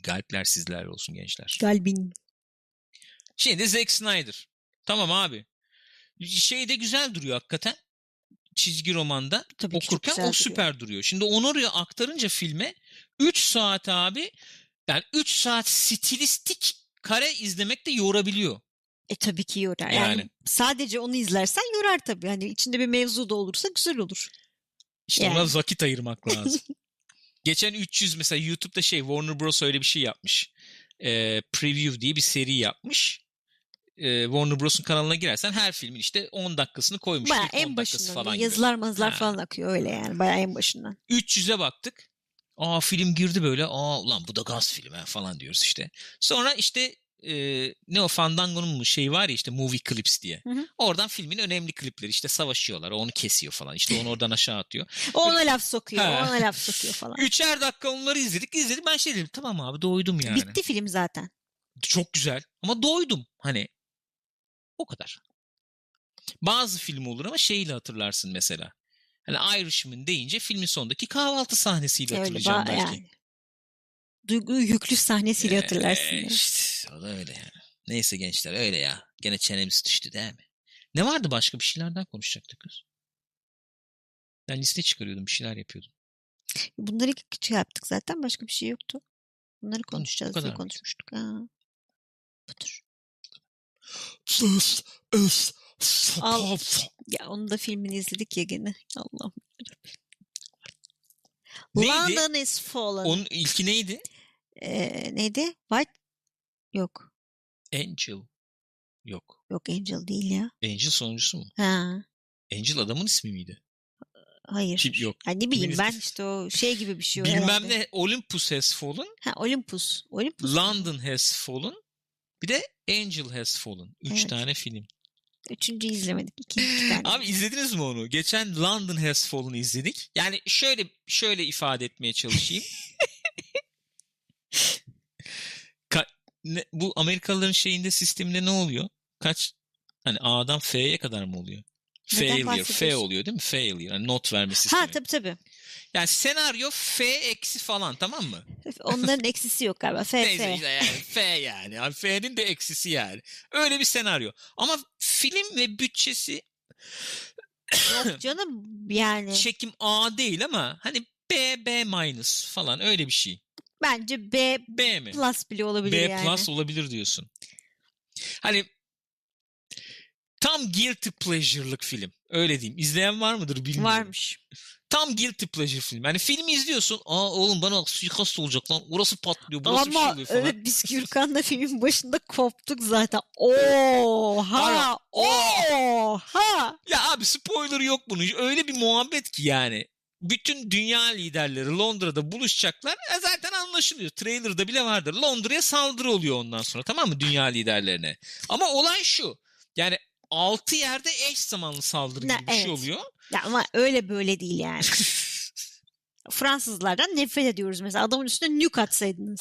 Speaker 1: Galpler sizlerle olsun gençler.
Speaker 2: Galbin.
Speaker 1: Şimdi Zack Snyder. Tamam abi. Şey de güzel duruyor hakikaten. Çizgi romanda
Speaker 2: Tabii ki çok
Speaker 1: okurken
Speaker 2: güzel
Speaker 1: o
Speaker 2: duruyor.
Speaker 1: süper duruyor. Şimdi onu oraya aktarınca filme üç saat abi, yani üç saat stilistik kare izlemek de yorabiliyor.
Speaker 2: E tabii ki yorar. Yani,
Speaker 1: Yani.
Speaker 2: sadece onu izlersen yorar tabii. Hani içinde bir mevzu da olursa güzel olur.
Speaker 1: İşte
Speaker 2: Yani.
Speaker 1: ona vakit ayırmak lazım. Geçen üç yüz mesela YouTube'da şey Warner Bros. Öyle bir şey yapmış. Ee, Preview diye bir seri yapmış. Ee, Warner Bros'un kanalına girersen her filmin işte on dakikasını koymuş.
Speaker 2: Bayağı
Speaker 1: İlk on
Speaker 2: en
Speaker 1: dakikası
Speaker 2: başından.
Speaker 1: falan
Speaker 2: Yazılar
Speaker 1: gibi.
Speaker 2: mazlar
Speaker 1: Ha.
Speaker 2: falan akıyor öyle yani. Bayağı en başından.
Speaker 1: üç yüze baktık. Aa film girdi böyle. Aa ulan bu da gaz filmi ha falan diyoruz işte. Sonra işte e, ne o Fandango'nun mu şey var ya işte Movie Clips diye.
Speaker 2: Hı hı.
Speaker 1: Oradan filmin önemli klipleri işte savaşıyorlar. Onu kesiyor falan. İşte onu oradan aşağı atıyor.
Speaker 2: O ona laf sokuyor.
Speaker 1: Ha.
Speaker 2: O ona laf sokuyor falan.
Speaker 1: Üçer dakika onları izledik. İzledik ben şey dedim. Tamam abi doydum yani.
Speaker 2: Bitti film zaten.
Speaker 1: Çok güzel ama doydum. Hani o kadar. Bazı film olur ama şeyle hatırlarsın mesela. Hani Irishman deyince filmin sonundaki kahvaltı sahnesiyle
Speaker 2: Öyle
Speaker 1: hatırlayacağım
Speaker 2: ba-
Speaker 1: belki.
Speaker 2: yani. Duyguyu yüklü sahnesiyle hatırlarsın.
Speaker 1: Ee,
Speaker 2: yani.
Speaker 1: işte, o da öyle yani. Neyse gençler öyle ya. Gene çenemiz düştü değil mi? Ne vardı başka bir şeylerden konuşacaktık kız? Ben liste çıkarıyordum bir şeyler yapıyordum.
Speaker 2: Bunları şey yaptık zaten. Başka bir şey yoktu. Bunları
Speaker 1: Bu
Speaker 2: konuşacağız
Speaker 1: kadar
Speaker 2: diye
Speaker 1: mı?
Speaker 2: konuşmuştuk. Ha. Budur.
Speaker 1: Sus, ıs,
Speaker 2: Al. Ya onu da filmini izledik ya gene. Allah'ım.
Speaker 1: Neydi?
Speaker 2: London is Fallen.
Speaker 1: Onun ilki neydi?
Speaker 2: Ee, neydi? White? Yok.
Speaker 1: Angel. Yok.
Speaker 2: Yok Angel değil ya.
Speaker 1: Angel sonuncusu mu?
Speaker 2: Ha.
Speaker 1: Angel adamın ismi miydi?
Speaker 2: Hayır.
Speaker 1: Kim, yok.
Speaker 2: Ha, ne bileyim
Speaker 1: Kimin
Speaker 2: ben
Speaker 1: ismi?
Speaker 2: işte o şey gibi bir şey o
Speaker 1: Bilmem
Speaker 2: herhalde.
Speaker 1: ne Olympus Has Fallen,
Speaker 2: Ha Olympus. Olympus.
Speaker 1: London Has Fallen, bir de Angel Has Fallen. Üç
Speaker 2: Evet.
Speaker 1: tane film.
Speaker 2: Üçüncüyü izlemedik. İkinci iki tane.
Speaker 1: Abi izlediniz mi onu? Geçen London Has Fallen'ı izledik. Yani şöyle şöyle ifade etmeye çalışayım. Ka- ne, bu Amerikalıların şeyinde sisteminde ne oluyor? Kaç hani A'dan F'ye kadar mı oluyor?
Speaker 2: Neden
Speaker 1: Failure, F
Speaker 2: bahsediyorsun?
Speaker 1: oluyor değil mi? Failure. Yani not verme sistemi.
Speaker 2: Ha tabii tabii.
Speaker 1: Yani senaryo F eksi falan tamam mı?
Speaker 2: Onların eksisi yok galiba. F,
Speaker 1: Neyse
Speaker 2: F.
Speaker 1: işte yani F yani. Abi F'nin de eksisi yani. Öyle bir senaryo. Ama film ve bütçesi
Speaker 2: Yok canım yani.
Speaker 1: çekim A değil ama hani B, B minus falan öyle bir şey.
Speaker 2: Bence B,
Speaker 1: B mi?
Speaker 2: plus bile olabilir
Speaker 1: B
Speaker 2: yani.
Speaker 1: plus olabilir diyorsun. Hani tam guilty pleasure'lık film. Öyle diyeyim. İzleyen var mıdır bilmiyorum.
Speaker 2: Varmış.
Speaker 1: Tam guilty pleasure film. Yani filmi izliyorsun. Aa oğlum bana suikast olacak lan. Orası patlıyor. Burası bir şey
Speaker 2: Ama
Speaker 1: oluyor falan.
Speaker 2: evet biz Gürkan'la filmin başında koptuk zaten. Oha!
Speaker 1: Aynen.
Speaker 2: Oha!
Speaker 1: Ya abi spoiler yok bunun. Öyle bir muhabbet ki yani. Bütün dünya liderleri Londra'da buluşacaklar. E zaten anlaşılıyor. Trailer'da bile vardır. Londra'ya saldırı oluyor ondan sonra. Tamam mı? Dünya liderlerine. Ama olay şu. Yani altı yerde eş zamanlı saldırı
Speaker 2: Ne,
Speaker 1: gibi bir
Speaker 2: evet.
Speaker 1: şey oluyor.
Speaker 2: Ya ama öyle böyle değil yani. Fransızlardan nefret ediyoruz mesela. Adamın üstüne nuke atsaydınız.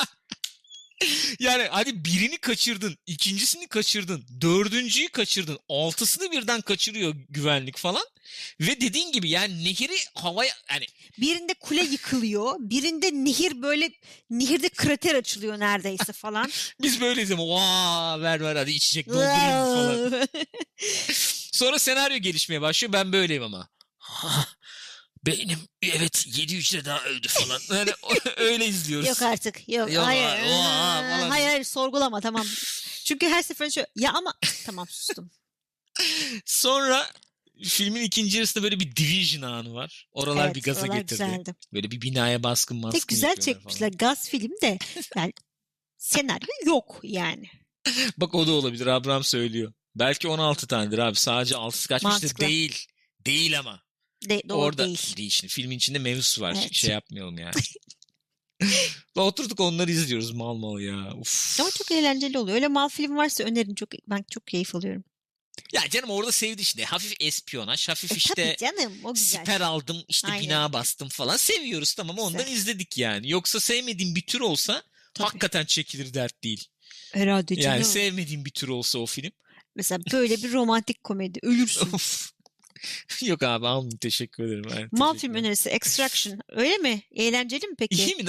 Speaker 1: Yani hadi birini kaçırdın, ikincisini kaçırdın, dördüncüyü kaçırdın, altısını birden kaçırıyor güvenlik falan. Ve dediğin gibi yani nehri havaya yani
Speaker 2: Birinde kule yıkılıyor. Birinde nehir böyle nehirde krater açılıyor neredeyse falan.
Speaker 1: biz böyleyiz ama vaa ver ver hadi içecek doldurayım falan. Sonra senaryo gelişmeye başlıyor. Ben böyleyim ama. Ha, beynim evet yedi hücre daha öldü falan. Yani öyle izliyoruz.
Speaker 2: Yok artık. Yok.
Speaker 1: Yok,
Speaker 2: hayır.
Speaker 1: oha, falan.
Speaker 2: hayır hayır sorgulama tamam. Çünkü her seferinde şöyle ya ama tamam sustum.
Speaker 1: Sonra filmin ikinci yarısında böyle bir Division anı var. Oralar
Speaker 2: Evet,
Speaker 1: bir gaza
Speaker 2: oralar
Speaker 1: getirdi.
Speaker 2: güzeldi.
Speaker 1: Böyle bir binaya baskın maskın
Speaker 2: Tek güzel
Speaker 1: yapıyorlar
Speaker 2: çekmişler.
Speaker 1: falan.
Speaker 2: Gaz film de yani senaryo yok yani.
Speaker 1: Bak o da olabilir. Abraham söylüyor. Belki on altı tanedir abi. Sadece altısı kaçmıştır.
Speaker 2: Mantıklı.
Speaker 1: Değil. Değil ama.
Speaker 2: De, doğru
Speaker 1: Orada
Speaker 2: değil.
Speaker 1: değil şimdi. Filmin içinde mevzusu var.
Speaker 2: Evet.
Speaker 1: Şey yapmayalım yani. Oturduk onları izliyoruz mal mal ya. Uf.
Speaker 2: Ama çok eğlenceli oluyor. Öyle mal film varsa önerin. Çok, ben çok keyif alıyorum.
Speaker 1: Ya canım orada sevdi işte. Hafif espiyonaj. Hafif
Speaker 2: E,
Speaker 1: işte
Speaker 2: tabii canım o güzel.
Speaker 1: siper aldım işte
Speaker 2: Aynen.
Speaker 1: bina bastım falan. Seviyoruz tamam ondan
Speaker 2: Güzel.
Speaker 1: izledik yani. Yoksa sevmediğim bir tür olsa
Speaker 2: Tabii.
Speaker 1: hakikaten çekilir dert değil.
Speaker 2: Herhalde canım.
Speaker 1: Yani sevmediğim bir tür olsa o film.
Speaker 2: Mesela böyle bir romantik komedi. Ölürsün.
Speaker 1: Of. Yok abi almayayım teşekkür ederim. Yani,
Speaker 2: Mal
Speaker 1: teşekkür
Speaker 2: film
Speaker 1: ederim.
Speaker 2: önerisi Extraction. Öyle mi? Eğlenceli mi peki?
Speaker 1: İyi mi nasıl?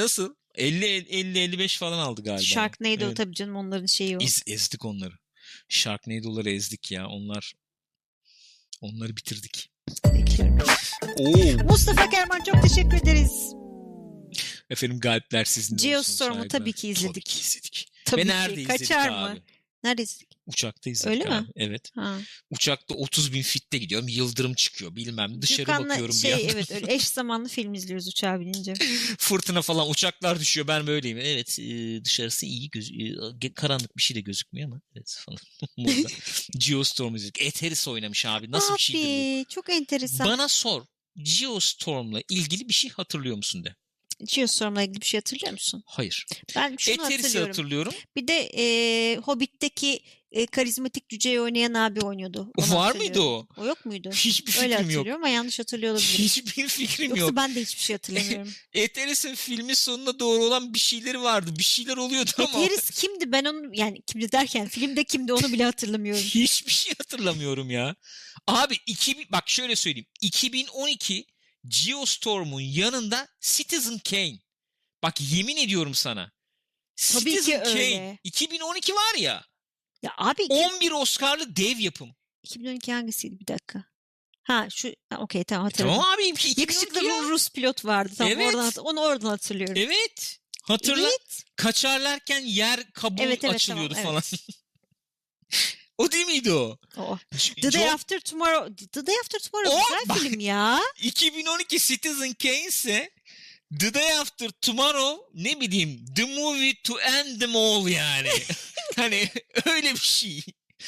Speaker 1: elli elli beş falan aldı galiba.
Speaker 2: Sharknado
Speaker 1: Evet.
Speaker 2: tabii canım, onların şeyi o.
Speaker 1: Ez, ezdik onları. Sharknado'ları ezdik ya. Onlar onları bitirdik. Oo.
Speaker 2: Mustafa Kerman, çok teşekkür ederiz.
Speaker 1: Efendim galipler sizin de olsun.
Speaker 2: Geostorm'u
Speaker 1: saygılar.
Speaker 2: tabii ki izledik.
Speaker 1: Tabii ki izledik.
Speaker 2: Tabii
Speaker 1: Ve
Speaker 2: ki.
Speaker 1: nerede izledik
Speaker 2: Kaçar
Speaker 1: abi?
Speaker 2: mı? Nerede izledik?
Speaker 1: Uçakta izledik
Speaker 2: Öyle
Speaker 1: abi.
Speaker 2: mi?
Speaker 1: Evet.
Speaker 2: Ha.
Speaker 1: Uçakta otuz bin fitte gidiyorum. Yıldırım çıkıyor bilmem. Dışarı
Speaker 2: Gürkan'la
Speaker 1: bakıyorum
Speaker 2: şey,
Speaker 1: bir yandan.
Speaker 2: evet, öyle eş zamanlı film izliyoruz uçağa binince.
Speaker 1: Fırtına falan, uçaklar düşüyor. Ben böyleyim. Evet, e, dışarısı iyi. Göz, e, karanlık bir şey de gözükmüyor ama. Evet falan. Burada. Geostorm izledik. Eteris oynamış abi. Nasıl
Speaker 2: abi,
Speaker 1: bir şeydir bu?
Speaker 2: çok enteresan.
Speaker 1: Bana sor. Geostorm'la ilgili bir şey hatırlıyor musun de?
Speaker 2: Geostorm'la ilgili bir şey hatırlıyor musun?
Speaker 1: Hayır.
Speaker 2: Ben şunu
Speaker 1: Eteris'i
Speaker 2: hatırlıyorum.
Speaker 1: hatırlıyorum.
Speaker 2: Bir de e, Hobbit'teki e, karizmatik cüceyi oynayan abi oynuyordu. Onu
Speaker 1: Var mıydı
Speaker 2: hatırlıyorum.
Speaker 1: o?
Speaker 2: O yok muydu?
Speaker 1: Hiçbir
Speaker 2: Öyle
Speaker 1: fikrim yok.
Speaker 2: hatırlıyorum ama yanlış hatırlıyor olabilirim.
Speaker 1: Hiçbir fikrim
Speaker 2: Yoksa
Speaker 1: yok.
Speaker 2: ben de hiçbir şey hatırlamıyorum.
Speaker 1: Eteris'in filmin sonuna doğru olan bir şeyleri vardı. Bir şeyler oluyordu ama
Speaker 2: Eteris kimdi? Ben onu, yani kimdi derken filmde kimdi onu bile hatırlamıyorum.
Speaker 1: hiçbir şey hatırlamıyorum ya. Abi iki bin, bak şöyle söyleyeyim. iki bin on iki Geostorm'un yanında Citizen Kane. Bak yemin ediyorum sana.
Speaker 2: Tabii ki
Speaker 1: Citizen Kane.
Speaker 2: öyle.
Speaker 1: iki bin on iki var ya.
Speaker 2: Ya abi, iki-
Speaker 1: on bir Oscar'lı dev yapım.
Speaker 2: iki bin on iki hangisiydi, bir dakika. Ha şu, ha, okey, tamam hatırladım.
Speaker 1: Tamam abi. iki bin on iki
Speaker 2: Yakışıklı
Speaker 1: ya.
Speaker 2: bir Rus pilot vardı. Tamam,
Speaker 1: Evet.
Speaker 2: oradan, hat- onu oradan hatırlıyorum.
Speaker 1: Evet. Hatırla.
Speaker 2: Evet.
Speaker 1: Kaçarlarken yer kabuğu
Speaker 2: Evet, evet,
Speaker 1: açılıyordu
Speaker 2: tamam,
Speaker 1: falan. O değil miydi o?
Speaker 2: O.
Speaker 1: C-
Speaker 2: The Day
Speaker 1: John-
Speaker 2: After Tomorrow. The Day After Tomorrow
Speaker 1: O,
Speaker 2: güzel
Speaker 1: bak-
Speaker 2: film ya.
Speaker 1: iki bin on iki Citizen Kane ise The Day After Tomorrow, ne bileyim, The Movie to End Them All yani. Hani öyle bir şey.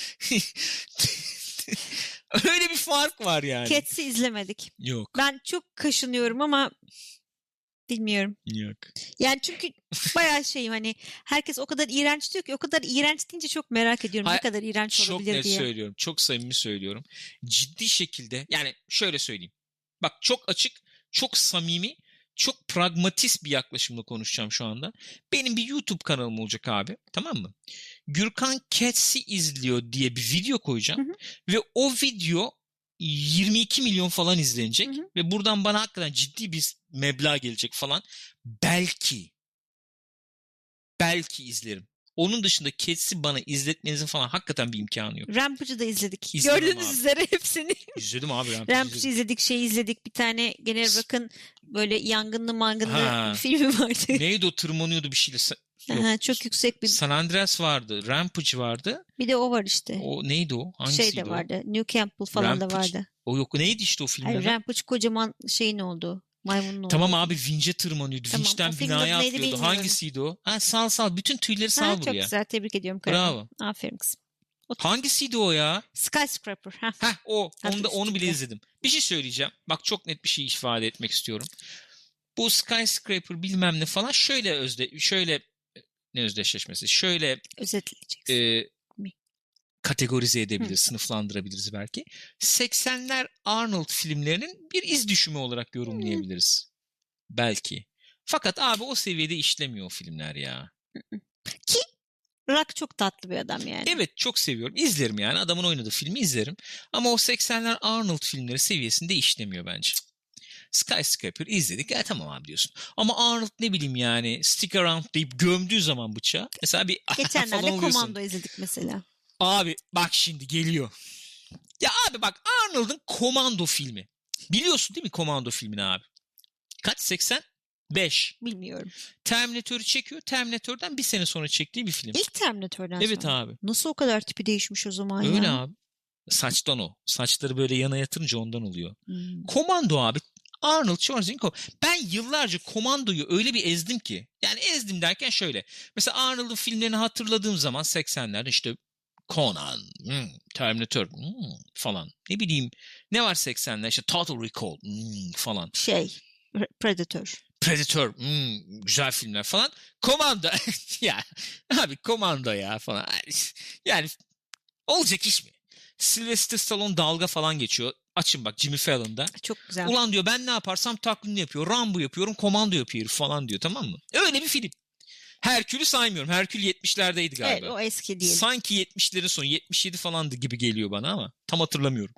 Speaker 1: Öyle bir fark var yani.
Speaker 2: Cats'i izlemedik.
Speaker 1: Yok.
Speaker 2: Ben çok kaşınıyorum ama bilmiyorum.
Speaker 1: Yok.
Speaker 2: Yani çünkü bayağı şeyim, hani herkes o kadar iğrenç diyor ki, o kadar iğrenç deyince çok merak ediyorum
Speaker 1: Hayır,
Speaker 2: ne kadar iğrenç
Speaker 1: Çok
Speaker 2: olabilir
Speaker 1: net
Speaker 2: diye.
Speaker 1: söylüyorum. Çok samimi söylüyorum. Ciddi şekilde, yani şöyle söyleyeyim. Bak çok açık, çok samimi, çok pragmatist bir yaklaşımla konuşacağım şu anda. Benim bir YouTube kanalım olacak abi. Tamam mı? Gürkan Cats'i izliyor diye bir video koyacağım.
Speaker 2: Hı hı.
Speaker 1: Ve o video yirmi iki milyon falan izlenecek.
Speaker 2: Hı hı.
Speaker 1: Ve buradan bana hakikaten ciddi bir meblağ gelecek falan. Belki. Belki izlerim. Onun dışında Cats'i bana izletmenizin falan hakikaten bir imkanı yok.
Speaker 2: Rampage'ı da izledik.
Speaker 1: İzledim
Speaker 2: Gördüğünüz
Speaker 1: abi.
Speaker 2: üzere hepsini.
Speaker 1: İzledim abi. Rampage'i
Speaker 2: Rampage'ı
Speaker 1: izledim.
Speaker 2: izledik, şey izledik. Bir tane Gene Rock'ın böyle yangınlı mangınlı
Speaker 1: Ha.
Speaker 2: filmi vardı.
Speaker 1: Neydi o, tırmanıyordu bir şeyle. Sa- Yok.
Speaker 2: Aha, çok yüksek bir.
Speaker 1: San Andreas vardı. Rampage vardı.
Speaker 2: Bir de o var işte.
Speaker 1: O neydi o? Hangisiydi
Speaker 2: Şey de
Speaker 1: o?
Speaker 2: vardı. New Campbell falan da
Speaker 1: Rampage.
Speaker 2: vardı.
Speaker 1: O yok. Neydi işte o filmin
Speaker 2: Hayır,
Speaker 1: adı?
Speaker 2: Rampage kocaman şeyin oldu. Maymunun oldu.
Speaker 1: Tamam abi, vinçe tırmanıyordu.
Speaker 2: Tamam,
Speaker 1: Vinçten
Speaker 2: o filmin
Speaker 1: binaya
Speaker 2: adı neydi
Speaker 1: atlıyordu.
Speaker 2: bilmiyorum.
Speaker 1: Hangisiydi o? Ha, sal sal. Bütün tüyleri
Speaker 2: Ha,
Speaker 1: sal
Speaker 2: çok
Speaker 1: buraya.
Speaker 2: güzel, tebrik ediyorum kardeşim.
Speaker 1: Bravo.
Speaker 2: Aferin kızım.
Speaker 1: Hangisiydi o ya?
Speaker 2: Skyscraper. Ha.
Speaker 1: Heh o.
Speaker 2: Adı
Speaker 1: Onu, da, onu bile
Speaker 2: üstünde.
Speaker 1: izledim. Bir şey söyleyeceğim. Bak çok net bir şey ifade etmek istiyorum. Bu Skyscraper bilmem ne falan şöyle özde şöyle ne özdeşleşmesi? Şöyle
Speaker 2: Özetleyeceksin.
Speaker 1: e,
Speaker 2: Mi?
Speaker 1: kategorize edebiliriz, sınıflandırabiliriz belki. seksenler Arnold filmlerinin bir iz düşümü olarak yorumlayabiliriz. Belki. Fakat abi o seviyede işlemiyor o filmler ya.
Speaker 2: Ki Rock çok tatlı bir adam yani.
Speaker 1: Evet, çok seviyorum. İzlerim yani. Adamın oynadığı filmi izlerim. Ama o seksenler Arnold filmleri seviyesinde işlemiyor bence. Skyscraper izledik. Ya tamam abi diyorsun. Ama Arnold ne bileyim yani stick around deyip gömdüğü zaman bıçağı. Mesela bir
Speaker 2: Geçenlerde
Speaker 1: falan oluyorsun.
Speaker 2: Komando izledik mesela.
Speaker 1: Abi bak şimdi geliyor. Ya abi bak, Arnold'un Komando filmi. Biliyorsun değil mi Komando filmini abi? Kaç? seksen beş.
Speaker 2: Bilmiyorum.
Speaker 1: Terminator'u çekiyor. Terminator'dan bir sene sonra çektiği bir film.
Speaker 2: İlk Terminator'dan
Speaker 1: Evet
Speaker 2: sonra.
Speaker 1: abi.
Speaker 2: Nasıl o kadar tipi değişmiş o zaman
Speaker 1: Öyle
Speaker 2: ya?
Speaker 1: abi. Saçtan o. Saçları böyle yana yatırınca ondan oluyor.
Speaker 2: Hmm.
Speaker 1: Komando abi. Arnold Schwarzenegger. Ben yıllarca Komando'yu öyle bir ezdim ki. Yani ezdim derken şöyle. Mesela Arnold'un filmlerini hatırladığım zaman seksenlerde işte Conan, hmm, Terminator hmm, falan. Ne bileyim ne var seksenler işte Total Recall hmm, falan.
Speaker 2: Şey, Predator.
Speaker 1: Predator hmm, güzel filmler falan. Komando ya abi, Komando ya falan. Yani olacak iş mi? Sylvester Stallone dalga falan geçiyor. Açın bak Jimmy Fallon'da.
Speaker 2: Çok güzel.
Speaker 1: Ulan diyor ben ne yaparsam taklidini yapıyor. Rambo yapıyorum, Komando yapıyor falan diyor, tamam mı? Öyle bir film. Herkül'ü saymıyorum. Herkül yetmişlerdeydi galiba.
Speaker 2: Evet, o eski değil.
Speaker 1: Sanki yetmişlerin sonu, yetmiş yedi falandı gibi geliyor bana ama tam hatırlamıyorum.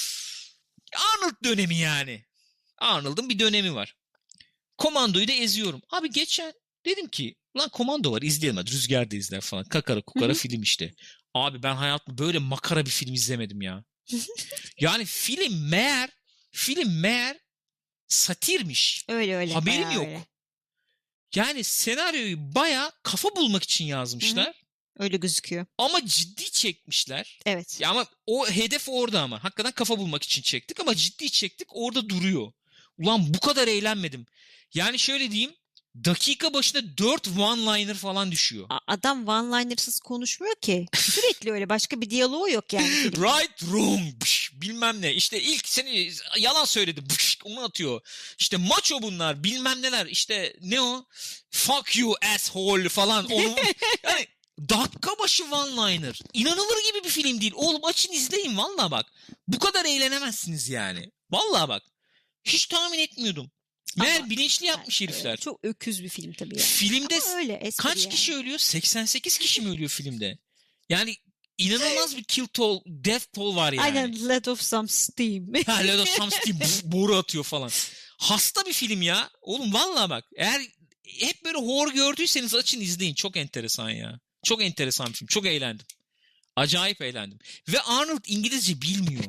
Speaker 1: Arnold dönemi yani. Arnold'un bir dönemi var. Komando'yu da eziyorum. Abi geçen Dedim ki lan Komando var izleyelim hadi Rüzgar da izler falan. Kakara kukara
Speaker 2: Hı hı.
Speaker 1: film işte. Abi ben hayatımda böyle makara bir film izlemedim ya. Yani film meğer film meğer satirmiş.
Speaker 2: Öyle öyle.
Speaker 1: Haberim
Speaker 2: Bayağı
Speaker 1: yok.
Speaker 2: öyle.
Speaker 1: Yani senaryoyu baya kafa bulmak için
Speaker 2: Hı hı.
Speaker 1: yazmışlar.
Speaker 2: Öyle gözüküyor.
Speaker 1: Ama ciddi çekmişler.
Speaker 2: Evet.
Speaker 1: Ya ama o hedef orada ama. Hakikaten kafa bulmak için çektik ama ciddi çektik orada duruyor. Ulan bu kadar eğlenmedim. Yani şöyle diyeyim. Dakika başına dört one-liner falan düşüyor.
Speaker 2: A- Adam one-liner'sız konuşmuyor ki. Sürekli öyle. Başka bir diyaloğu yok yani filmde.
Speaker 1: Right, wrong, pış, bilmem ne. İşte ilk seni yalan söyledi. Pış, onu atıyor. İşte maço bunlar bilmem neler. İşte ne o? Fuck you asshole falan. Onu, yani dakika başı one-liner. İnanılır gibi bir film değil. Oğlum açın izleyin valla bak. Bu kadar eğlenemezsiniz yani. Valla bak. Hiç tahmin etmiyordum. Meğer
Speaker 2: Ama
Speaker 1: bilinçli yapmış
Speaker 2: yani,
Speaker 1: herifler.
Speaker 2: e, çok öküz bir film tabii yani.
Speaker 1: Filmde
Speaker 2: Ama öyle espri
Speaker 1: kaç
Speaker 2: yani.
Speaker 1: kişi ölüyor? seksen sekiz kişi mi ölüyor filmde? Yani inanılmaz bir kill toll, death toll var yani.
Speaker 2: Aynen, let off some steam.
Speaker 1: Ha, Let Us Some Steam boru atıyor falan. Hasta bir film ya. Oğlum vallahi bak. Eğer hep böyle horror gördüyseniz açın izleyin. Çok enteresan ya. Çok enteresan bir film. Çok eğlendim. Acayip eğlendim. Ve Arnold İngilizce bilmiyor.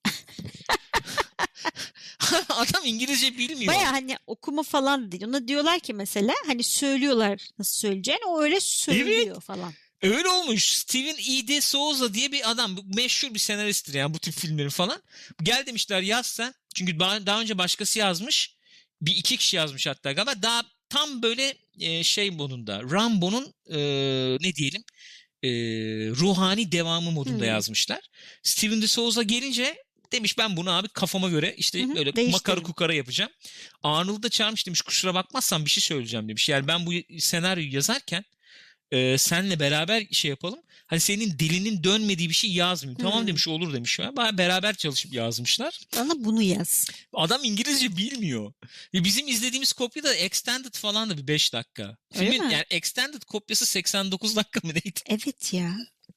Speaker 1: Adam İngilizce bilmiyor.
Speaker 2: Baya hani okuma falan değil. Ona diyorlar ki mesela hani söylüyorlar nasıl söyleyeceğini. O öyle söylüyor
Speaker 1: Evet.
Speaker 2: falan.
Speaker 1: Öyle olmuş. Steven E. de Souza diye bir adam. Bu meşhur bir senaristtir yani bu tip filmlerin falan. Gel demişler yaz sen. Çünkü daha daha önce başkası yazmış. Bir iki kişi yazmış hatta galiba. Daha tam böyle e, şey modunda. Rambo'nun e, ne diyelim e, ruhani devamı modunda
Speaker 2: Hmm.
Speaker 1: yazmışlar. Steven de Souza gelince demiş ben bunu abi kafama göre işte
Speaker 2: Hı hı,
Speaker 1: böyle
Speaker 2: değiştirin.
Speaker 1: makara kukara yapacağım. Arnold'u da çağırmış demiş kusura bakmazsan bir şey söyleyeceğim demiş. Yani ben bu senaryoyu yazarken e, senle beraber şey yapalım. Hani senin dilinin dönmediği bir şey yazmayayım.
Speaker 2: Hmm.
Speaker 1: Tamam demiş olur demiş. Baya beraber çalışıp yazmışlar.
Speaker 2: Bana bunu yaz.
Speaker 1: Adam İngilizce bilmiyor. Ve bizim izlediğimiz kopya da extended falan da bir beş dakika.
Speaker 2: Öyle
Speaker 1: Filmin
Speaker 2: mi?
Speaker 1: yani extended kopyası seksen dokuz dakika mı neydi?
Speaker 2: Evet ya.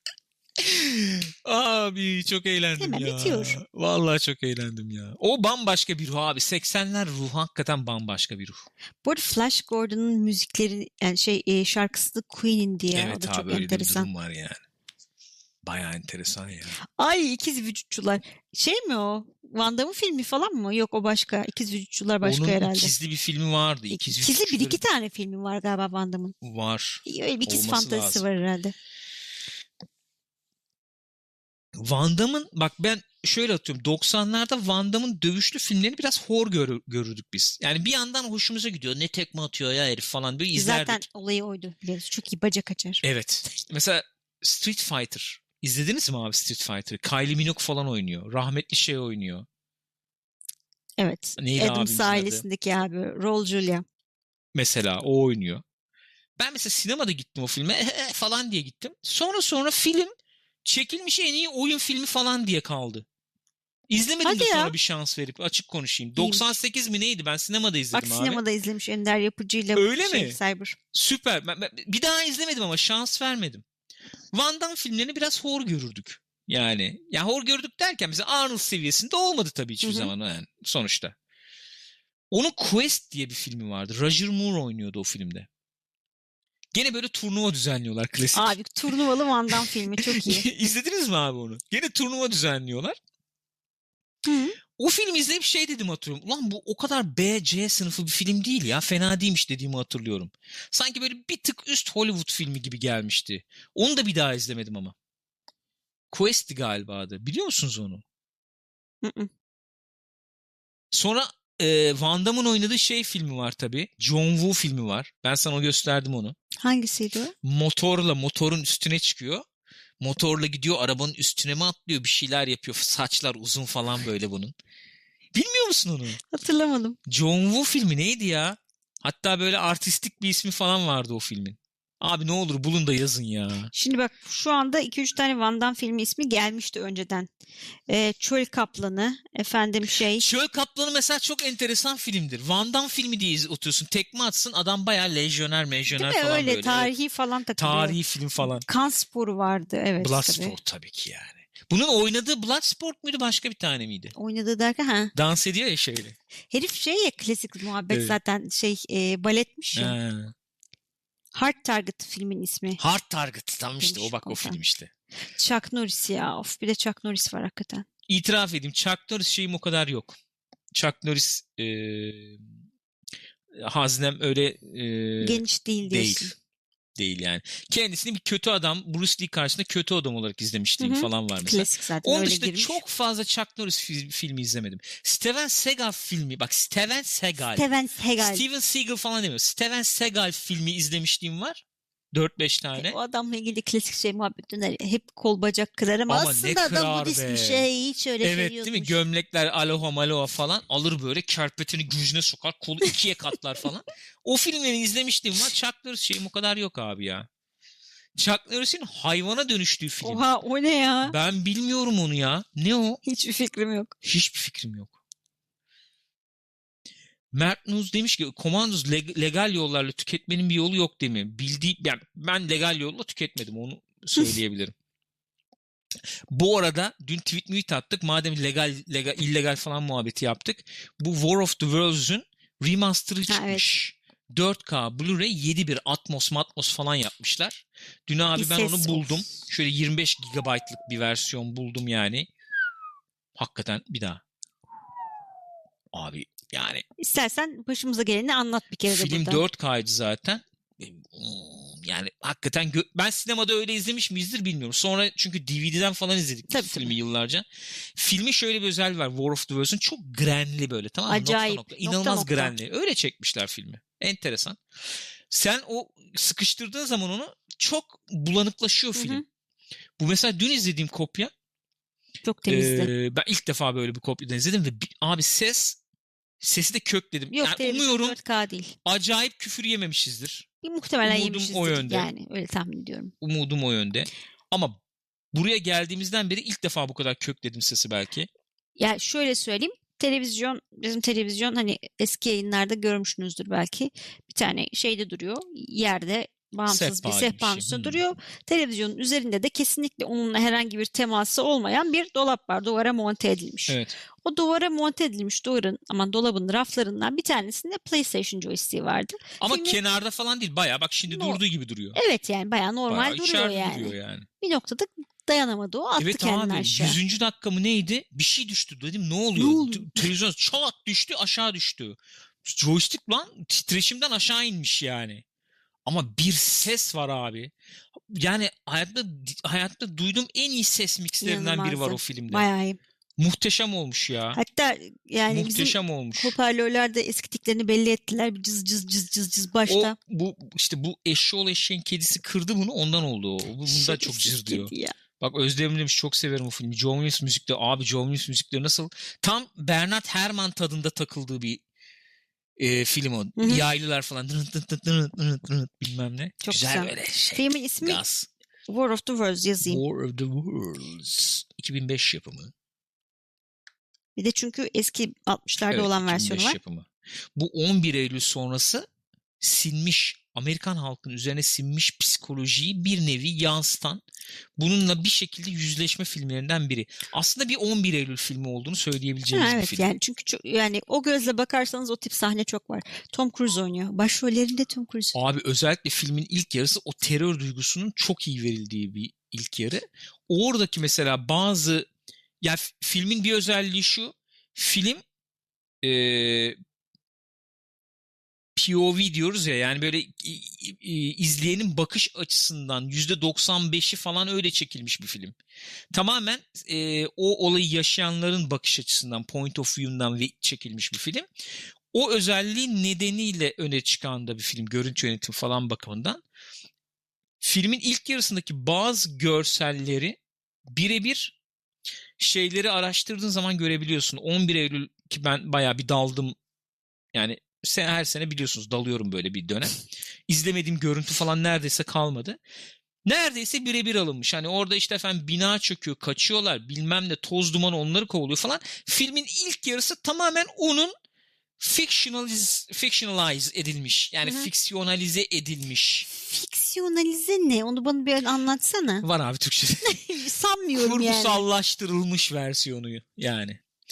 Speaker 1: Abi çok eğlendim
Speaker 2: Hemen
Speaker 1: ya.
Speaker 2: bitiyor.
Speaker 1: Vallahi çok eğlendim ya. O bambaşka bir ruh abi. seksenler ruhu hakikaten bambaşka bir ruh.
Speaker 2: Bu arada Flash Gordon'ın müzikleri yani şey e, şarkısı da Queen'in diye. O
Speaker 1: Evet
Speaker 2: da
Speaker 1: abi
Speaker 2: çok
Speaker 1: öyle de bir
Speaker 2: enteresan.
Speaker 1: durum var yani. Bayağı enteresan ya.
Speaker 2: Ay ikiz vücutçular. Şey mi o? Van Damme'ın filmi falan mı? Yok o başka. İkiz vücutçular başka
Speaker 1: Onun
Speaker 2: herhalde.
Speaker 1: ikizli bir filmi vardı. İkiz
Speaker 2: İkizli bir
Speaker 1: Vücutçuları
Speaker 2: iki tane filmi var galiba Van Damme'ın.
Speaker 1: var.
Speaker 2: Öyle bir ikiz
Speaker 1: Olması
Speaker 2: fantezisi
Speaker 1: lazım.
Speaker 2: var herhalde.
Speaker 1: Van Damme'ın bak ben şöyle atıyorum. doksanlarda Van Damme'ın dövüşlü filmlerini biraz hor gör, görürdük biz. Yani bir yandan hoşumuza gidiyor. Ne tekme atıyor ya herif falan böyle izlerdik.
Speaker 2: Zaten olayı oydu biliyoruz. Çok iyi bacak açar.
Speaker 1: Evet. Mesela Street Fighter. İzlediniz mi abi Street Fighter'ı? Kylie Minogue falan oynuyor. Rahmetli şey oynuyor.
Speaker 2: Evet.
Speaker 1: Neydi
Speaker 2: Adams
Speaker 1: abimizin adı?
Speaker 2: ailesindeki abi. Raul Julia.
Speaker 1: Mesela o oynuyor. Ben mesela sinemada gittim o filme falan diye gittim. Sonra sonra film çekilmiş en iyi oyun filmi falan diye kaldı. İzlemedim
Speaker 2: Hadi
Speaker 1: de
Speaker 2: ya.
Speaker 1: sonra bir şans verip açık konuşayım.
Speaker 2: İyiymiş.
Speaker 1: doksan sekiz mi neydi? Ben sinemada
Speaker 2: Bak
Speaker 1: izledim abi.
Speaker 2: sinemada izlemiş Ender Yapıcı'yla
Speaker 1: Öyle
Speaker 2: şey,
Speaker 1: mi?
Speaker 2: Cyber.
Speaker 1: Süper. Ben, ben bir daha izlemedim ama şans vermedim. Van Damme filmlerini biraz hor görürdük. Yani ya hor gördük derken mesela Arnold seviyesinde olmadı tabii hiçbir
Speaker 2: Hı hı.
Speaker 1: zaman yani sonuçta. Onun Quest diye bir filmi vardı. Roger Moore oynuyordu o filmde. Gene böyle turnuva düzenliyorlar klasik.
Speaker 2: Abi turnuvalı Van Damme filmi çok iyi.
Speaker 1: İzlediniz mi abi onu? Gene turnuva düzenliyorlar.
Speaker 2: Hı.
Speaker 1: O filmi izleyip şey dedim hatırlıyorum. Ulan bu o kadar B, C sınıfı bir film değil ya. Fena değilmiş dediğimi hatırlıyorum. Sanki böyle bir tık üst Hollywood filmi gibi gelmişti. Onu da bir daha izlemedim ama. Quest'ti galiba adı. Biliyor musunuz onu?
Speaker 2: Hı hı.
Speaker 1: Sonra e, Van Damme'ın oynadığı şey filmi var tabii. John Woo filmi var. Ben sana gösterdim onu.
Speaker 2: Hangisiydi o?
Speaker 1: Motorla motorun üstüne çıkıyor. Motorla gidiyor arabanın üstüne mi atlıyor bir şeyler yapıyor. Saçlar uzun falan böyle bunun. Bilmiyor musun onu?
Speaker 2: Hatırlamadım.
Speaker 1: John Woo filmi neydi ya? Hatta böyle artistik bir ismi falan vardı o filmin. Abi ne olur bulun da yazın ya.
Speaker 2: Şimdi bak şu anda iki üç tane Van Damme filmi ismi gelmişti önceden. Ee, Çöl Kaplanı, efendim şey.
Speaker 1: Çöl Kaplanı mesela çok enteresan filmdir. Van Damme filmi diye iz- oturuyorsun. Tekme atsın adam bayağı lejyoner mejyoner
Speaker 2: Değil mi?
Speaker 1: falan
Speaker 2: Öyle
Speaker 1: böyle.
Speaker 2: tarihi falan takılıyor.
Speaker 1: Tarihi film falan.
Speaker 2: Kan Sporu vardı evet
Speaker 1: Bloodsport
Speaker 2: tabii.
Speaker 1: tabii ki yani. Bunun oynadığı Bloodsport muydu başka bir tane miydi?
Speaker 2: Oynadığı derken ha.
Speaker 1: Dans ediyor ya şeyle.
Speaker 2: Herif şey ya klasik muhabbet
Speaker 1: Evet.
Speaker 2: zaten şey e, baletmiş ya.
Speaker 1: Ha.
Speaker 2: Hard Target filmin ismi.
Speaker 1: Hard Target. Tam işte
Speaker 2: Demiş
Speaker 1: o bak o
Speaker 2: komutan.
Speaker 1: film işte.
Speaker 2: Chuck Norris ya. Of, bir de Chuck Norris var hakikaten.
Speaker 1: İtiraf edeyim. Chuck Norris şeyim o kadar yok. Chuck Norris e, haznem öyle e,
Speaker 2: Geniş değil diyorsun.
Speaker 1: değil. Değil yani. Kendisini bir kötü adam, Bruce Lee karşısında kötü adam olarak izlemişliğim
Speaker 2: Hı hı.
Speaker 1: falan var mesela.
Speaker 2: Klasik zaten
Speaker 1: Onun
Speaker 2: öyle
Speaker 1: dışında
Speaker 2: girmiş.
Speaker 1: çok fazla Chuck Norris fi- filmi izlemedim. Steven Seagal filmi, bak Steven Seagal.
Speaker 2: Steven Seagal.
Speaker 1: Steven Seagal falan demiyor. Steven Seagal filmi izlemişliğim var. dört beş tane.
Speaker 2: O adamla ilgili klasik şey muhabbet döner. Hep kol bacak kırar ama,
Speaker 1: Ama ne
Speaker 2: aslında adam
Speaker 1: kırar
Speaker 2: Budist
Speaker 1: be.
Speaker 2: bir şey. Hiç öyle şey
Speaker 1: Evet
Speaker 2: yokmuş.
Speaker 1: değil mi? Gömlekler aloha maloha falan alır böyle kerpetini gücüne sokar. Kolu ikiye katlar falan. O filmleri izlemiştim var. Chuck Norris şeyim o kadar yok abi ya. Chuck Norris'in hayvana dönüştüğü film.
Speaker 2: Oha, o ne ya?
Speaker 1: Ben bilmiyorum onu ya. Ne o?
Speaker 2: Hiçbir fikrim yok.
Speaker 1: Hiçbir fikrim yok. Mert Nuz demiş ki Commandos leg- legal yollarla tüketmenin bir yolu yok değil mi? Bildiği, yani ben legal yolla tüketmedim, onu söyleyebilirim. Bu arada dün tweet mühit attık. Madem legal, legal illegal falan muhabbeti yaptık. Bu War of the Worlds'ün remaster'ı çıkmış. Evet. dört K Blu-ray yedi bir Atmos matmos falan yapmışlar. Dün abi bir ben onu buldum. Of. Şöyle yirmi beş gigabaytlık bir versiyon buldum yani. Hakikaten bir daha. Abi yani.
Speaker 2: İstersen başımıza geleni anlat bir kere de
Speaker 1: film
Speaker 2: burada.
Speaker 1: Film dört K'ydı zaten. Yani hakikaten gö- ben sinemada öyle izlemiş miyizdir bilmiyorum. Sonra çünkü D V D'den falan izledik tabii, filmi tabii. yıllarca. Filmin şöyle bir özelliği var. War of the Worlds'un çok grenli böyle, tamam mı?
Speaker 2: Acayip.
Speaker 1: Nokta nokta. İnanılmaz nokta grenli. Nokta. Öyle çekmişler filmi. Enteresan. Sen o sıkıştırdığın zaman onu çok bulanıklaşıyor film. Hı hı. Bu mesela dün izlediğim kopya.
Speaker 2: Çok temizdi.
Speaker 1: E, ben ilk defa böyle bir kopyadan izledim ve bir, abi ses Sesi de kökledim.
Speaker 2: Yok,
Speaker 1: yani umuyorum
Speaker 2: dört K değil.
Speaker 1: Acayip küfür yememişizdir.
Speaker 2: Bir muhtemelen
Speaker 1: Umudum
Speaker 2: yemişizdir
Speaker 1: o yönde.
Speaker 2: yani. Öyle tahmin ediyorum.
Speaker 1: Umudum o yönde. Ama buraya geldiğimizden beri ilk defa bu kadar kökledim sesi belki.
Speaker 2: Ya şöyle söyleyeyim. Televizyon, bizim televizyon hani eski yayınlarda görmüşsünüzdür belki. Bir tane şeyde duruyor. Yerde bağımsız sehpa bir sehpanın üstünde şey. duruyor. Televizyonun üzerinde de kesinlikle onunla herhangi bir teması olmayan bir dolap var. Duvara monte edilmiş.
Speaker 1: Evet.
Speaker 2: O duvara monte edilmiş duvarın, aman dolabın raflarından bir tanesinde PlayStation joystick'i vardı.
Speaker 1: Ama
Speaker 2: Filmin...
Speaker 1: kenarda falan değil. Bayağı bak şimdi no. durduğu gibi duruyor.
Speaker 2: Evet yani bayağı normal bayağı duruyor yani.
Speaker 1: duruyor yani.
Speaker 2: Bir noktada dayanamadı o, attı
Speaker 1: evet,
Speaker 2: kendini
Speaker 1: abi,
Speaker 2: aşağı.
Speaker 1: yüzüncü dakika mı neydi? Bir şey düştü dedim. Ne oluyor? Ne oluyor? Televizyon çalak düştü, aşağı düştü. Joystick lan titreşimden aşağı inmiş yani. Ama bir ses var abi. Yani hayatta hayatta duyduğum en iyi ses mixlerinden biri var o filmde.
Speaker 2: Bayağı iyi.
Speaker 1: Muhteşem olmuş ya.
Speaker 2: Hatta yani
Speaker 1: Muhteşem
Speaker 2: bizim
Speaker 1: olmuş.
Speaker 2: hoparlörlerde eskittiklerini belli ettiler. Bir cız cız cız cız cız başta.
Speaker 1: O, bu işte bu eşşoğlu eşeğin kedisi kırdı bunu, ondan oldu o. Bunda çok cır diyor. Bak Özlem demiş çok severim o filmi. John Williams müzikleri. Abi John Williams müzikleri nasıl? Tam Bernard Herrmann tadında takıldığı bir e, film o. Hı-hı. Yaylılar falan. Dırınt dırınt dırınt dırınt dırınt bilmem ne.
Speaker 2: Çok
Speaker 1: güzel,
Speaker 2: güzel.
Speaker 1: Böyle şey.
Speaker 2: Filmin ismi Gaz. War of the Worlds yazayım.
Speaker 1: War of the Worlds. iki bin beş yapımı.
Speaker 2: Bir de çünkü eski altmışlarda evet, olan versiyonu var.
Speaker 1: Yapımı. Bu on bir Eylül sonrası sinmiş, Amerikan halkının üzerine sinmiş psikolojiyi bir nevi yansıtan, bununla bir şekilde yüzleşme filmlerinden biri. Aslında bir on bir Eylül filmi olduğunu söyleyebileceğimiz
Speaker 2: ha,
Speaker 1: bir
Speaker 2: evet,
Speaker 1: film.
Speaker 2: Yani çünkü çok, yani o gözle bakarsanız o tip sahne çok var. Tom Cruise oynuyor. Başrollerinde Tom Cruise.
Speaker 1: Abi özellikle filmin ilk yarısı o terör duygusunun çok iyi verildiği bir ilk yarı. Oradaki mesela bazı, ya filmin bir özelliği şu. Film e, P O V diyoruz ya, yani böyle izleyenin bakış açısından yüzde doksan beşi falan öyle çekilmiş bir film. Tamamen e, o olayı yaşayanların bakış açısından, point of view'dan çekilmiş bir film. O özelliği nedeniyle öne çıkan da bir film, görüntü yönetimi falan bakımından. Filmin ilk yarısındaki bazı görselleri birebir şeyleri araştırdığın zaman görebiliyorsun. on bir Eylül ki ben bayağı bir daldım. Yani her sene biliyorsunuz dalıyorum böyle bir dönem. İzlemediğim görüntü falan neredeyse kalmadı. Neredeyse birebir alınmış. Hani orada işte efendim bina çöküyor, kaçıyorlar, bilmem ne, toz duman onları kovalıyor falan. Filmin ilk yarısı tamamen onun fictionalize, fictionalize edilmiş. Yani Hı-hı. fiksiyonalize edilmiş.
Speaker 2: Fiksiyonalize ne? Onu bana bir anlatsana.
Speaker 1: Var abi Türkçe'de.
Speaker 2: Sanmıyorum yani.
Speaker 1: Kurgusallaştırılmış versiyonu yani.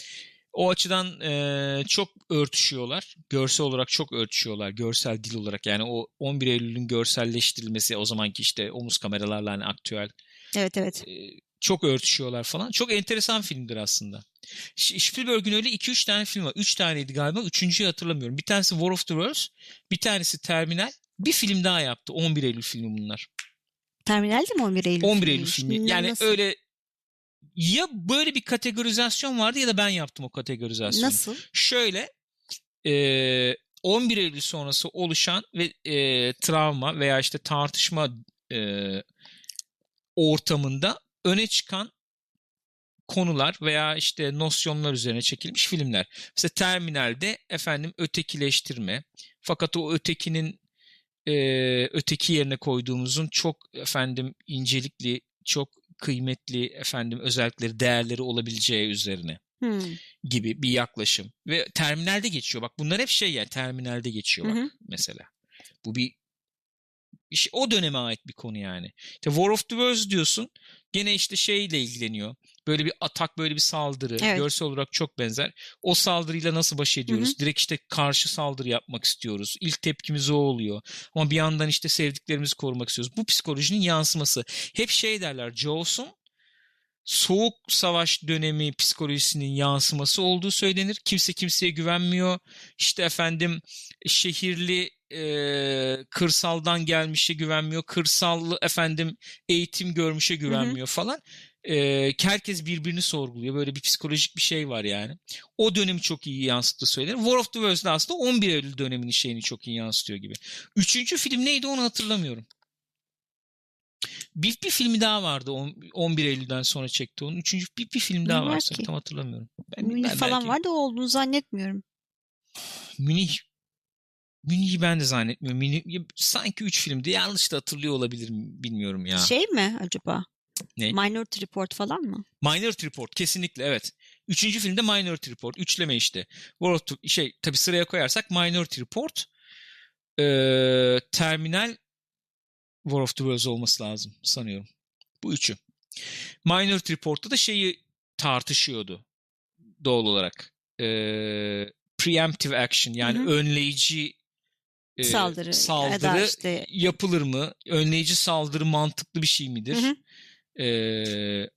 Speaker 1: O açıdan e, çok örtüşüyorlar. Görsel olarak çok örtüşüyorlar. Görsel dil olarak. Yani o on bir Eylül'ün görselleştirilmesi, o zamanki işte omuz kameralarla hani aktüel.
Speaker 2: Evet evet.
Speaker 1: E, çok örtüşüyorlar falan. Çok enteresan filmdir aslında. Spielberg'ün öyle iki üç tane film var. üç taneydi galiba. Üçüncüyü hatırlamıyorum. Bir tanesi War of the Worlds. Bir tanesi Terminal. Bir film daha yaptı. on bir Eylül filmi bunlar.
Speaker 2: Terminal de mi on bir Eylül
Speaker 1: on bir
Speaker 2: filmi?
Speaker 1: Eylül filmi.
Speaker 2: Filmler
Speaker 1: Yani
Speaker 2: nasıl?
Speaker 1: öyle ya böyle bir kategorizasyon vardı ya da ben yaptım o kategorizasyonu.
Speaker 2: Nasıl?
Speaker 1: Şöyle e, on bir Eylül sonrası oluşan ve e, travma veya işte tartışma e, ortamında öne çıkan konular veya işte nosyonlar üzerine çekilmiş filmler. Mesela Terminal'de efendim ötekileştirme. Fakat o ötekinin e, öteki yerine koyduğumuzun çok efendim incelikli, çok kıymetli efendim özellikleri, değerleri olabileceği üzerine
Speaker 2: Hmm.
Speaker 1: gibi bir yaklaşım. Ve Terminal'de geçiyor. Bak bunlar hep şey yani Terminal'de geçiyor bak
Speaker 2: Hı hı.
Speaker 1: mesela. Bu bir İşte o döneme ait bir konu yani. İşte War of the Worlds diyorsun. Gene işte şeyle ilgileniyor. Böyle bir atak, böyle bir saldırı.
Speaker 2: Evet.
Speaker 1: Görsel olarak çok benzer. O saldırıyla nasıl baş ediyoruz?
Speaker 2: Hı hı.
Speaker 1: Direkt işte karşı saldırı yapmak istiyoruz. İlk tepkimiz o oluyor. Ama bir yandan işte sevdiklerimizi korumak istiyoruz. Bu psikolojinin yansıması. Hep şey derler. Jaws'un Soğuk Savaş dönemi psikolojisinin yansıması olduğu söylenir. Kimse kimseye güvenmiyor. İşte efendim şehirli e, kırsaldan gelmişe güvenmiyor. Kırsallı efendim eğitim görmüşe güvenmiyor
Speaker 2: Hı hı.
Speaker 1: falan. E, herkes birbirini sorguluyor. Böyle bir psikolojik bir şey var yani. O dönemi çok iyi yansıttığı söylenir. War of the Worlds'da aslında on bir Eylül döneminin şeyini çok iyi yansıtıyor gibi. Üçüncü film neydi onu hatırlamıyorum. Bir, bir filmi daha vardı on bir Eylül'den sonra çekti onun. Üçüncü bir, bir film
Speaker 2: Ne
Speaker 1: daha
Speaker 2: var
Speaker 1: var
Speaker 2: ki?
Speaker 1: tam hatırlamıyorum. Ben,
Speaker 2: Münih
Speaker 1: ben
Speaker 2: falan
Speaker 1: belki
Speaker 2: var da o olduğunu zannetmiyorum.
Speaker 1: Münih Münih'i ben de zannetmiyorum. Münih, sanki üç filmdi. Yanlış da hatırlıyor olabilirim. Bilmiyorum ya.
Speaker 2: Şey mi acaba?
Speaker 1: Ne?
Speaker 2: Minority Report falan mı?
Speaker 1: Minority Report kesinlikle evet. Üçüncü filmde Minority Report. Üçleme işte. World to, şey tabii sıraya koyarsak Minority Report, ee, Terminal, War of the Worlds olması lazım sanıyorum. Bu üçü. Minority Report'ta da şeyi tartışıyordu doğal olarak. Ee, preemptive action yani
Speaker 2: Hı hı.
Speaker 1: önleyici e,
Speaker 2: Saldırı,
Speaker 1: saldırı
Speaker 2: ya da işte
Speaker 1: yapılır mı? Önleyici saldırı mantıklı bir şey
Speaker 2: hı
Speaker 1: midir?
Speaker 2: hı.
Speaker 1: Ee,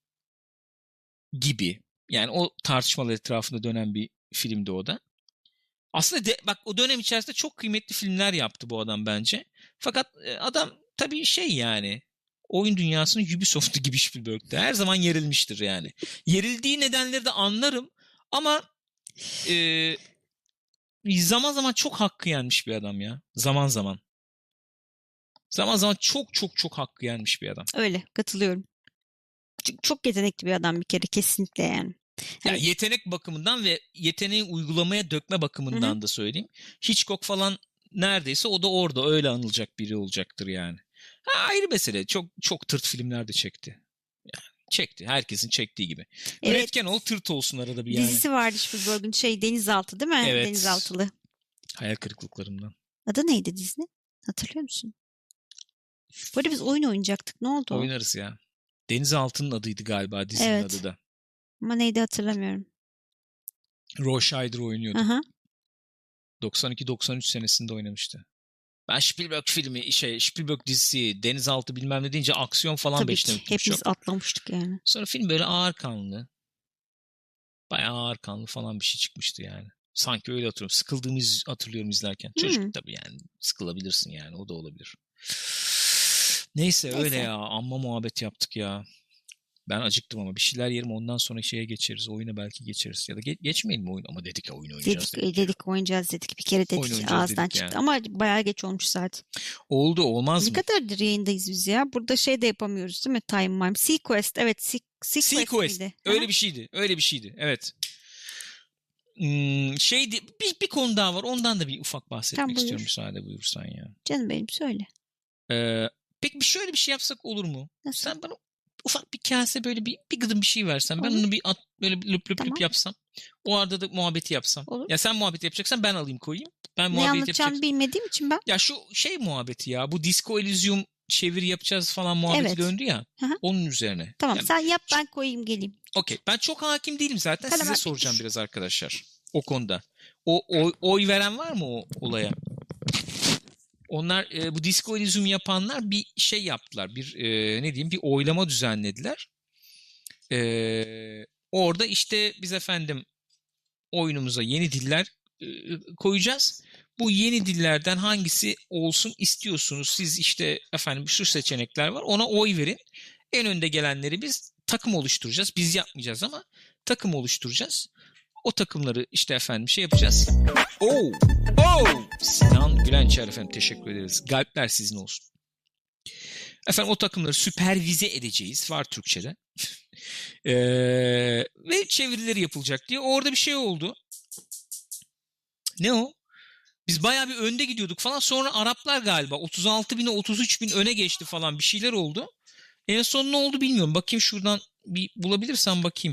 Speaker 1: gibi. Yani o tartışmalar etrafında dönen bir filmdi o da. Aslında de, bak o dönem içerisinde çok kıymetli filmler yaptı bu adam bence. Fakat e, adam tabii şey yani oyun dünyasının Ubisoft'u gibi Spielberg'de her zaman yerilmiştir yani. Yerildiği nedenleri de anlarım ama e, zaman zaman çok hakkı yenmiş bir adam ya. Zaman zaman. Zaman zaman çok çok çok hakkı yenmiş bir adam.
Speaker 2: Öyle katılıyorum. Çok, çok yetenekli bir adam bir kere kesinlikle yani.
Speaker 1: Ya
Speaker 2: Hani,
Speaker 1: yetenek bakımından ve yeteneği uygulamaya dökme bakımından
Speaker 2: hı hı.
Speaker 1: da söyleyeyim. Hitchcock falan neredeyse o da orada öyle anılacak biri olacaktır yani. Ha, ayrı mesele. Çok çok tırt filmler de çekti. Yani çekti. Herkesin çektiği gibi.
Speaker 2: Evet.
Speaker 1: Üretken ol, tırt olsun arada bir yani.
Speaker 2: Dizisi vardı Spielberg'ün şey Denizaltı değil mi?
Speaker 1: Evet.
Speaker 2: Denizaltılı.
Speaker 1: Hayal kırıklıklarımdan.
Speaker 2: Adı neydi dizinin? Hatırlıyor musun? Böyle biz oyun oynayacaktık. Ne oldu o?
Speaker 1: Oynarız ya. Denizaltı'nın adıydı galiba dizinin
Speaker 2: Evet.
Speaker 1: adı da.
Speaker 2: Ama neydi hatırlamıyorum.
Speaker 1: Roy Scheider oynuyordu.
Speaker 2: Aha.
Speaker 1: doksan iki doksan üç senesinde oynamıştı. Ben Spielberg filmi, şey Spielberg dizisi, denizaltı bilmem ne deyince aksiyon falan
Speaker 2: Tabii ki.
Speaker 1: beşlemiştim
Speaker 2: Hepimiz
Speaker 1: çok.
Speaker 2: atlamıştık yani.
Speaker 1: Sonra film böyle ağır kanlı. Bayağı ağır kanlı falan bir şey çıkmıştı yani. Sanki öyle hatırlıyorum. Sıkıldığımı iz- hatırlıyorum izlerken. Çocuk
Speaker 2: Hmm.
Speaker 1: tabii yani sıkılabilirsin yani o da olabilir. Neyse,
Speaker 2: Neyse.
Speaker 1: öyle ya, amma muhabbet yaptık ya. Ben acıktım ama bir şeyler yerim ondan sonra şeye geçeriz. Oyuna belki geçeriz. Ya da ge- geçmeyelim oyun ama dedik ya oyun oynayacağız
Speaker 2: Dedik,
Speaker 1: dedik.
Speaker 2: dedik oynayacağız dedik. Bir kere
Speaker 1: Oyun
Speaker 2: dedik
Speaker 1: oynayacağız
Speaker 2: ağızdan
Speaker 1: dedik
Speaker 2: çıktı.
Speaker 1: yani.
Speaker 2: Ama bayağı geç olmuş saat.
Speaker 1: Oldu olmaz
Speaker 2: Ne
Speaker 1: mı?
Speaker 2: kadardır yayındayız biz ya? Burada şey de yapamıyoruz değil mi? Time Mime. Sequest. Evet. Se- Sequest
Speaker 1: Sequest.
Speaker 2: miydi?
Speaker 1: Öyle
Speaker 2: Aha.
Speaker 1: bir şeydi. Öyle bir şeydi. Evet. Hmm, şeydi, bir, bir konu daha var. Ondan da bir ufak bahsetmek
Speaker 2: Tamam, buyur.
Speaker 1: istiyorum müsaade buyursan ya.
Speaker 2: Canım benim söyle.
Speaker 1: Ee, peki bir şöyle bir şey yapsak olur mu?
Speaker 2: Nasıl?
Speaker 1: Sen bana ufak bir kase böyle bir, bir gıdım bir şey versen. Ben
Speaker 2: Olur.
Speaker 1: onu bir at, böyle bir löp löp
Speaker 2: Tamam.
Speaker 1: löp yapsam. O arada da muhabbeti yapsam.
Speaker 2: Olur.
Speaker 1: Ya sen muhabbet yapacaksan ben alayım koyayım. Ben
Speaker 2: Ne
Speaker 1: muhabbet
Speaker 2: anlatacağımı
Speaker 1: yapacak.
Speaker 2: bilmediğim için ben.
Speaker 1: Ya şu şey muhabbeti ya. Bu Disco Elysium çeviri yapacağız falan muhabbeti
Speaker 2: Evet.
Speaker 1: döndü ya.
Speaker 2: Hı hı.
Speaker 1: Onun üzerine.
Speaker 2: Tamam
Speaker 1: Yani
Speaker 2: sen yap ben koyayım geleyim.
Speaker 1: Okey. Ben çok hakim değilim zaten. Size
Speaker 2: Kalamer
Speaker 1: soracağım
Speaker 2: Peker.
Speaker 1: biraz arkadaşlar o konuda. O oy, oy veren var mı o olaya? Onlar e, bu Disco Elysium yapanlar bir şey yaptılar. Bir e, ne diyeyim bir oylama düzenlediler. E, orada işte biz efendim oyunumuza yeni diller e, koyacağız. Bu yeni dillerden hangisi olsun istiyorsunuz? Siz işte efendim şu seçenekler var. Ona oy verin. En önde gelenleri biz takım oluşturacağız. Biz yapmayacağız ama takım oluşturacağız. O takımları işte efendim şey yapacağız. Oh! Oh! Sinan Gülençer efendim teşekkür ederiz. Galpler sizin olsun. Efendim o takımları süpervize edeceğiz. Var Türkçe'de. ee, ve çevirileri yapılacak diye. Orada bir şey oldu. Ne o? Biz bayağı bir önde gidiyorduk falan. Sonra Araplar galiba otuz altı bine otuz üç bin öne geçti falan. Bir şeyler oldu. En son ne oldu bilmiyorum. Bakayım şuradan bir bulabilirsem bakayım.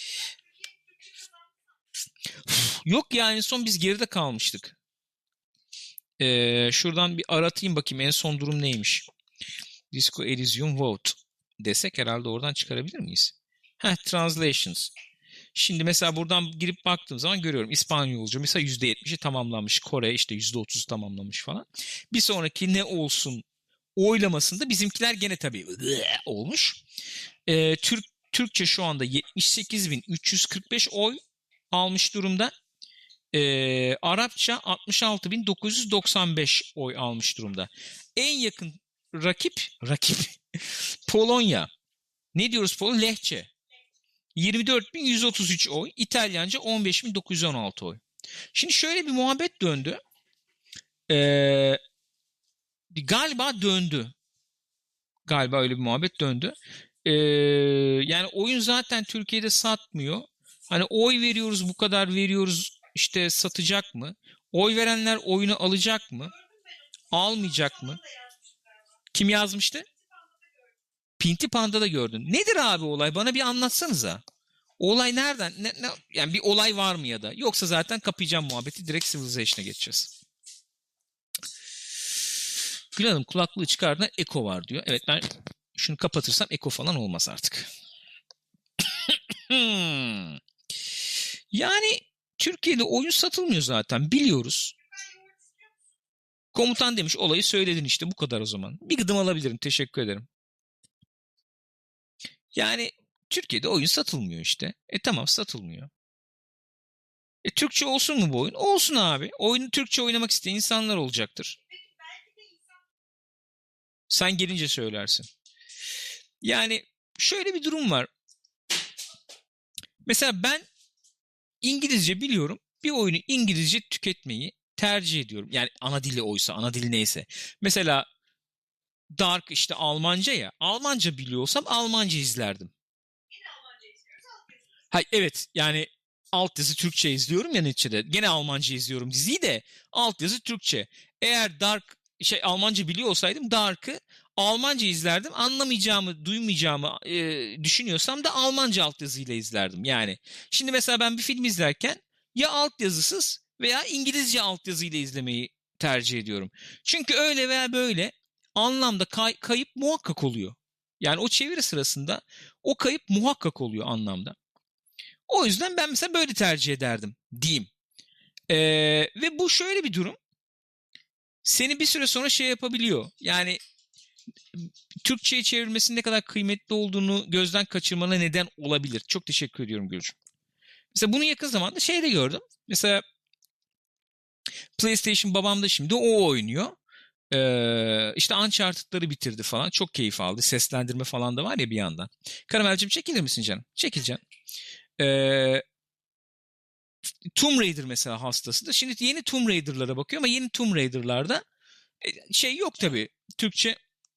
Speaker 1: Yok ya en son biz geride kalmıştık. Ee, şuradan bir aratayım bakayım en son durum neymiş. Disco Elysium Vote desek herhalde oradan çıkarabilir miyiz? Heh, Translations. Şimdi mesela buradan girip baktığım zaman görüyorum İspanyolca mesela yüzde yetmişi tamamlanmış. Kore işte yüzde otuzu tamamlamış falan. Bir sonraki ne olsun oylamasında bizimkiler gene tabii olmuş. Ee, Türk Türkçe şu anda yetmiş sekiz bin üç yüz kırk beş oy almış durumda. Ee, Arapça altmış altı bin dokuz yüz doksan beş oy almış durumda. En yakın rakip rakip Polonya. Ne diyoruz Polonya? Lehçe. yirmi dört bin yüz otuz üç oy. İtalyanca on beş bin dokuz yüz on altı oy. Şimdi şöyle bir muhabbet döndü. Ee, galiba döndü. Galiba öyle bir muhabbet döndü. Ee, yani oyun zaten Türkiye'de satmıyor. Hani oy veriyoruz bu kadar veriyoruz işte satacak mı? Oy verenler oyunu alacak mı? Almayacak mı? Kim yazmıştı? Pinti Panda'da gördün. Nedir abi olay? Bana bir anlatsanıza. Olay nereden? Ne, ne, yani bir olay var mı ya da? Yoksa zaten kapayacağım muhabbeti direkt Civilization'a geçeceğiz. Gül Hanım kulaklığı çıkardığında eko var diyor. Evet ben şunu kapatırsam eko falan olmaz artık. Hmm. Yani Türkiye'de oyun satılmıyor zaten biliyoruz. Komutan demiş olayı söyledin işte bu kadar o zaman. Bir gıdım alabilirim teşekkür ederim. Yani Türkiye'de oyun satılmıyor işte. E tamam satılmıyor. E Türkçe olsun mu bu oyun? Olsun abi. Oyunu Türkçe oynamak isteyen insanlar olacaktır. Sen gelince söylersin. Yani şöyle bir durum var. Mesela ben İngilizce biliyorum. Bir oyunu İngilizce tüketmeyi tercih ediyorum. Yani ana dili oysa, ana dili neyse. Mesela Dark işte Almanca ya. Almanca biliyorsam Almanca izlerdim. Hayır, evet yani altyazı Türkçe izliyorum ya neticede. Gene Almanca izliyorum diziyi de altyazı Türkçe. Eğer Dark şey Almanca biliyor olsaydım Dark'ı Almanca izlerdim. Anlamayacağımı, duymayacağımı e, düşünüyorsam da Almanca altyazıyla izlerdim. Yani şimdi mesela ben bir film izlerken ya altyazısız veya İngilizce altyazıyla izlemeyi tercih ediyorum. Çünkü öyle veya böyle anlamda kay- kayıp muhakkak oluyor. Yani o çeviri sırasında o kayıp muhakkak oluyor anlamda. O yüzden ben mesela böyle tercih ederdim diyeyim. Ee, ve bu şöyle bir durum. Seni bir süre sonra şey yapabiliyor. Yani Türkçe'ye çevirmesinin ne kadar kıymetli olduğunu gözden kaçırmana neden olabilir. Çok teşekkür ediyorum Gülcüm. Mesela bunu yakın zamanda şeyde gördüm. Mesela PlayStation babam da şimdi o oynuyor. Ee, işte Uncharted'ları bitirdi falan. Çok keyif aldı. Seslendirme falan da var ya bir yandan. Karamelciğim çekilir misin canım? Çekileceğim. Ee, Tomb Raider mesela hastasıdır. Şimdi yeni Tomb Raider'lara bakıyor ama yeni Tomb Raider'larda şey yok tabii. Türkçe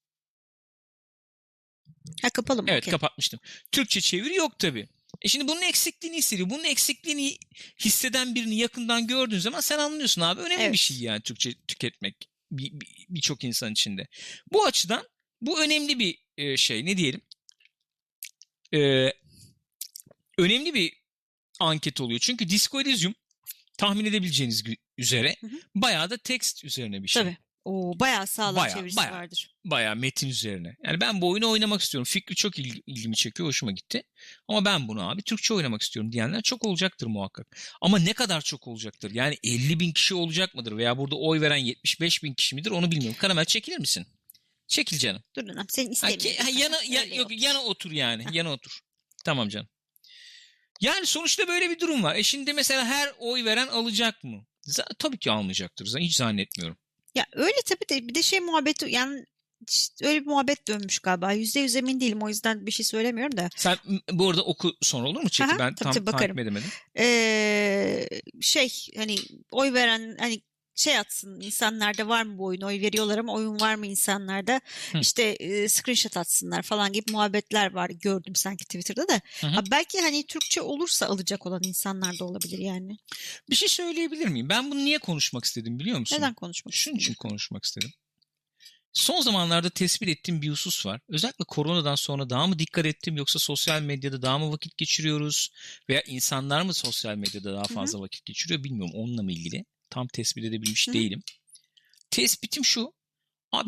Speaker 2: Ha kapalı mı?
Speaker 1: evet
Speaker 2: Okay.
Speaker 1: kapatmıştım. Türkçe çeviri yok tabii. E şimdi bunun eksikliğini hissediyor. Bunun eksikliğini hisseden birini yakından gördüğün zaman sen anlıyorsun abi. Önemli
Speaker 2: Evet.
Speaker 1: bir şey yani Türkçe tüketmek birçok bir, bir insan içinde. Bu açıdan bu önemli bir e, şey. Ne diyelim? E, önemli bir anket oluyor. Çünkü Disco Elysium tahmin edebileceğiniz üzere
Speaker 2: hı hı.
Speaker 1: bayağı da text üzerine bir şey.
Speaker 2: Tabii. Oo, bayağı sağlam
Speaker 1: Bayağı,
Speaker 2: çevirisi
Speaker 1: bayağı.
Speaker 2: vardır.
Speaker 1: Bayağı metin üzerine. Yani ben bu oyunu oynamak istiyorum. Fikri çok ilgi- ilgimi çekiyor. Hoşuma gitti. Ama ben bunu abi Türkçe oynamak istiyorum diyenler çok olacaktır muhakkak. Ama ne kadar çok olacaktır? Yani elli bin kişi olacak mıdır? Veya burada oy veren yetmiş beş bin kişi midir? Onu bilmiyorum. Karamel çekilir misin? Çekil canım.
Speaker 2: Dur Anam senin
Speaker 1: Ha,
Speaker 2: istemiyorsun.
Speaker 1: ki- ha, yana, ya-
Speaker 2: Öyle
Speaker 1: yok,
Speaker 2: yok.
Speaker 1: yana otur yani.
Speaker 2: Hah.
Speaker 1: Yana otur. Tamam canım. Yani sonuçta böyle bir durum var. E şimdi mesela her oy veren alacak mı? Z- tabii ki almayacaktır. Z- Hiç zannetmiyorum.
Speaker 2: Ya öyle tabii de bir de şey muhabbeti yani işte öyle bir muhabbet dönmüş galiba. Yüzde yüz emin değilim o yüzden bir şey söylemiyorum da.
Speaker 1: Sen m- bu arada oku sonra olur mu chat'i?
Speaker 2: Aha,
Speaker 1: Ben
Speaker 2: tabii
Speaker 1: tam
Speaker 2: tabii bakarım.
Speaker 1: takip edemedim.
Speaker 2: Ee, şey hani oy veren hani şey atsın insanlarda var mı bu oyun oy veriyorlar ama oyun var mı insanlarda
Speaker 1: Hı.
Speaker 2: işte e, screenshot atsınlar falan gibi muhabbetler var gördüm sanki Twitter'da da.
Speaker 1: Hı hı.
Speaker 2: Ha, belki hani Türkçe olursa alacak olan insanlar da olabilir yani.
Speaker 1: Bir şey söyleyebilir miyim? Ben bunu niye konuşmak istedim biliyor musun?
Speaker 2: Neden konuşmak
Speaker 1: Şunun için
Speaker 2: istedin?
Speaker 1: konuşmak istedim. Son zamanlarda tespit ettiğim bir husus var. Özellikle koronadan sonra daha mı dikkat ettim yoksa sosyal medyada daha mı vakit geçiriyoruz veya insanlar mı sosyal medyada daha
Speaker 2: Hı hı.
Speaker 1: fazla vakit geçiriyor bilmiyorum. Onunla mı ilgili? Tam tespit edebilmiş
Speaker 2: Hı hı.
Speaker 1: değilim. Tespitim şu. Abi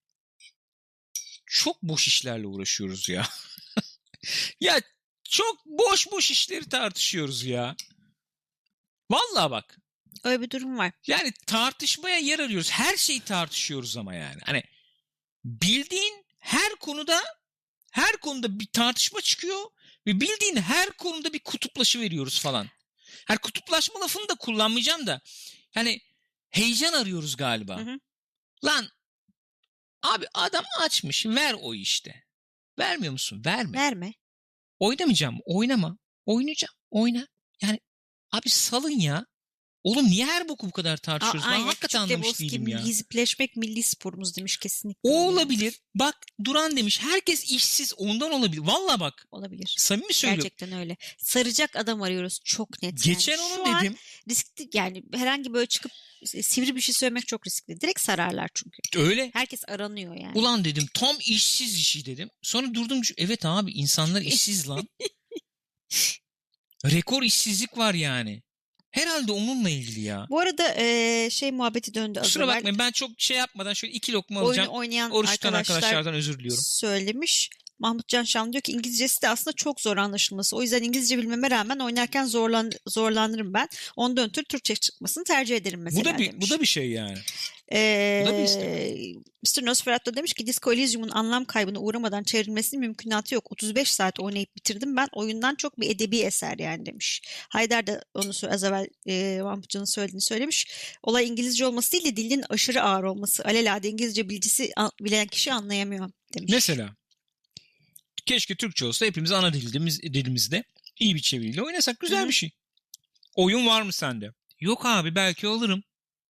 Speaker 1: çok boş işlerle uğraşıyoruz ya. Ya çok boş boş işleri tartışıyoruz ya. Vallahi bak.
Speaker 2: Öyle bir durum var.
Speaker 1: Yani tartışmaya yer arıyoruz. Her şeyi tartışıyoruz ama yani. Hani bildiğin her konuda her konuda bir tartışma çıkıyor ve bildiğin her konuda bir kutuplaşma veriyoruz falan. Her kutuplaşma lafını da kullanmayacağım da yani heyecan arıyoruz galiba.
Speaker 2: Hı hı.
Speaker 1: Lan abi adam açmış ver o işte. Vermiyor musun? Verme.
Speaker 2: Verme.
Speaker 1: Oynamayacağım. Oynama. Oynayacağım. Oyna. Yani abi salın ya. Oğlum niye her boku bu kadar
Speaker 2: A-
Speaker 1: tartışıyoruz? Ben
Speaker 2: aynen.
Speaker 1: hakikaten
Speaker 2: Küçük
Speaker 1: anlamış
Speaker 2: Lebowski
Speaker 1: değilim ya.
Speaker 2: hizipleşmek milli sporumuz demiş kesinlikle.
Speaker 1: O
Speaker 2: öyle yani.
Speaker 1: olabilir. Bak Duran demiş. Herkes işsiz ondan olabilir. Valla bak.
Speaker 2: Olabilir.
Speaker 1: Samimi söylüyorum.
Speaker 2: Gerçekten öyle. Saracak adam arıyoruz çok net.
Speaker 1: Geçen
Speaker 2: yani.
Speaker 1: onu
Speaker 2: Şu an
Speaker 1: dedim.
Speaker 2: riskli yani herhangi böyle çıkıp sivri bir şey söylemek çok riskli. Direkt sararlar çünkü.
Speaker 1: Öyle.
Speaker 2: Herkes aranıyor yani.
Speaker 1: Ulan dedim tam işsiz işi dedim. Sonra durdum. Evet abi insanlar işsiz lan. Rekor işsizlik var yani. Herhalde onunla ilgili ya.
Speaker 2: Bu arada eee, şey muhabbeti döndü az
Speaker 1: Kusura
Speaker 2: evvel.
Speaker 1: bakmayın ben çok şey yapmadan şöyle iki lokma
Speaker 2: Oyunu
Speaker 1: alacağım.
Speaker 2: oynayan
Speaker 1: Oruç tutan
Speaker 2: arkadaşlar
Speaker 1: arkadaşlardan özür diliyorum.
Speaker 2: söylemiş. Mahmut Can Şan diyor ki İngilizcesi de aslında çok zor anlaşılması. O yüzden İngilizce bilmeme rağmen oynarken zorlan, zorlanırım ben. Ondan ötürü Türkçe çıkmasını tercih ederim mesela
Speaker 1: Bu da bir
Speaker 2: demiş.
Speaker 1: bu da bir şey yani.
Speaker 2: Ee,
Speaker 1: Bu da bir istek.
Speaker 2: mister Nosferatu demiş ki Disco Elysium'un anlam kaybına uğramadan çevrilmesinin mümkünatı yok. otuz beş saat oynayıp bitirdim ben. Oyundan çok bir edebi eser yani demiş. Haydar da onu sö- az evvel e, Mahmut Can'ın söylediğini söylemiş. Olay İngilizce olması değil de dilin aşırı ağır olması. Alelade İngilizce bilgisi an- bilen kişi anlayamıyor demiş.
Speaker 1: Mesela keşke Türkçe olsa hepimiz ana dilimiz, dilimizde iyi bir çeviriyle oynasak güzel
Speaker 2: Hı hı.
Speaker 1: bir şey. Oyun var mı sende? Yok abi belki alırım.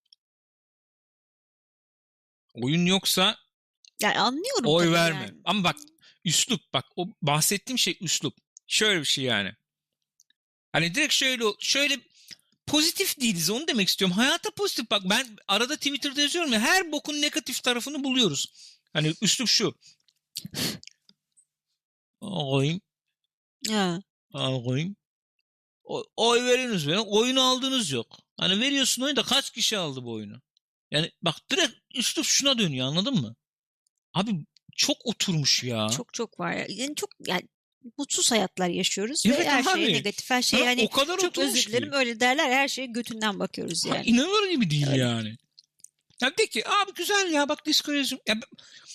Speaker 1: Oyun yoksa
Speaker 2: Yani anlıyorum
Speaker 1: oy
Speaker 2: tabii
Speaker 1: verme.
Speaker 2: yani.
Speaker 1: Ama bak üslup bak o bahsettiğim şey üslup. Şöyle bir şey yani. Hani direkt şöyle şöyle pozitif değiliz onu demek istiyorum. Hayata pozitif bak ben arada Twitter'da yazıyorum ya her bokun negatif tarafını buluyoruz. Hani üslup şu. Oyun,
Speaker 2: Ha.
Speaker 1: oyun. O- Oy veriniz verin. Oyunu aldığınız yok. Hani veriyorsun oyunu da kaç kişi aldı bu oyunu? Yani bak direkt üslup şuna dönüyor anladın mı? Abi çok oturmuş ya.
Speaker 2: Çok çok var. Yani çok yani mutsuz hayatlar yaşıyoruz
Speaker 1: Evet
Speaker 2: ve her
Speaker 1: abi.
Speaker 2: şeye negatif her şey
Speaker 1: Ha,
Speaker 2: yani
Speaker 1: o kadar
Speaker 2: çok
Speaker 1: oturmuş
Speaker 2: özür dilerim
Speaker 1: ki.
Speaker 2: öyle derler her şeye götünden bakıyoruz
Speaker 1: Ha,
Speaker 2: yani.
Speaker 1: inanılır gibi değil
Speaker 2: Öyle.
Speaker 1: yani. Ya de ki abi güzel ya bak diskolojim. Ya, ben-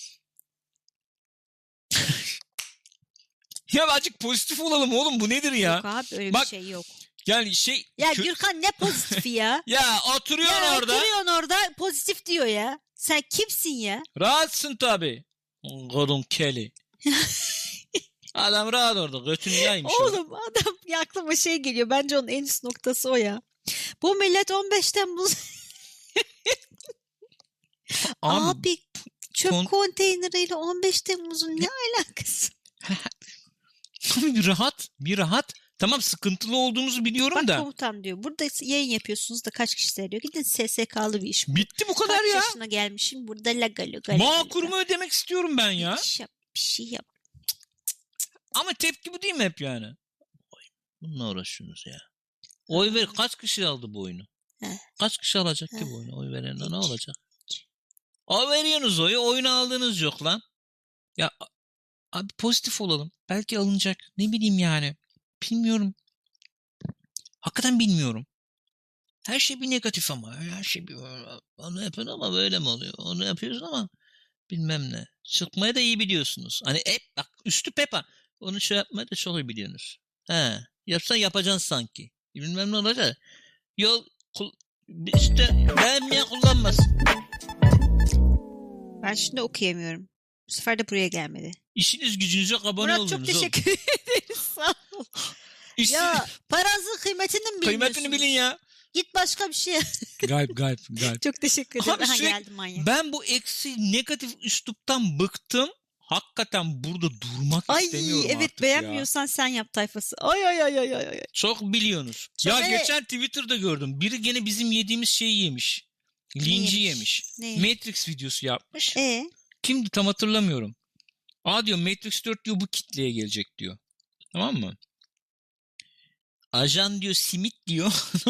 Speaker 1: ya azıcık pozitif olalım oğlum bu nedir ya?
Speaker 2: Yok abi öyle
Speaker 1: Bak,
Speaker 2: bir şey yok.
Speaker 1: Yani şey.
Speaker 2: Ya
Speaker 1: kö-
Speaker 2: Gürkan ne pozitifi ya?
Speaker 1: ya oturuyorsun
Speaker 2: ya
Speaker 1: orada.
Speaker 2: oturuyorsun orada pozitif diyor ya. Sen kimsin ya?
Speaker 1: Rahatsın tabii. Kadın keli. Adam rahat orada. Götünü yaymış orada.
Speaker 2: Oğlum adam ya aklıma şey geliyor. Bence onun en üst noktası o ya. Bu millet on beş Temmuz
Speaker 1: Abi,
Speaker 2: abi çöp
Speaker 1: kon-
Speaker 2: konteyneriyle on beş Temmuz'un ne alakası?
Speaker 1: bir rahat. Bir rahat. Tamam sıkıntılı olduğumuzu biliyorum
Speaker 2: Bak
Speaker 1: da.
Speaker 2: komutan diyor. Burada yayın yapıyorsunuz da kaç kişi seyrediyor? Gidin S S K'lı bir iş. bu.
Speaker 1: Bitti bu kadar
Speaker 2: Kaç
Speaker 1: ya.
Speaker 2: yaşına gelmişim burada laga laga.
Speaker 1: Bağ
Speaker 2: laga.
Speaker 1: kurumu ödemek istiyorum ben ya.
Speaker 2: Bir iş yap, bir şey yap.
Speaker 1: Ama tepki bu değil mi hep yani? Oy, bununla uğraşıyorsunuz ya. Oy ver kaç kişi aldı bu oyunu?
Speaker 2: He.
Speaker 1: Kaç kişi alacak ki
Speaker 2: He.
Speaker 1: bu oyunu? Oy verenler ne
Speaker 2: Hiç.
Speaker 1: olacak? O veriyorsunuz oyu, oyunu aldığınız yok lan. Ya abi pozitif olalım. Belki alınacak. Ne bileyim yani. Bilmiyorum. Hakikaten bilmiyorum. Her şey bir negatif ama. Her şey bir onu yapın ama böyle mi oluyor? Onu yapıyorsun ama bilmem ne. Çıkmayı da iyi biliyorsunuz. Hani hep bak üstü pepa. Onu şey yapmayı da çok iyi biliyorsunuz. He. Yapsan yapacaksın sanki. Bilmem ne olacak. Yol kul, işte beğenmeyen kullanmaz.
Speaker 2: Ben şimdi okuyamıyorum. Bu sefer de buraya gelmedi.
Speaker 1: İşiniz gücünüze abone
Speaker 2: Murat
Speaker 1: oldunuz.
Speaker 2: çok teşekkür ederiz. Sağ ol.
Speaker 1: İşsiz...
Speaker 2: Ya paranızın kıymetini mi bilmiyorsunuz?
Speaker 1: Kıymetini bilin ya.
Speaker 2: Git başka bir şey.
Speaker 1: Gayb gayb gayb.
Speaker 2: Çok teşekkür ederim.
Speaker 1: Abi
Speaker 2: Aha,
Speaker 1: sürekli,
Speaker 2: geldim manyak.
Speaker 1: ben bu eksi negatif üsluptan bıktım. Hakikaten burada durmak
Speaker 2: Ay,
Speaker 1: istemiyorum
Speaker 2: evet,
Speaker 1: artık
Speaker 2: beğenmiyorsan
Speaker 1: ya.
Speaker 2: sen yap tayfası. Ay ay ay ay ay.
Speaker 1: Çok biliyorsunuz.
Speaker 2: Çok
Speaker 1: ya
Speaker 2: öyle...
Speaker 1: geçen Twitter'da gördüm. Biri gene bizim yediğimiz şeyi yemiş. Linci yemiş.
Speaker 2: Ne?
Speaker 1: Matrix videosu yapmış.
Speaker 2: E?
Speaker 1: Kimdi tam hatırlamıyorum. Aa diyor Matrix dört diyor bu kitleye gelecek diyor. Tamam mı? Ajan diyor Smith diyor.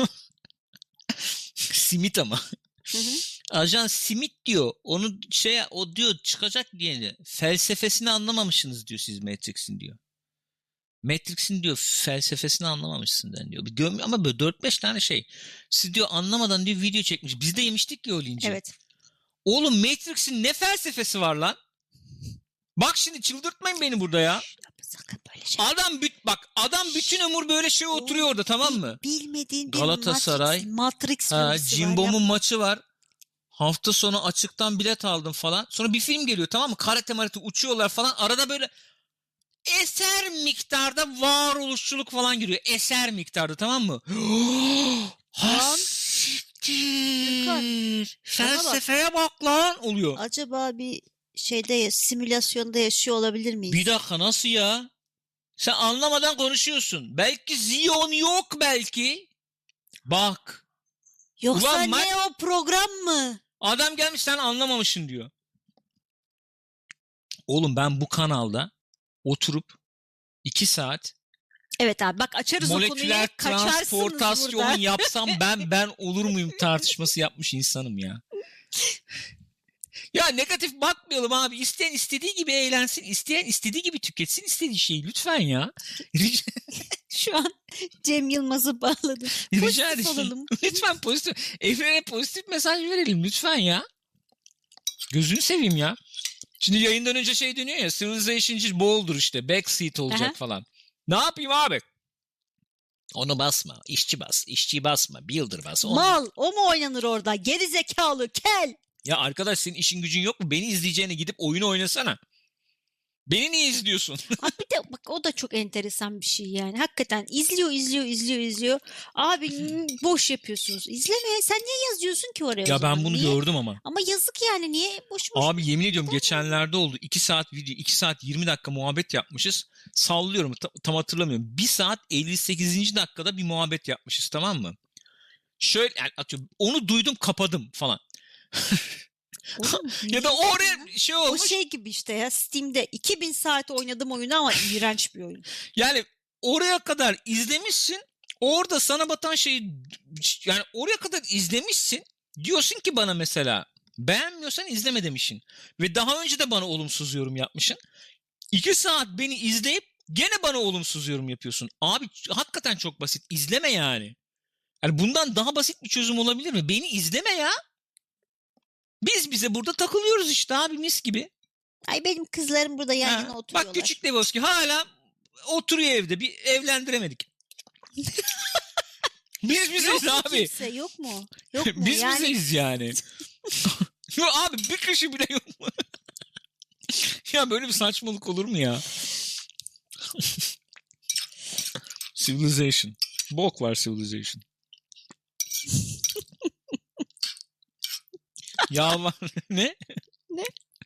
Speaker 1: Smith ama.
Speaker 2: Hı hı.
Speaker 1: Ajan Smith diyor. Onu şey o diyor çıkacak diye de, felsefesini anlamamışsınız diyor siz Matrix'in diyor. Matrix'in diyor felsefesini anlamamışsın diyor. Bir diyor ama böyle dört beş tane şey. Siz diyor anlamadan diyor video çekmiş. Biz de yemiştik ya o linci.
Speaker 2: Evet.
Speaker 1: Oğlum Matrix'in ne felsefesi var lan? Bak şimdi çıldırtmayın beni burada ya.
Speaker 2: Sakın böyle şey.
Speaker 1: Adam büt bak adam bütün ömür böyle şey oturuyor orada tamam mı?
Speaker 2: Bilmediğin bir
Speaker 1: Galatasaray,
Speaker 2: Matrix, Matrix
Speaker 1: ha, Cimbom'un
Speaker 2: var.
Speaker 1: maçı var. Hafta sonu açıktan bilet aldım falan. Sonra bir film geliyor tamam mı? Karate marate uçuyorlar falan. Arada böyle eser miktarda varoluşçuluk falan giriyor. Eser miktarda tamam mı? Hassiktir. Felsefeye bak lan oluyor.
Speaker 2: Acaba bir şeyde simülasyonda yaşıyor olabilir miyiz?
Speaker 1: Bir dakika nasıl ya? Sen anlamadan konuşuyorsun. Belki Zion yok belki. Bak.
Speaker 2: Yoksa
Speaker 1: Ulan,
Speaker 2: ne
Speaker 1: ma-
Speaker 2: o program mı?
Speaker 1: Adam gelmiş sen anlamamışsın diyor. Oğlum ben bu kanalda oturup iki saat
Speaker 2: Evet abi bak açarız o konuyu.
Speaker 1: moleküler transportasyon yapsam ben ben olur muyum tartışması yapmış insanım ya. Ya negatif bakmayalım abi. İsteyen istediği gibi eğlensin. İsteyen istediği gibi tüketsin istediği şeyi. Lütfen ya.
Speaker 2: Şu an Cem Yılmaz'ı bağladım.
Speaker 1: Rica
Speaker 2: Pozitif
Speaker 1: ederim.
Speaker 2: olalım.
Speaker 1: Lütfen pozitif. Evrene pozitif mesaj verelim lütfen ya. Gözünü seveyim ya. Şimdi yayından önce şey dönüyor ya. Civilization boldur işte. Backseat olacak
Speaker 2: Aha.
Speaker 1: falan. Ne yapayım abi? Onu basma. İşçi bas. İşçiyi basma. Builder bas. Onu...
Speaker 2: Mal o mu oynanır orada? Geri zekalı kel.
Speaker 1: Ya arkadaş senin işin gücün yok mu? Beni izleyeceğine gidip oyunu oynasana. Beni niye izliyorsun?
Speaker 2: Abi bir de bak o da çok enteresan bir şey yani. Hakikaten izliyor izliyor izliyor izliyor. Abi boş yapıyorsunuz. İzleme. Sen niye yazıyorsun ki oraya?
Speaker 1: Ya ben bunu
Speaker 2: niye?
Speaker 1: gördüm ama.
Speaker 2: Ama yazık yani niye boş boş.
Speaker 1: Abi yemin ediyorum geçenlerde oldu. iki saat video, iki saat yirmi dakika muhabbet yapmışız. Sallıyorum ta- tam hatırlamıyorum. bir saat elli sekizinci dakikada bir muhabbet yapmışız tamam mı? Şöyle yani atıyorum onu duydum kapadım falan.
Speaker 2: Oğlum,
Speaker 1: ya da oraya şey olmuş.
Speaker 2: O şey gibi işte ya Steam'de iki bin saat oynadım oyunu ama iğrenç bir oyun.
Speaker 1: Yani oraya kadar izlemişsin. Orada sana batan şeyi yani oraya kadar izlemişsin. Diyorsun ki bana mesela beğenmiyorsan izleme demişsin. Ve daha önce de bana olumsuz yorum yapmışsın. iki saat beni izleyip gene bana olumsuz yorum yapıyorsun. Abi hakikaten çok basit. İzleme yani. Yani bundan daha basit bir çözüm olabilir mi? Beni izleme ya. Biz bize burada takılıyoruz işte abi mis gibi.
Speaker 2: Ay benim kızlarım burada yan yana oturuyorlar.
Speaker 1: Bak küçük Lebowski hala oturuyor evde. Bir evlendiremedik. Biz bizeyiz
Speaker 2: yok
Speaker 1: abi.
Speaker 2: Kimse, yok mu? Yok mu?
Speaker 1: Biz
Speaker 2: yani...
Speaker 1: bizeyiz yani. Yok abi bir kişi bile yok mu? Ya böyle bir saçmalık olur mu ya? Civilization. Bok var Civilization. Yalvar... ne?
Speaker 2: Ne?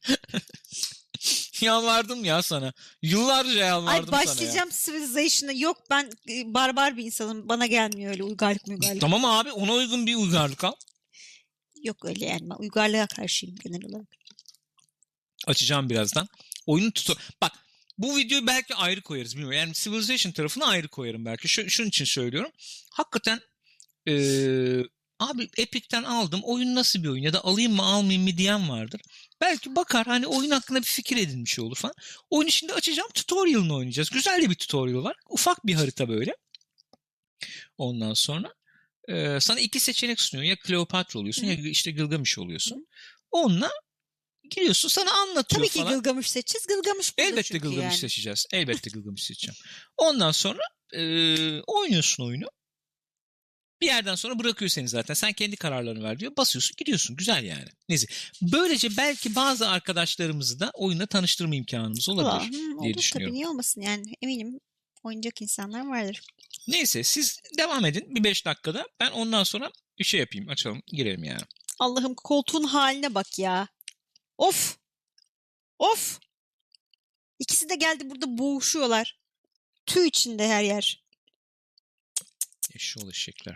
Speaker 1: Yalvardım ya sana. Yıllarca yalvardım
Speaker 2: Ay
Speaker 1: sana
Speaker 2: başlayacağım Civilization'a. Yok ben barbar bir insanım. Bana gelmiyor öyle uygarlık uygarlık.
Speaker 1: Tamam abi ona uygun bir uygarlık al.
Speaker 2: Yok öyle yani. Ben uygarlığa karşıyım genel olarak.
Speaker 1: Açacağım birazdan. Oyunun tutu... Bak bu videoyu belki ayrı koyarız bilmiyorum. Yani Civilization tarafını ayrı koyarım belki. Şu, şunun için söylüyorum. Hakikaten ee, Abi Epic'ten aldım. Oyun nasıl bir oyun? Ya da alayım mı almayayım mı diyen vardır. Belki bakar hani oyun hakkında bir fikir edinmiş olur falan. Oyun içinde açacağım, tutorial'ını oynayacağız. Güzel de bir tutorial var. Ufak bir harita böyle. Ondan sonra e, sana iki seçenek sunuyor. Ya Kleopatra oluyorsun
Speaker 2: Hı.
Speaker 1: ya işte Gılgamış oluyorsun. Onunla giriyorsun, sana anlatıyor
Speaker 2: Tabii ki
Speaker 1: falan.
Speaker 2: Gılgamış seçeceğiz. Gılgamış burada
Speaker 1: Elbette
Speaker 2: çünkü
Speaker 1: Gılgamış
Speaker 2: yani.
Speaker 1: seçeceğiz. Elbette Gılgamış seçeceğim. Ondan sonra e, oynuyorsun oyunu. Bir yerden sonra bırakıyor seni zaten. Sen kendi kararlarını ver diyor. Basıyorsun gidiyorsun. Güzel yani. Neyse. Böylece belki bazı arkadaşlarımızı da oyunla tanıştırma imkanımız olabilir
Speaker 2: Valla, hı,
Speaker 1: diye
Speaker 2: olur tabii,
Speaker 1: düşünüyorum.
Speaker 2: niye olmasın yani, eminim oynayacak insanlar vardır.
Speaker 1: Neyse siz devam edin bir beş dakikada. Ben ondan sonra bir şey yapayım. Açalım girelim yani.
Speaker 2: Allah'ım, koltuğun haline bak ya. Of. Of. İkisi de geldi burada boğuşuyorlar. Tüy içinde her yer.
Speaker 1: Eşşoğlu eşekler.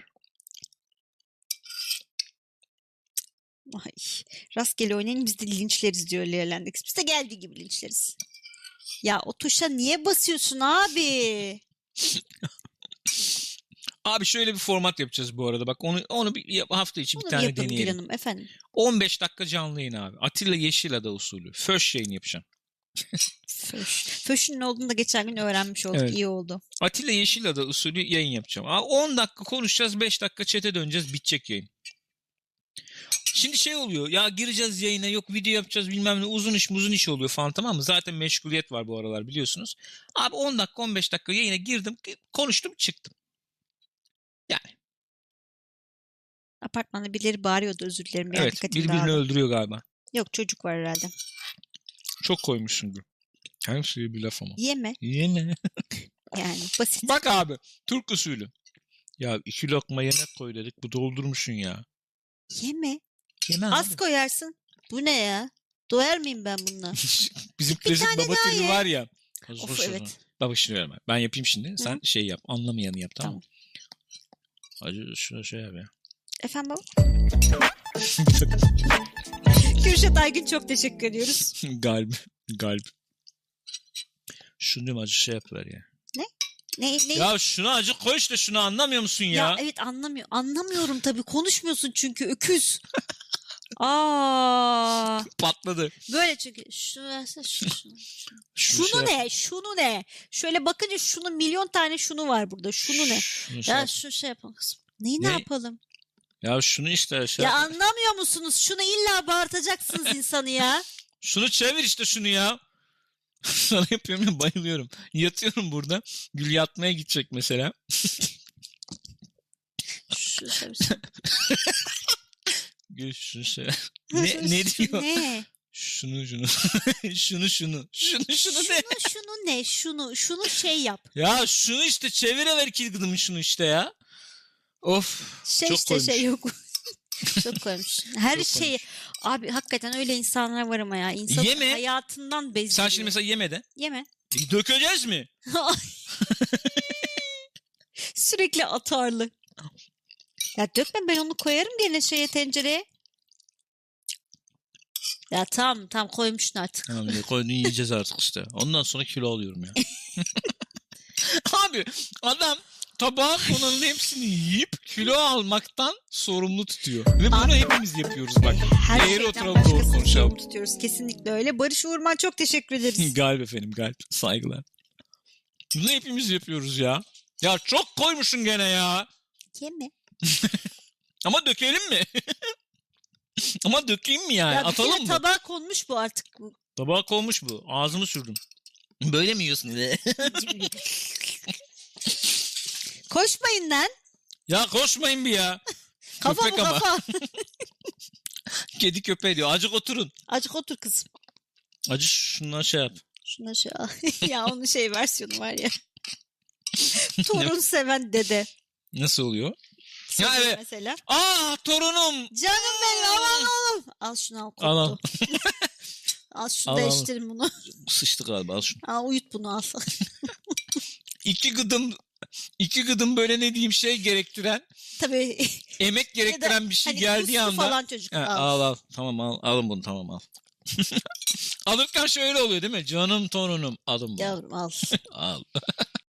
Speaker 2: Ay, rastgele oynayın, biz de linçleriz diyor Leoland X. Biz de geldiği gibi linçleriz. Ya o tuşa niye basıyorsun abi?
Speaker 1: Abi şöyle bir format yapacağız bu arada. Bak onu onu bir hafta içi bir
Speaker 2: Onu bir
Speaker 1: tane
Speaker 2: yapalım Gül
Speaker 1: deneyelim.
Speaker 2: Hanım, efendim.
Speaker 1: on beş dakika canlı yayın abi. Atilla Yeşilada usulü. First yayın yapacağım.
Speaker 2: Föş. Föş'ün ne olduğunu da geçen gün öğrenmiş olduk.
Speaker 1: Evet.
Speaker 2: İyi oldu.
Speaker 1: Atilla Yeşilada usulü yayın yapacağım. Aa, on dakika konuşacağız, beş dakika chat'e döneceğiz, bitecek yayın. Şimdi şey oluyor ya, gireceğiz yayına, yok video yapacağız bilmem ne, uzun iş uzun iş oluyor falan, tamam mı? Zaten meşguliyet var bu aralar biliyorsunuz. Abi on dakika on beş dakika yayına girdim, konuştum, çıktım. Yani.
Speaker 2: Apartmanda birileri bağırıyordu, özür dilerim. Bir an
Speaker 1: Evet,
Speaker 2: dikkatim
Speaker 1: birbirini
Speaker 2: dağıldı.
Speaker 1: öldürüyor galiba.
Speaker 2: Yok, çocuk var herhalde.
Speaker 1: Çok koymuşsundur. Her şeyi bir laf ama.
Speaker 2: Yeme.
Speaker 1: Yeme.
Speaker 2: Yani basit.
Speaker 1: Bak abi, Türk usulü. Ya iki lokma yemek koy dedik, bu doldurmuşsun ya.
Speaker 2: Yeme.
Speaker 1: Yeme
Speaker 2: Az
Speaker 1: abi.
Speaker 2: koyarsın. Bu ne ya? Doyar mıyım ben bununla?
Speaker 1: Bizim
Speaker 2: Bir
Speaker 1: klasik
Speaker 2: tane
Speaker 1: baba
Speaker 2: daha
Speaker 1: türlü
Speaker 2: ye.
Speaker 1: var ya.
Speaker 2: Of, evet.
Speaker 1: Baba şimdi verme. Ben yapayım şimdi. Sen
Speaker 2: Hı.
Speaker 1: şey yap. Anlamayanı yap, tamam mı?
Speaker 2: Tamam.
Speaker 1: Acı şunu şey yap ya.
Speaker 2: Efendim baba? Kürşat Aygün, çok teşekkür ediyoruz.
Speaker 1: Galip. Galip. Şunu diyorum, acı şey yapıver ya.
Speaker 2: Ne? Ne? ne?
Speaker 1: Ya şunu acı koy işte, şunu anlamıyor musun ya?
Speaker 2: Ya evet, anlamıyor. Anlamıyorum tabii. Konuşmuyorsun çünkü, öküz. Aa,
Speaker 1: Patladı.
Speaker 2: böyle çünkü. Şunu verse şunu. Şunu,
Speaker 1: Şunu
Speaker 2: şunu
Speaker 1: şey
Speaker 2: ne? Şunu ne? Şöyle bakınca şunun milyon tane şunu var burada. Şunu ne?
Speaker 1: Şunu şey
Speaker 2: Ya
Speaker 1: yap.
Speaker 2: şu şey yapalım kızım. Neyi ne
Speaker 1: Ne?
Speaker 2: yapalım?
Speaker 1: Ya şunu işte şey
Speaker 2: Ya
Speaker 1: yap.
Speaker 2: anlamıyor musunuz? Şunu illa bağırtacaksınız insanı ya.
Speaker 1: Şunu çevir işte şunu ya. Sana yapıyorum ya, bayılıyorum. Yatıyorum burada. Gül yatmaya gidecek mesela.
Speaker 2: Şu, şu,
Speaker 1: Gül şunu şey. Ne, ne
Speaker 2: şu
Speaker 1: diyor?
Speaker 2: Ne?
Speaker 1: Şunu şunu. şunu şunu. Şunu şunu ne?
Speaker 2: Şunu şunu ne? Şunu şunu şey yap.
Speaker 1: Ya şunu işte çevire ki gıdım şunu işte ya. Of.
Speaker 2: Şey
Speaker 1: çok
Speaker 2: işte
Speaker 1: koymuş.
Speaker 2: şey yok. Çok koymuş. Her
Speaker 1: Çok
Speaker 2: şeyi.
Speaker 1: koymuş.
Speaker 2: Abi hakikaten öyle insanlar var ama ya. İnsan
Speaker 1: Yeme.
Speaker 2: hayatından bezliyor.
Speaker 1: Sen şimdi mesela yeme de.
Speaker 2: Yeme.
Speaker 1: E, dökeceğiz mi?
Speaker 2: Sürekli atarlı. Ya dökme, ben onu koyarım gene şeye, tencereye. Ya tamam tamam, koymuşsun artık.
Speaker 1: Tamam ya, koydun yiyeceğiz artık işte. Ondan sonra kilo alıyorum ya. Abi adam tabağa konanın hepsini yiyip kilo almaktan sorumlu tutuyor. Ve bunu
Speaker 2: Abi,
Speaker 1: hepimiz yapıyoruz bak.
Speaker 2: Her
Speaker 1: Eğri
Speaker 2: şeyden
Speaker 1: oturalım, doğru
Speaker 2: başkasını
Speaker 1: konuşalım.
Speaker 2: sorumlu tutuyoruz. Kesinlikle öyle. Barış Uğurman, çok teşekkür ederiz.
Speaker 1: Galip efendim, galip. Saygılar. Bunu hepimiz yapıyoruz ya. Ya çok koymuşsun gene ya.
Speaker 2: Yeme.
Speaker 1: Ama dökelim mi? Ama dökeyim mi yani?
Speaker 2: Ya bir
Speaker 1: Atalım
Speaker 2: kere
Speaker 1: mı?
Speaker 2: tabağa konmuş bu artık.
Speaker 1: Tabağa konmuş bu. Ağzımı sürdüm. Böyle mi yiyorsun?
Speaker 2: Koşmayın lan.
Speaker 1: Ya koşmayın bir ya.
Speaker 2: Kafa
Speaker 1: Köpek
Speaker 2: bu
Speaker 1: ama.
Speaker 2: kafa.
Speaker 1: Kedi köpeği diyor. Acık oturun.
Speaker 2: Azıcık otur kızım.
Speaker 1: Acı şundan şey yap.
Speaker 2: Şuna şu al. Ya onun şey versiyonu var ya. Torun seven dede.
Speaker 1: Nasıl oluyor? Ya
Speaker 2: Söylüyor
Speaker 1: evet.
Speaker 2: mesela.
Speaker 1: Aa torunum.
Speaker 2: Canım benim, aman oğlum. Al şunu, al koptu.
Speaker 1: Al
Speaker 2: Al,
Speaker 1: al.
Speaker 2: al şunu
Speaker 1: Al, al.
Speaker 2: değiştirin bunu.
Speaker 1: Sıçtı galiba, al şunu.
Speaker 2: Al, uyut bunu, al.
Speaker 1: İki gıdım iki gıdım böyle ne diyeyim şey gerektiren,
Speaker 2: Tabii.
Speaker 1: emek gerektiren bir şey
Speaker 2: Hani
Speaker 1: geldiği
Speaker 2: kustu
Speaker 1: anda.
Speaker 2: falan çocuk.
Speaker 1: Ha,
Speaker 2: al.
Speaker 1: al al. Tamam al. Alın bunu, tamam al. Alırken şöyle oluyor değil mi? Canım torunum, alın bunu.
Speaker 2: Yavrum al.
Speaker 1: Al.